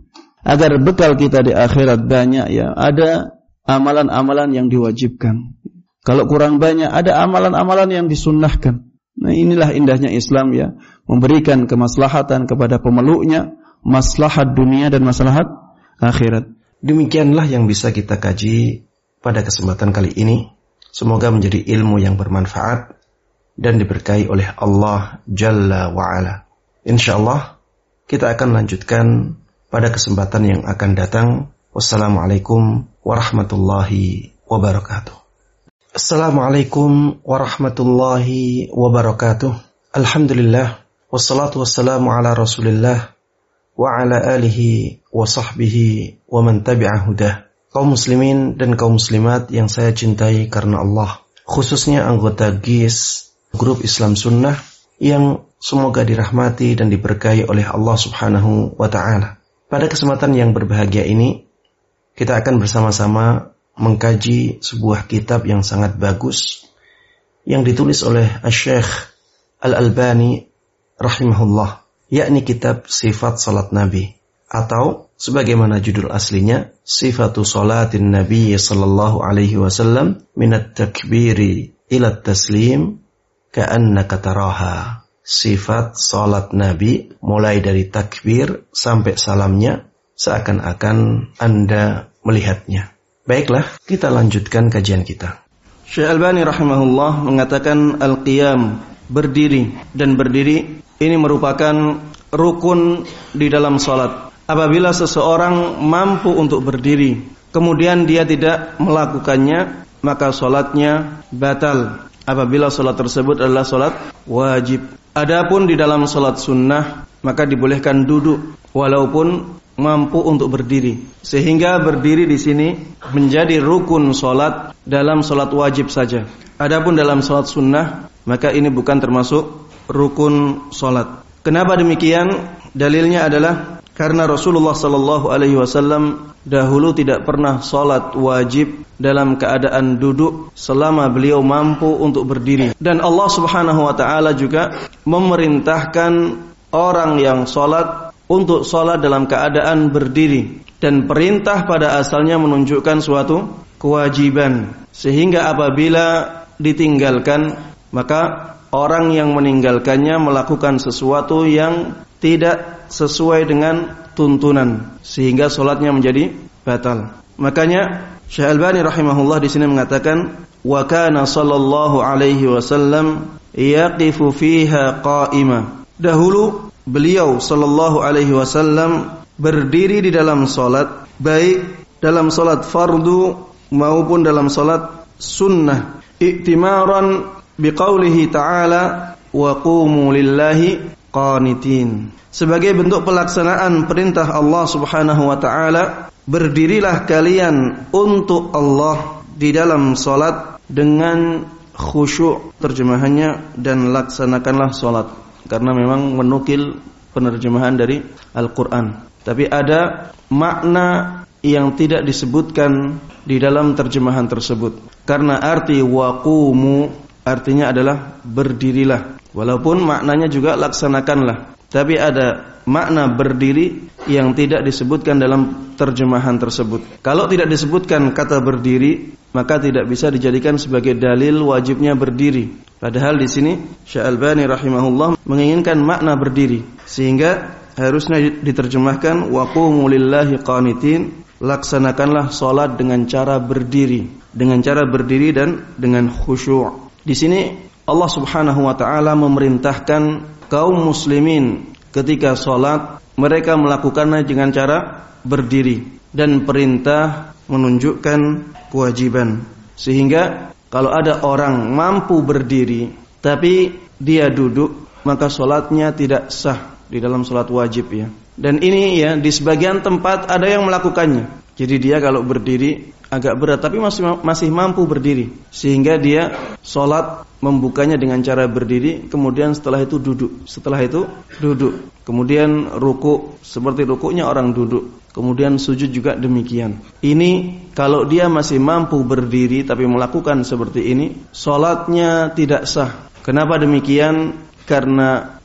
agar bekal kita di akhirat banyak ya, ada amalan-amalan yang diwajibkan. Kalau kurang banyak, ada amalan-amalan yang disunnahkan. Nah, inilah indahnya Islam ya, memberikan kemaslahatan kepada pemeluknya, maslahat dunia dan maslahat akhirat. Demikianlah yang bisa kita kaji pada kesempatan kali ini. Semoga menjadi ilmu yang bermanfaat dan diberkahi oleh Allah Jalla wa'ala. InsyaAllah kita akan lanjutkan pada kesempatan yang akan datang. Wassalamualaikum warahmatullahi wabarakatuh. Assalamualaikum warahmatullahi wabarakatuh. Alhamdulillah, wassalatu wassalamu ala rasulillah wa ala alihi wa sahbihi wa man tabi'a hudah. Kaum muslimin dan kaum muslimat yang saya cintai karena Allah, khususnya anggota G I S, Grup Islam Sunnah, yang semoga dirahmati dan diberkahi oleh Allah subhanahu wa ta'ala. Pada kesempatan yang berbahagia ini, kita akan bersama-sama mengkaji sebuah kitab yang sangat bagus yang ditulis oleh Asy-Syaikh Al-Albani rahimahullah, yakni kitab Sifat Salat Nabi, atau sebagaimana judul aslinya Sifatu Salatin Nabi sallallahu alaihi wasallam minat takbiri ila taslim ka'annaka taraha. Sifat salat Nabi mulai dari takbir sampai salamnya seakan-akan Anda melihatnya. Baiklah, kita lanjutkan kajian kita. Syekh Albani rahimahullah mengatakan al-qiyam, berdiri, dan berdiri ini merupakan rukun di dalam salat. Apabila seseorang mampu untuk berdiri, kemudian dia tidak melakukannya, maka salatnya batal. Apabila salat tersebut adalah salat wajib. Adapun di dalam salat sunnah, maka dibolehkan duduk walaupun mampu untuk berdiri, sehingga berdiri di sini menjadi rukun salat dalam salat wajib saja. Adapun dalam salat sunnah, maka ini bukan termasuk rukun salat. Kenapa demikian? Dalilnya adalah karena Rasulullah sallallahu alaihi wasallam dahulu tidak pernah salat wajib dalam keadaan duduk selama beliau mampu untuk berdiri. Dan Allah Subhanahu wa taala juga memerintahkan orang yang salat untuk salat dalam keadaan berdiri, dan perintah pada asalnya menunjukkan suatu kewajiban, sehingga apabila ditinggalkan, maka orang yang meninggalkannya melakukan sesuatu yang tidak sesuai dengan tuntunan, sehingga salatnya menjadi batal. Makanya Syekh Albani rahimahullah di sini mengatakan, wa kana sallallahu alaihi wasallam yaqifu fiha qa'ima. Dahulu beliau sallallahu alaihi wasallam berdiri di dalam salat, baik dalam salat fardu maupun dalam salat sunnah, i'timaran biqaulihi ta'ala wa qumu lillahi qanitin. Sebagai bentuk pelaksanaan perintah Allah Subhanahu wa taala, berdirilah kalian untuk Allah di dalam salat dengan khusyuk, terjemahannya, dan laksanakanlah salat. Karena memang menukil penerjemahan dari Al-Quran, tapi ada makna yang tidak disebutkan di dalam terjemahan tersebut. Karena arti waqumu artinya adalah berdirilah, walaupun maknanya juga laksanakanlah, tapi ada makna berdiri yang tidak disebutkan dalam terjemahan tersebut. Kalau tidak disebutkan kata berdiri, maka tidak bisa dijadikan sebagai dalil wajibnya berdiri. Padahal di sini Syekh Albani rahimahullah menginginkan makna berdiri, sehingga harusnya diterjemahkan waqumu lillahi qanitin, laksanakanlah salat dengan cara berdiri, dengan cara berdiri dan dengan khusyuk. Di sini Allah Subhanahu wa taala memerintahkan kaum muslimin ketika salat mereka melakukannya dengan cara berdiri, dan perintah menunjukkan kewajiban, sehingga kalau ada orang mampu berdiri tapi dia duduk, maka salatnya tidak sah di dalam salat wajib ya. Dan ini ya di sebagian tempat ada yang melakukannya. Jadi dia kalau berdiri agak berat tapi masih masih mampu berdiri, sehingga dia salat membukanya dengan cara berdiri, kemudian setelah itu duduk, setelah itu duduk, kemudian ruku seperti rukuknya orang duduk, kemudian sujud juga demikian. Ini kalau dia masih mampu berdiri tapi melakukan seperti ini, salatnya tidak sah. Kenapa demikian? Karena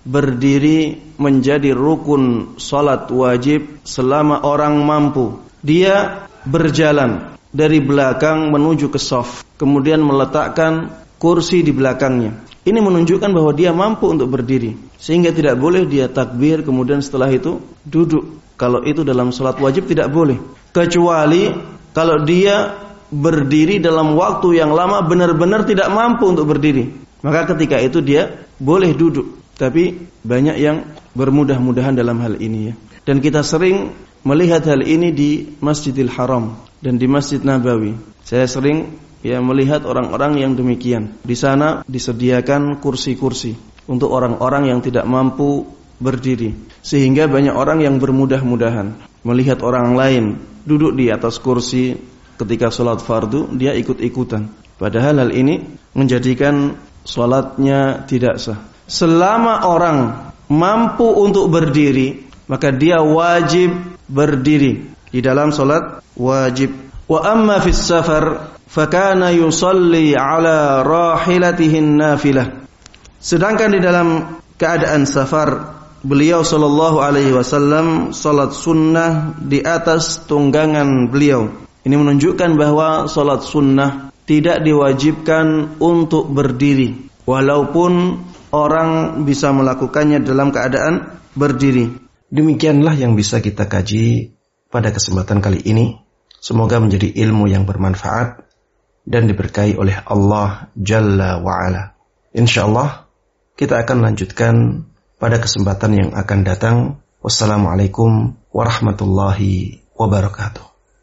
berdiri menjadi rukun salat wajib selama orang mampu. Dia berjalan dari belakang menuju ke shaf, kemudian meletakkan kursi di belakangnya. Ini menunjukkan bahwa dia mampu untuk berdiri, sehingga tidak boleh dia takbir kemudian setelah itu duduk. Kalau itu dalam salat wajib tidak boleh, kecuali kalau dia berdiri dalam waktu yang lama benar-benar tidak mampu untuk berdiri, maka ketika itu dia boleh duduk. Tapi banyak yang bermudah-mudahan dalam hal ini ya. Dan kita sering melihat hal ini di Masjidil Haram dan di Masjid Nabawi. Saya sering ya melihat orang-orang yang demikian. Di sana disediakan kursi-kursi untuk orang-orang yang tidak mampu berdiri, sehingga banyak orang yang bermudah-mudahan melihat orang lain duduk di atas kursi ketika sholat fardu, dia ikut-ikutan. Padahal hal ini menjadikan sholatnya tidak sah. Selama orang mampu untuk berdiri, maka dia wajib berdiri di dalam sholat wajib. Wa amma fis safar fakana yusalli ala rahilatihin nafilah. Sedangkan di dalam keadaan safar, beliau sallallahu alaihi wasallam salat sunnah di atas tunggangan beliau. Ini menunjukkan bahwa salat sunnah tidak diwajibkan untuk berdiri, walaupun orang bisa melakukannya dalam keadaan berdiri. Demikianlah yang bisa kita kaji pada kesempatan kali ini. Semoga menjadi ilmu yang bermanfaat dan diberkahi oleh Allah Jalla wa'ala. InsyaAllah kita akan lanjutkan pada kesempatan yang akan datang. Wassalamualaikum warahmatullahi wabarakatuh.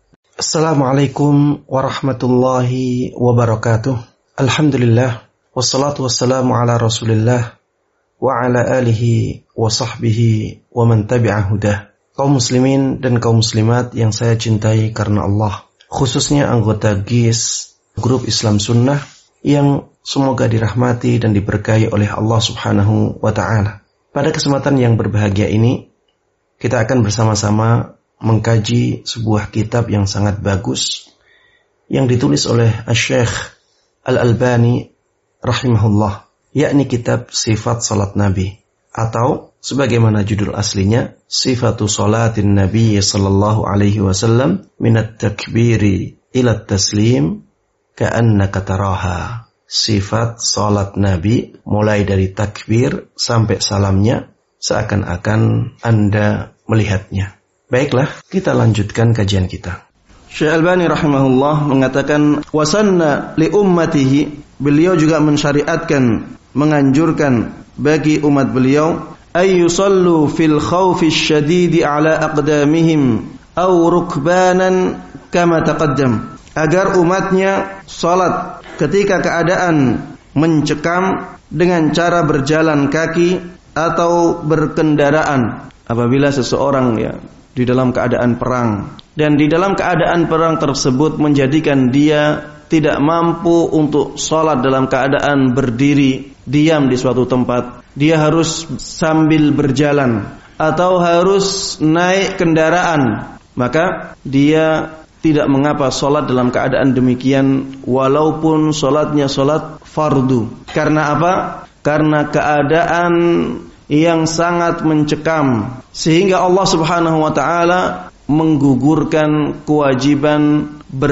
Assalamualaikum warahmatullahi wabarakatuh. Alhamdulillah, wassalatu wassalamu ala Rasulillah wa ala alihi wa sahbihi wa man tabi'a hudah. Kaum muslimin dan kaum muslimat yang saya cintai karena Allah, khususnya anggota G I S Grup Islam Sunnah yang semoga dirahmati dan diberkahi oleh Allah Subhanahu wa taala. Pada kesempatan yang berbahagia ini, kita akan bersama-sama mengkaji sebuah kitab yang sangat bagus yang ditulis oleh Asy-Syaikh Al-Albani rahimahullah, yakni kitab Sifat Salat Nabi, atau sebagaimana judul aslinya, Sifatu Salatin Nabi sallallahu alaihi wasallam minat takbiri ila taslim ka'annaka taraha. Sifat salat Nabi mulai dari takbir sampai salamnya seakan-akan Anda melihatnya. Baiklah, kita lanjutkan kajian kita. Syekh Albani rahimahullah mengatakan, wasanna li ummatihi, beliau juga mensyariatkan, menganjurkan bagi umat beliau, ay yusallu fil khawfi syadidi ala aqdamihim aw rukbanan kama taqaddam, agar umatnya salat ketika keadaan mencekam dengan cara berjalan kaki atau berkendaraan. Apabila seseorang ya di dalam keadaan perang, dan di dalam keadaan perang tersebut menjadikan dia tidak mampu untuk salat dalam keadaan berdiri diam di suatu tempat, dia harus sambil berjalan atau harus naik kendaraan, maka dia tidak mengapa salat dalam keadaan demikian walaupun salatnya salat fardu. Karena apa? Karena keadaan yang sangat mencekam, sehingga Allah Subhanahu wa taala menggugurkan kewajiban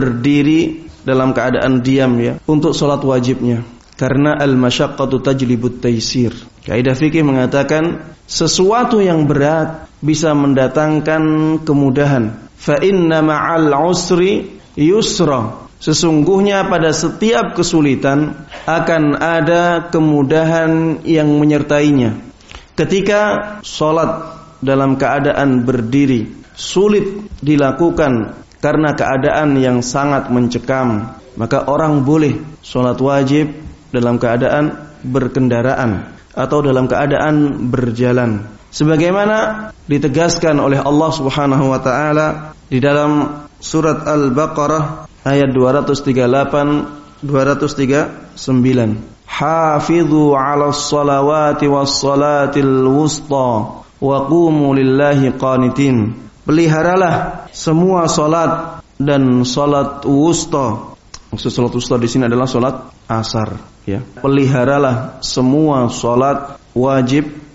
berdiri dalam keadaan diam ya untuk salat wajibnya. Karena al-masyaqqatu tajlibut taysir. Kaidah fikih mengatakan sesuatu yang berat bisa mendatangkan kemudahan. Fa inna ma'al usri yusra. Sesungguhnya pada setiap kesulitan akan ada kemudahan yang menyertainya. Ketika salat dalam keadaan berdiri sulit dilakukan karena keadaan yang sangat mencekam, maka orang boleh salat wajib dalam keadaan berkendaraan atau dalam keadaan berjalan, sebagaimana ditegaskan oleh Allah Subhanahu wa taala di dalam surat Al-Baqarah ayat dua ratus tiga puluh delapan dua ratus tiga puluh sembilan. Hafidhu 'alas salawati was salatil wusta wa qumu lillahi qanitin. Peliharalah semua salat dan salat wusta. Maksud salat wusta di sini adalah salat asar ya. Peliharalah semua salat wajib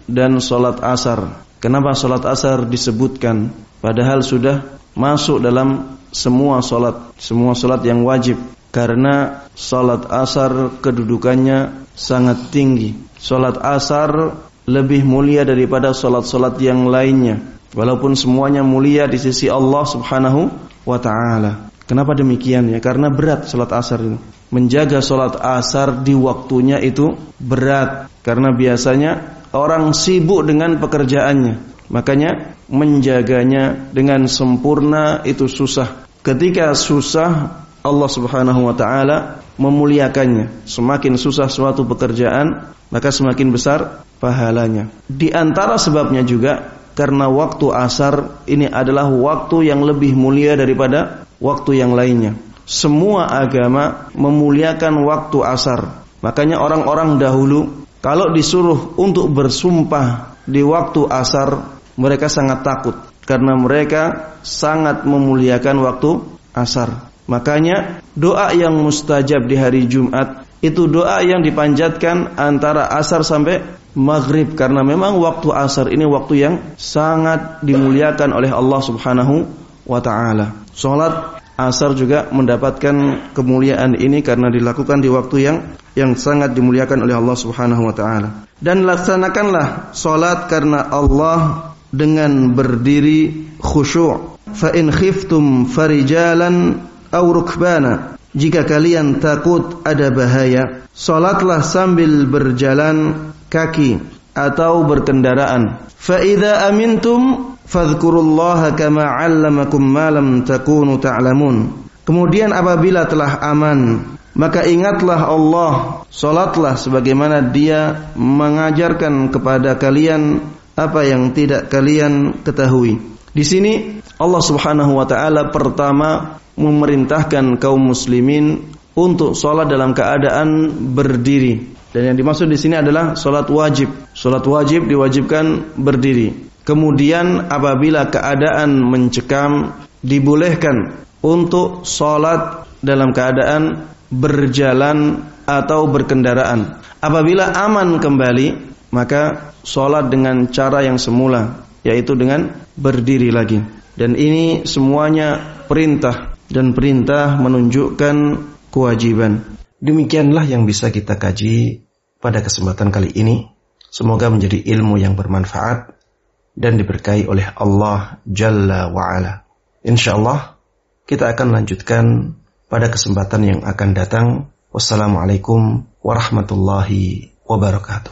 dan sholat asar. Kenapa sholat asar disebutkan? Padahal sudah masuk dalam semua sholat, semua sholat yang wajib. Karena sholat asar kedudukannya sangat tinggi. Sholat asar lebih mulia daripada sholat-sholat yang lainnya. Walaupun semuanya mulia di sisi Allah subhanahu wa ta'ala. Kenapa demikian ya? Karena berat sholat asar itu. Menjaga sholat asar di waktunya itu berat. Karena biasanya orang sibuk dengan pekerjaannya. Makanya menjaganya dengan sempurna itu susah. Ketika susah, Allah subhanahu wa ta'ala memuliakannya. Semakin susah suatu pekerjaan, maka semakin besar pahalanya. Di antara sebabnya juga karena waktu asar ini adalah waktu yang lebih mulia daripada waktu yang lainnya. Semua agama memuliakan waktu asar. Makanya orang-orang dahulu kalau disuruh untuk bersumpah di waktu asar, mereka sangat takut karena mereka sangat memuliakan waktu asar. Makanya doa yang mustajab di hari Jumat itu doa yang dipanjatkan antara asar sampai maghrib, karena memang waktu asar ini waktu yang sangat dimuliakan oleh Allah subhanahu wa ta'ala. Salat asar juga mendapatkan kemuliaan ini karena dilakukan di waktu yang yang sangat dimuliakan oleh Allah subhanahu wa ta'ala. Dan laksanakanlah salat karena Allah dengan berdiri khusyuk. Fa in khiftum farijalan aw rukbana. Jika kalian takut ada bahaya, salatlah sambil berjalan kaki atau berkendaraan. Fa idza amintum fadhkurullaha kama 'allamakum ma lam takunu ta'lamun. Kemudian apabila telah aman, maka ingatlah Allah, salatlah sebagaimana Dia mengajarkan kepada kalian apa yang tidak kalian ketahui. Di sini Allah Subhanahu wa taala pertama memerintahkan kaum muslimin untuk salat dalam keadaan berdiri. Dan yang dimaksud di sini adalah salat wajib. Salat wajib diwajibkan berdiri. Kemudian apabila keadaan mencekam, dibolehkan untuk salat dalam keadaan berjalan atau berkendaraan. Apabila aman kembali, maka salat dengan cara yang semula, yaitu dengan berdiri lagi. Dan ini semuanya perintah, dan perintah menunjukkan kewajiban. Demikianlah yang bisa kita kaji pada kesempatan kali ini. Semoga menjadi ilmu yang bermanfaat dan diberkahi oleh Allah Jalla wa'ala. InsyaAllah kita akan lanjutkan pada kesempatan yang akan datang. Wassalamualaikum warahmatullahi wabarakatuh.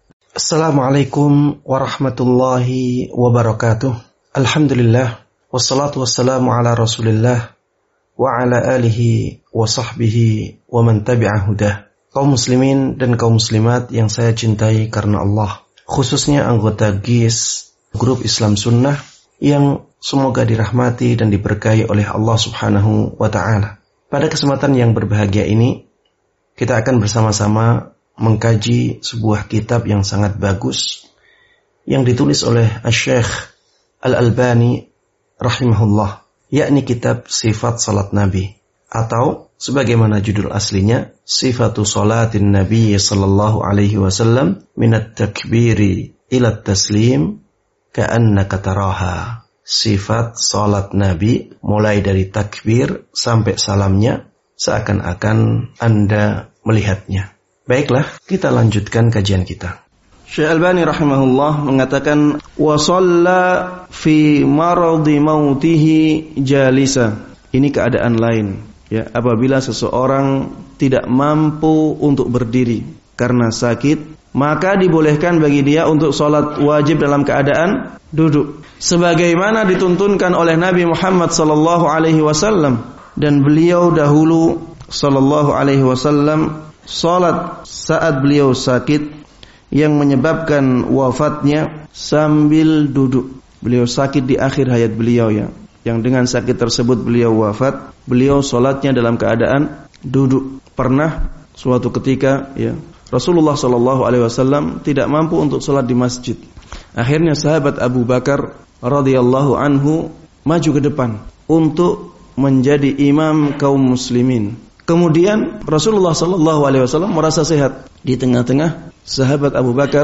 Assalamualaikum warahmatullahi wabarakatuh. Alhamdulillah, wassalatu wassalamu ala rasulillah wa ala alihi wa sahbihi wa man tabi'a hudah. Kaum muslimin dan kaum muslimat yang saya cintai karena Allah, khususnya anggota G I S Grup Islam Sunnah yang semoga dirahmati dan diberkahi oleh Allah subhanahu wa ta'ala. Pada kesempatan yang berbahagia ini, kita akan bersama-sama mengkaji sebuah kitab yang sangat bagus yang ditulis oleh Asy-Syaikh Al-Albani rahimahullah, yakni kitab Sifat Salat Nabi, atau sebagaimana judul aslinya, Sifatu Salatin Nabi sallallahu alaihi wasallam minat takbiri ila taslim ka'annaka taraha. Sifat salat Nabi mulai dari takbir sampai salamnya seakan-akan Anda melihatnya. Baiklah, kita lanjutkan kajian kita. Syekh Albani rahimahullah mengatakan wa shalla fi maradi mautihi jalisa. Ini keadaan lain, ya, apabila seseorang tidak mampu untuk berdiri karena sakit, maka dibolehkan bagi dia untuk salat wajib dalam keadaan duduk, sebagaimana dituntunkan oleh Nabi Muhammad sallallahu alaihi wasallam. Dan beliau dahulu sallallahu alaihi wasallam salat saat beliau sakit yang menyebabkan wafatnya sambil duduk. Beliau sakit di akhir hayat beliau, ya, yang dengan sakit tersebut beliau wafat. Beliau salatnya dalam keadaan duduk. Pernah suatu ketika, ya, Rasulullah sallallahu alaihi wasallam tidak mampu untuk salat di masjid. Akhirnya sahabat Abu Bakar radhiyallahu anhu maju ke depan untuk menjadi imam kaum muslimin. Kemudian Rasulullah sallallahu alaihi wasallam merasa sehat. Di tengah-tengah sahabat Abu Bakar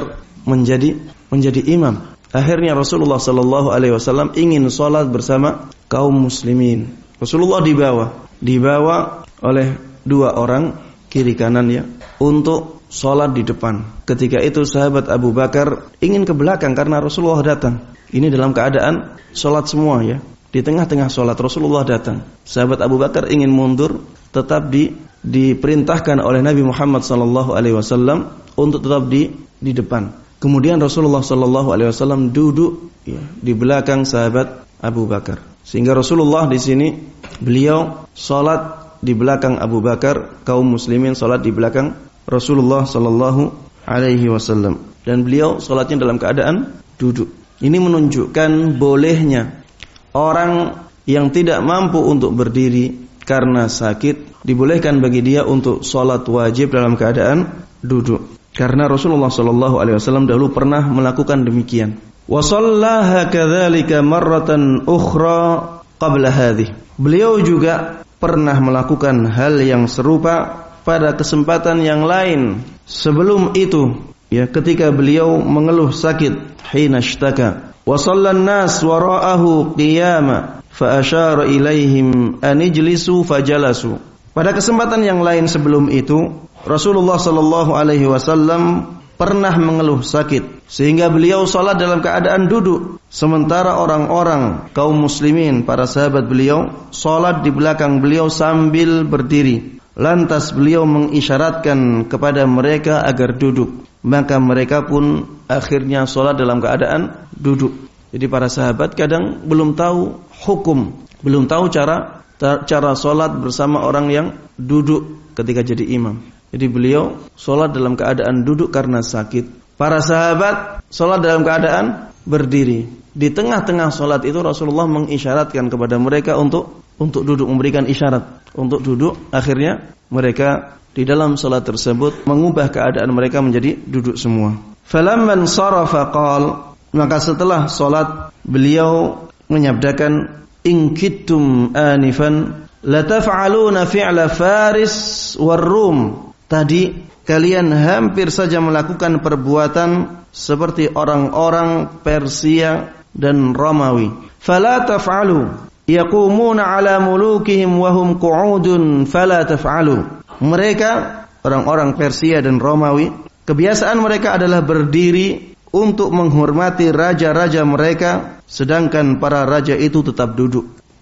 menjadi menjadi imam. Akhirnya Rasulullah sallallahu alaihi wasallam ingin salat bersama kaum muslimin. Rasulullah dibawa, dibawa oleh dua orang kiri kanan ya untuk salat di depan. Ketika itu sahabat Abu Bakar ingin ke belakang karena Rasulullah datang. Ini dalam keadaan salat semua ya. Di tengah-tengah salat Rasulullah datang. Sahabat Abu Bakar ingin mundur, tetap di diperintahkan oleh Nabi Muhammad sallallahu alaihi wasallam untuk tetap di di depan. Kemudian Rasulullah sallallahu alaihi wasallam duduk ya, di belakang sahabat Abu Bakar. Sehingga Rasulullah di sini beliau salat di belakang Abu Bakar, kaum muslimin salat di belakang Rasulullah sallallahu alaihi wasallam, dan beliau salatnya dalam keadaan duduk. Ini menunjukkan bolehnya orang yang tidak mampu untuk berdiri karena sakit, dibolehkan bagi dia untuk salat wajib dalam keadaan duduk. Karena Rasulullah sallallahu alaihi wasallam dahulu pernah melakukan demikian. Wa shallaha kadzalika marratan ukhra qabla hadhihi. Beliau juga pernah melakukan hal yang serupa pada kesempatan yang lain sebelum itu, ya, ketika beliau mengeluh sakit, hina ishtaka. Wa shallan nas wara'ahu qiyama fa asyara ilaihim an ijlisu fajalasu. Pada kesempatan yang lain sebelum itu, Rasulullah sallallahu alaihi wasallam pernah mengeluh sakit sehingga beliau salat dalam keadaan duduk, sementara orang-orang kaum muslimin, para sahabat beliau, salat di belakang beliau sambil berdiri. Lantas beliau mengisyaratkan kepada mereka agar duduk, maka mereka pun akhirnya salat dalam keadaan duduk. Jadi para sahabat kadang belum tahu hukum, belum tahu cara cara salat bersama orang yang duduk ketika jadi imam. Jadi beliau salat dalam keadaan duduk karena sakit. Para sahabat salat dalam keadaan berdiri. Di tengah-tengah salat itu Rasulullah mengisyaratkan kepada mereka untuk untuk duduk, memberikan isyarat untuk duduk. Akhirnya mereka di dalam salat tersebut mengubah keadaan mereka menjadi duduk semua. Falamman sarafa qal, maka setelah salat beliau menyabdakan, in kittum anifan la taf'aluna fi'la faris war rum. Tadi kalian hampir saja melakukan perbuatan seperti orang-orang Persia dan Romawi. Fala taf'alu yaqumuna ala mulukihim wa hum qu'udun fala taf'alu. Mereka, orang-orang Persia dan Romawi, kebiasaan mereka adalah berdiri untuk menghormati raja-raja mereka, sedangkan para raja itu tetap duduk.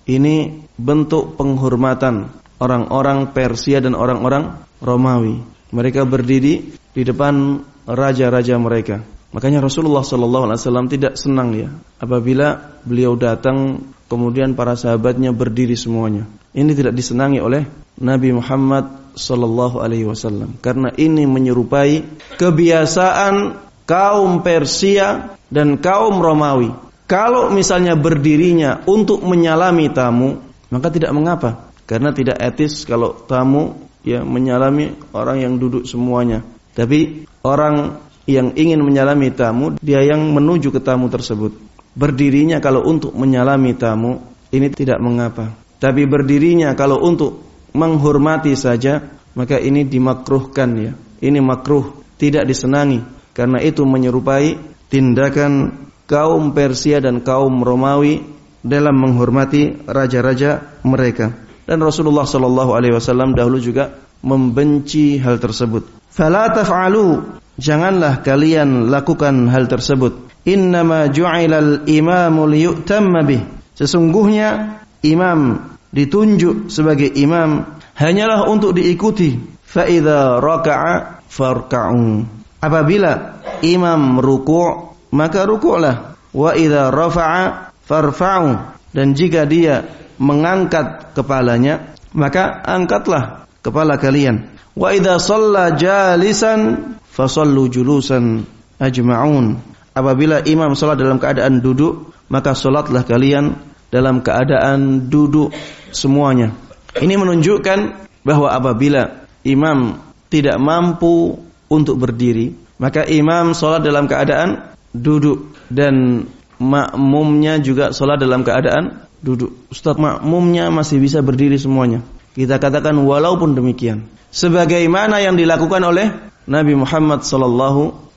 Ini bentuk penghormatan orang-orang Persia dan orang-orang Romawi. Mereka berdiri di depan raja-raja mereka. Makanya Rasulullah sallallahu alaihi wasallam tidak senang ya apabila beliau datang kemudian para sahabatnya berdiri semuanya. Ini tidak disenangi oleh Nabi Muhammad sallallahu alaihi wasallam, karena ini menyerupai kebiasaan kaum Persia dan kaum Romawi. Kalau misalnya berdirinya untuk menyalami tamu, maka tidak mengapa, karena tidak etis kalau tamu ya menyalami orang yang duduk semuanya. Tapi orang yang ingin menyalami tamu, dia yang menuju ke tamu tersebut. Berdirinya kalau untuk menyalami tamu, ini tidak mengapa. Tapi berdirinya kalau untuk menghormati saja, maka ini dimakruhkan ya. Ini makruh, tidak disenangi, karena itu menyerupai tindakan kaum Persia dan kaum Romawi dalam menghormati raja-raja mereka. Dan Rasulullah sallallahu alaihi wasallam dahulu juga membenci hal tersebut. Fala taf'alu, janganlah kalian lakukan hal tersebut. Innama ju'ilal imamu liyu'tamma bih. Sesungguhnya imam ditunjuk sebagai imam hanyalah untuk diikuti. Fa idza raka'a farka'u. Apabila imam ruku', maka ruku'lah. Wa idza rafa'a farfa'u. Dan jika dia mengangkat kepalanya, maka angkatlah kepala kalian. Wa idza shalla jalisan fasallu julusan ajma'un. Apabila imam salat dalam keadaan duduk, maka salatlah kalian dalam keadaan duduk semuanya. Ini menunjukkan bahwa apabila imam tidak mampu untuk berdiri, maka imam salat dalam keadaan duduk, dan makmumnya juga salat dalam keadaan duduk. Ustaz, makmumnya masih bisa berdiri semuanya. Kita katakan walaupun demikian, sebagaimana yang dilakukan oleh Nabi Muhammad sallallahu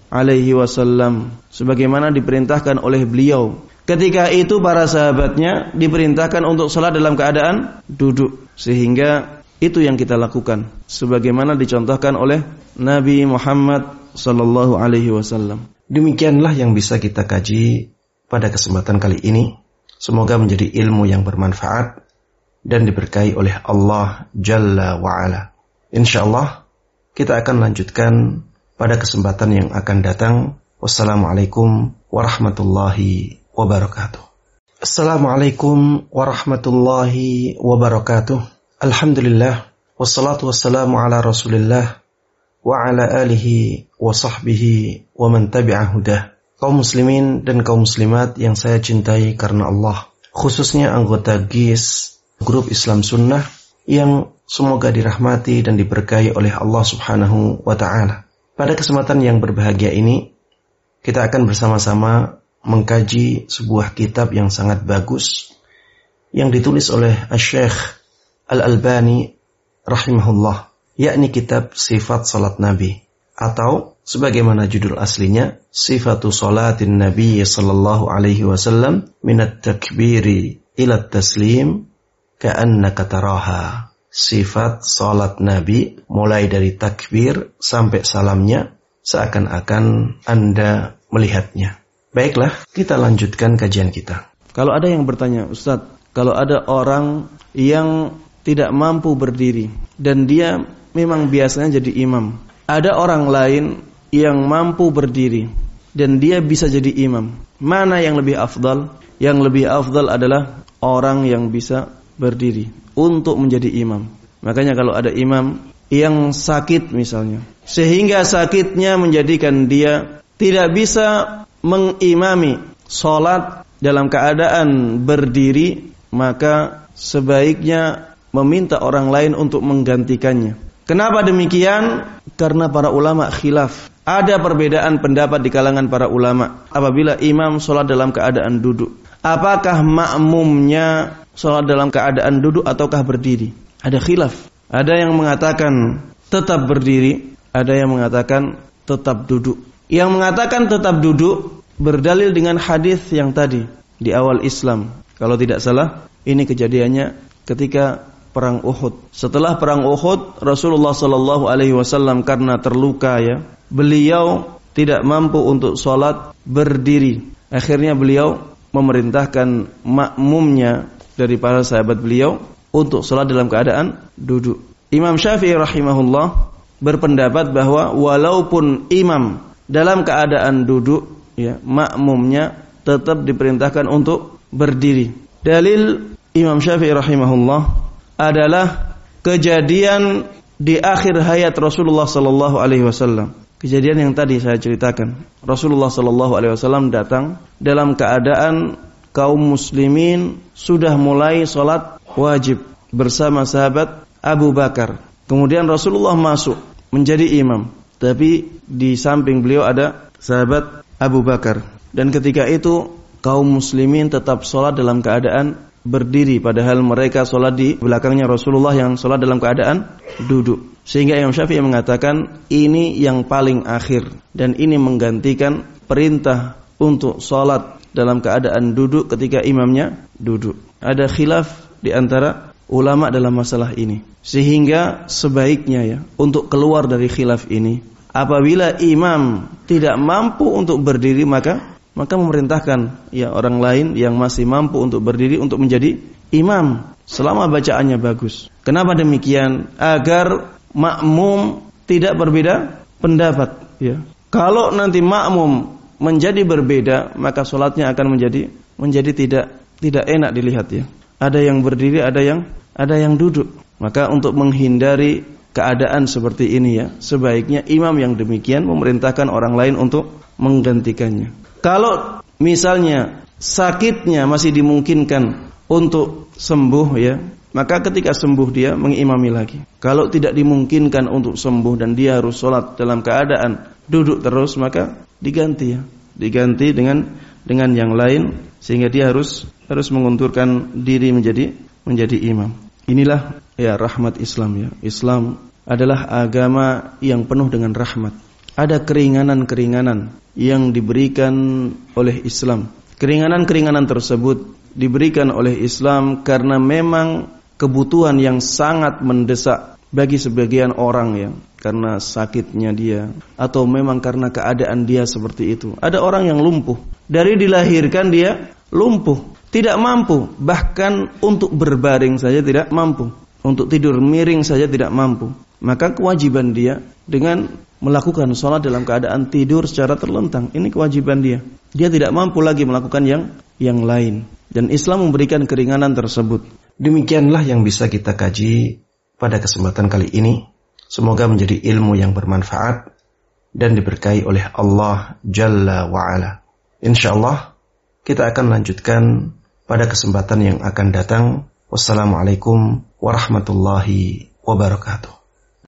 alaihi wasallam sebagaimana diperintahkan oleh beliau. Ketika itu para sahabatnya diperintahkan untuk salat dalam keadaan duduk, sehingga itu yang kita lakukan sebagaimana dicontohkan oleh Nabi Muhammad sallallahu alaihi wasallam. Demikianlah yang bisa kita kaji pada kesempatan kali ini. Semoga menjadi ilmu yang bermanfaat dan diberkahi oleh Allah Jalla wa'ala. InsyaAllah kita akan lanjutkan pada kesempatan yang akan datang. Wassalamualaikum warahmatullahi wabarakatuh. Assalamualaikum warahmatullahi wabarakatuh. Alhamdulillah, wassalatu wassalamu ala rasulillah wa ala alihi wa sahbihi wa man tabi'a hudah. Kaum muslimin dan kaum muslimat yang saya cintai karena Allah, khususnya anggota G I S Grup Islam Sunnah yang semoga dirahmati dan diberkahi oleh Allah Subhanahu wa ta'ala. Pada kesempatan yang berbahagia ini, kita akan bersama-sama mengkaji sebuah kitab yang sangat bagus yang ditulis oleh Asy-Syaikh Al-Albani rahimahullah, yakni kitab Sifat Salat Nabi, atau sebagaimana judul aslinya, Sifatu Salatin Nabi sallallahu alaihi wasallam minat takbiri ila taslim ka'annaka taraha. Sifat salat Nabi mulai dari takbir sampai salamnya seakan-akan Anda melihatnya. Baiklah, kita lanjutkan kajian kita. Kalau ada yang bertanya, Ustaz, kalau ada orang yang tidak mampu berdiri dan dia memang biasanya jadi imam, ada orang lain yang mampu berdiri dan dia bisa jadi imam, mana yang lebih afdal? Yang lebih afdal adalah orang yang bisa berdiri untuk menjadi imam. Makanya kalau ada imam yang sakit misalnya, sehingga sakitnya menjadikan dia tidak bisa mengimami salat dalam keadaan berdiri, maka sebaiknya meminta orang lain untuk menggantikannya. Kenapa demikian? Karena para ulama khilaf. Ada perbedaan pendapat di kalangan para ulama apabila imam salat dalam keadaan duduk. Apakah makmumnya salat dalam keadaan duduk ataukah berdiri? Ada khilaf. Ada yang mengatakan tetap berdiri, ada yang mengatakan tetap duduk. Yang mengatakan tetap duduk berdalil dengan hadis yang tadi di awal Islam. Kalau tidak salah, ini kejadiannya ketika perang Uhud. Setelah perang Uhud, Rasulullah sallallahu alaihi wasallam karena terluka ya, beliau tidak mampu untuk salat berdiri. Akhirnya beliau memerintahkan makmumnya dari para sahabat beliau untuk salat dalam keadaan duduk. Imam Syafi'i rahimahullah berpendapat bahwa walaupun imam dalam keadaan duduk, ya, makmumnya tetap diperintahkan untuk berdiri. Dalil Imam Syafi'i rahimahullah adalah kejadian di akhir hayat Rasulullah sallallahu alaihi wasallam. Kejadian yang tadi saya ceritakan. Rasulullah sallallahu alaihi wasallam datang dalam keadaan kaum muslimin sudah mulai salat wajib bersama sahabat Abu Bakar. Kemudian Rasulullah masuk menjadi imam, tapi di samping beliau ada sahabat Abu Bakar. Dan ketika itu kaum muslimin tetap salat dalam keadaan berdiri, padahal mereka salat di belakangnya Rasulullah yang salat dalam keadaan duduk. Sehingga Imam Syafi'i mengatakan ini yang paling akhir dan ini menggantikan perintah untuk salat dalam keadaan duduk ketika imamnya duduk. Ada khilaf di antara ulama dalam masalah ini. Sehingga sebaiknya ya, untuk keluar dari khilaf ini, apabila imam tidak mampu untuk berdiri, maka maka memerintahkan ya orang lain yang masih mampu untuk berdiri untuk menjadi imam selama bacaannya bagus. Kenapa demikian? Agar makmum tidak berbeda pendapat ya. Kalau nanti makmum menjadi berbeda, maka salatnya akan menjadi menjadi tidak tidak enak dilihat ya. Ada yang berdiri, ada yang ada yang duduk. Maka untuk menghindari keadaan seperti ini ya, sebaiknya imam yang demikian memerintahkan orang lain untuk menggantikannya. Kalau misalnya sakitnya masih dimungkinkan untuk sembuh ya, maka ketika sembuh dia mengimami lagi. Kalau tidak dimungkinkan untuk sembuh dan dia harus sholat dalam keadaan duduk terus, maka diganti ya, diganti dengan dengan yang lain sehingga dia harus harus mengunturkan diri menjadi menjadi imam. Inilah ya rahmat Islam ya. Islam adalah agama yang penuh dengan rahmat. ada keringanan-keringanan yang diberikan oleh Islam. Keringanan-keringanan tersebut diberikan oleh Islam karena memang kebutuhan yang sangat mendesak bagi sebagian orang ya, karena sakitnya dia atau memang karena keadaan dia seperti itu. Ada orang yang lumpuh, dari dilahirkan dia lumpuh, tidak mampu, bahkan untuk berbaring saja tidak mampu, untuk tidur miring saja tidak mampu. Maka kewajiban dia dengan melakukan sholat dalam keadaan tidur secara terlentang, ini kewajiban dia. Dia tidak mampu lagi melakukan yang yang lain, dan Islam memberikan keringanan tersebut. Demikianlah yang bisa kita kaji pada kesempatan kali ini. Semoga menjadi ilmu yang bermanfaat dan diberkahi oleh Allah Jalla wa'ala. InsyaAllah kita akan lanjutkan pada kesempatan yang akan datang. Wassalamualaikum warahmatullahi wabarakatuh.